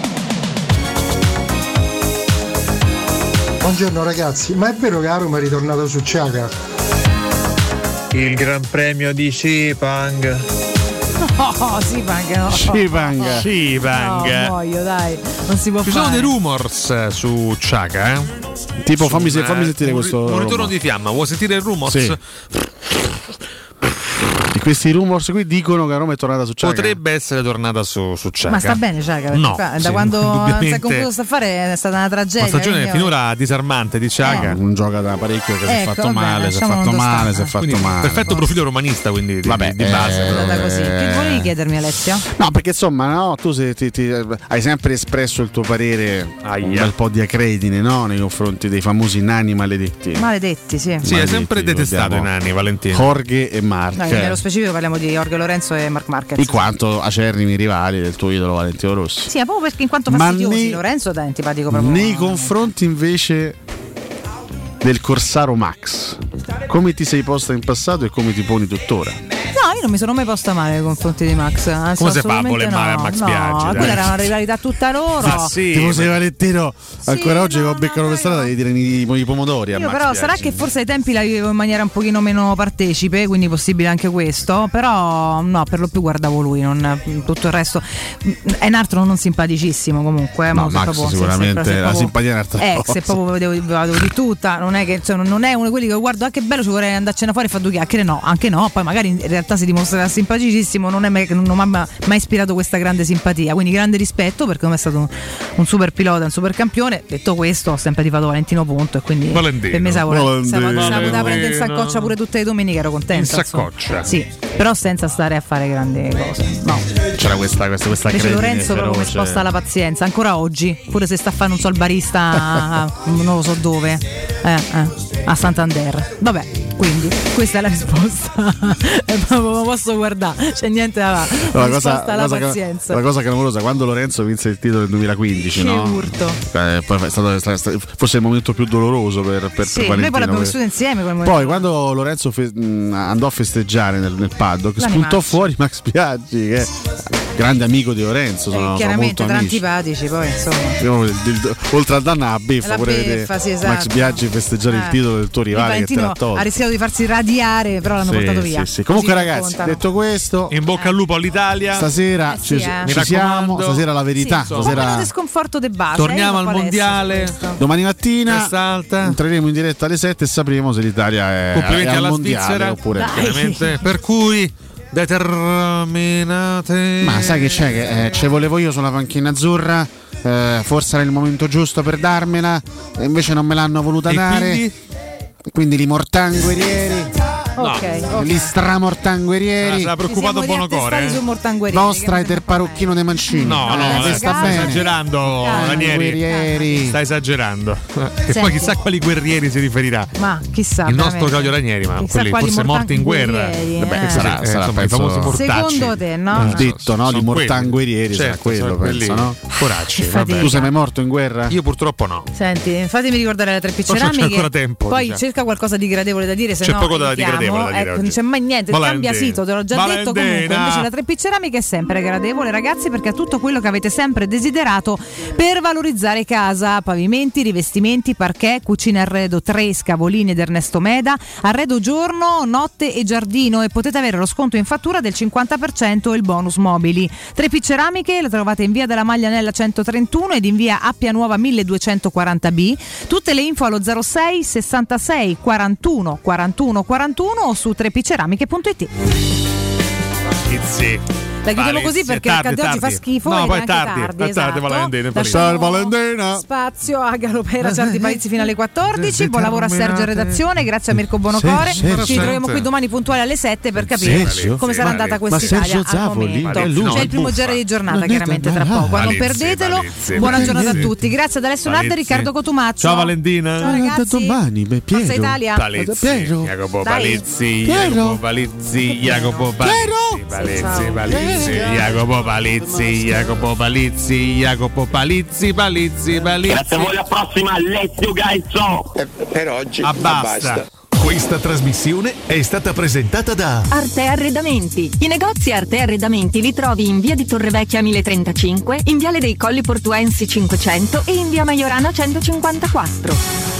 Buongiorno ragazzi, ma è vero che a Roma è ritornato su Ciaga? Il Gran Premio di Sepang. No, Sepang no. Sepang. No, muoio, dai, non si può Ci fare. sono dei rumors su Ciaga, Tipo fammi sentire questo un ritorno di fiamma. Vuoi sentire il rumors? Sì. Di questi rumors qui dicono che a Roma è tornata su Ciaga. Potrebbe essere tornata su Ciaga. Ma sta bene Ciaga? No, da quando non si è concluso sta affare è stata una tragedia. Una stagione quindi... finora disarmante di Ciaga. Un gioca da parecchio che si è fatto male, si è fatto Quindi, male. Perfetto profilo romanista, quindi di base. Però, così. Che volevi chiedermi, Alessio? No, perché insomma, no, tu hai sempre espresso il tuo parere un bel po' di acredine, no, nei confronti dei famosi nani maledetti. Maledetti, sì. Sì, hai sempre detestato i nani, Valentino. Jorge e Mark. No, nello specifico parliamo di Jorge Lorenzo e Marc Marquez. In quanto acerrimi rivali del tuo idolo Valentino Rossi. Sì, proprio perché in quanto fastidiosi Lorenzo è antipatico proprio. Nei confronti invece del Corsaro Max, come ti sei posta in passato e come ti poni tuttora? No, io non mi sono mai posta male nei confronti di Max. Come se fa male a Max Biaggi? No, quella era una rivalità tutta loro. Ma sì, tipo sei Valentino, ancora oggi che ho beccato per strada devi dire i pomodori a io Max però Biaggi. sarà che forse ai tempi la vivevo in maniera un pochino meno partecipe, quindi possibile anche questo, però no, per lo più guardavo lui, non tutto il resto. È un altro non simpaticissimo comunque. No, Max proprio, sicuramente se la simpatia è un'altra cosa. Se proprio vedevo di tutta, non è che non è uno di quelli che guardo che bello, ci vorrei andarcene fuori e fare due chiacchiere, no, anche no, poi magari in realtà si dimostrerà simpaticissimo, non mi ha mai ispirato questa grande simpatia, quindi grande rispetto perché come è stato un super pilota, un super campione. Detto questo, ho sempre tifato Valentino Punto e quindi Valentino. per me se poteva prendere in saccoccia pure tutte le domeniche ero contenta. In saccoccia? Sì, però senza stare a fare grandi cose, no. C'era questa invece Lorenzo proprio mi sposta la pazienza ancora oggi, pure se sta a fare non so il barista non lo so dove, a Santander. Vabbè, quindi questa è la risposta. Non posso guardare, c'è niente da fare. La cosa clamorosa quando Lorenzo vinse il titolo nel 2015, che no? urto. Poi è stato forse il momento più doloroso per Valentino. Noi poi l'abbiamo vissuto insieme quel poi quando Lorenzo andò a festeggiare nel paddock, spuntò fuori Max Biaggi, che è grande amico di Lorenzo, sono chiaramente molto tra amici. antipatici, poi insomma oltre al danno a beffa pure vedere sì, esatto. Max Biaggi festeggiare il titolo del tuo rivale che te l'ha tolto. Ha rischiato di farsi radiare, però l'hanno portato via. Sì. Comunque ragazzi, detto questo, in bocca al lupo all'Italia. Stasera ci siamo, stasera la verità, stasera di sconforto de base. Torniamo al mondiale. Domani mattina entreremo in diretta alle 7 e sapremo se l'Italia è al mondiale Svizzera, oppure chiaramente. Per cui determinate. Ma sai che c'è? Che ce volevo io sulla panchina azzurra. Forse era il momento giusto per darmela, e invece non me l'hanno voluta dare. Quindi li mortanguerieri. Okay. Gli stramortanguerieri. Sarà preoccupato Buonocore. Nostra e del parrucchino dei Mancini. No, stai esagerando, Ranieri. Stai esagerando. Che poi chissà quali guerrieri si riferirà. Ma chissà. Il nostro Claudio Ranieri, ma quelli forse morti in guerra. Sarà i famosi mortacci. Secondo te, no? Il detto, no? Di mortanguerieri sarà quello, penso, no? Poracci. Tu sei mai morto in guerra? Io purtroppo no. Senti, fatemi ricordare le tre picceramiche. C'è ancora tempo. Poi cerca qualcosa di gradevole da dire, se c'è no poco da dire. Ecco, non c'è mai niente, cambia sito, te l'ho già detto. Comunque invece la tre picceramiche è sempre gradevole, ragazzi, perché è tutto quello che avete sempre desiderato per valorizzare casa: pavimenti, rivestimenti, parquet, cucine arredo, tre Scavolini ed Ernesto Meda, arredo giorno, notte e giardino, e potete avere lo sconto in fattura del 50% e il bonus mobili. Tre picceramiche la trovate in via della Maglianella 131 ed in via Appia Nuova 1240B. Tutte le info allo 06 66 41 41 41 o su trepicceramiche.it. La chiudiamo così perché accade oggi fa schifo. No, poi è tardi, esatto. Valentina. Spazio a Galopera Ciardi Palizzi fino alle 14. Buon lavoro a Sergio in redazione, grazie a Mirko Buonocore. Ci troviamo qui domani puntuali alle 7 per capire come sarà andata quest'Italia al momento. C'è il primo giro di giornata chiaramente tra poco, non perdetelo. Buona giornata a tutti, grazie ad Alessio Nardo e Riccardo Cotumaccio. Ciao Valentina. Ciao ragazzi. Domani, Forza Italia. Jacopo Palizzi, Jacopo Palizzi, Jacopo Palizzi. Jacopo Palizzi, Jacopo Palizzi, Jacopo Palizzi, Palizzi. Grazie a voi, alla prossima, let's go guys. Per oggi basta. Questa trasmissione è stata presentata da Arte Arredamenti. I negozi Arte Arredamenti li trovi in via di Torrevecchia 1035, in viale dei Colli Portuensi 500 e in via Maiorana 154.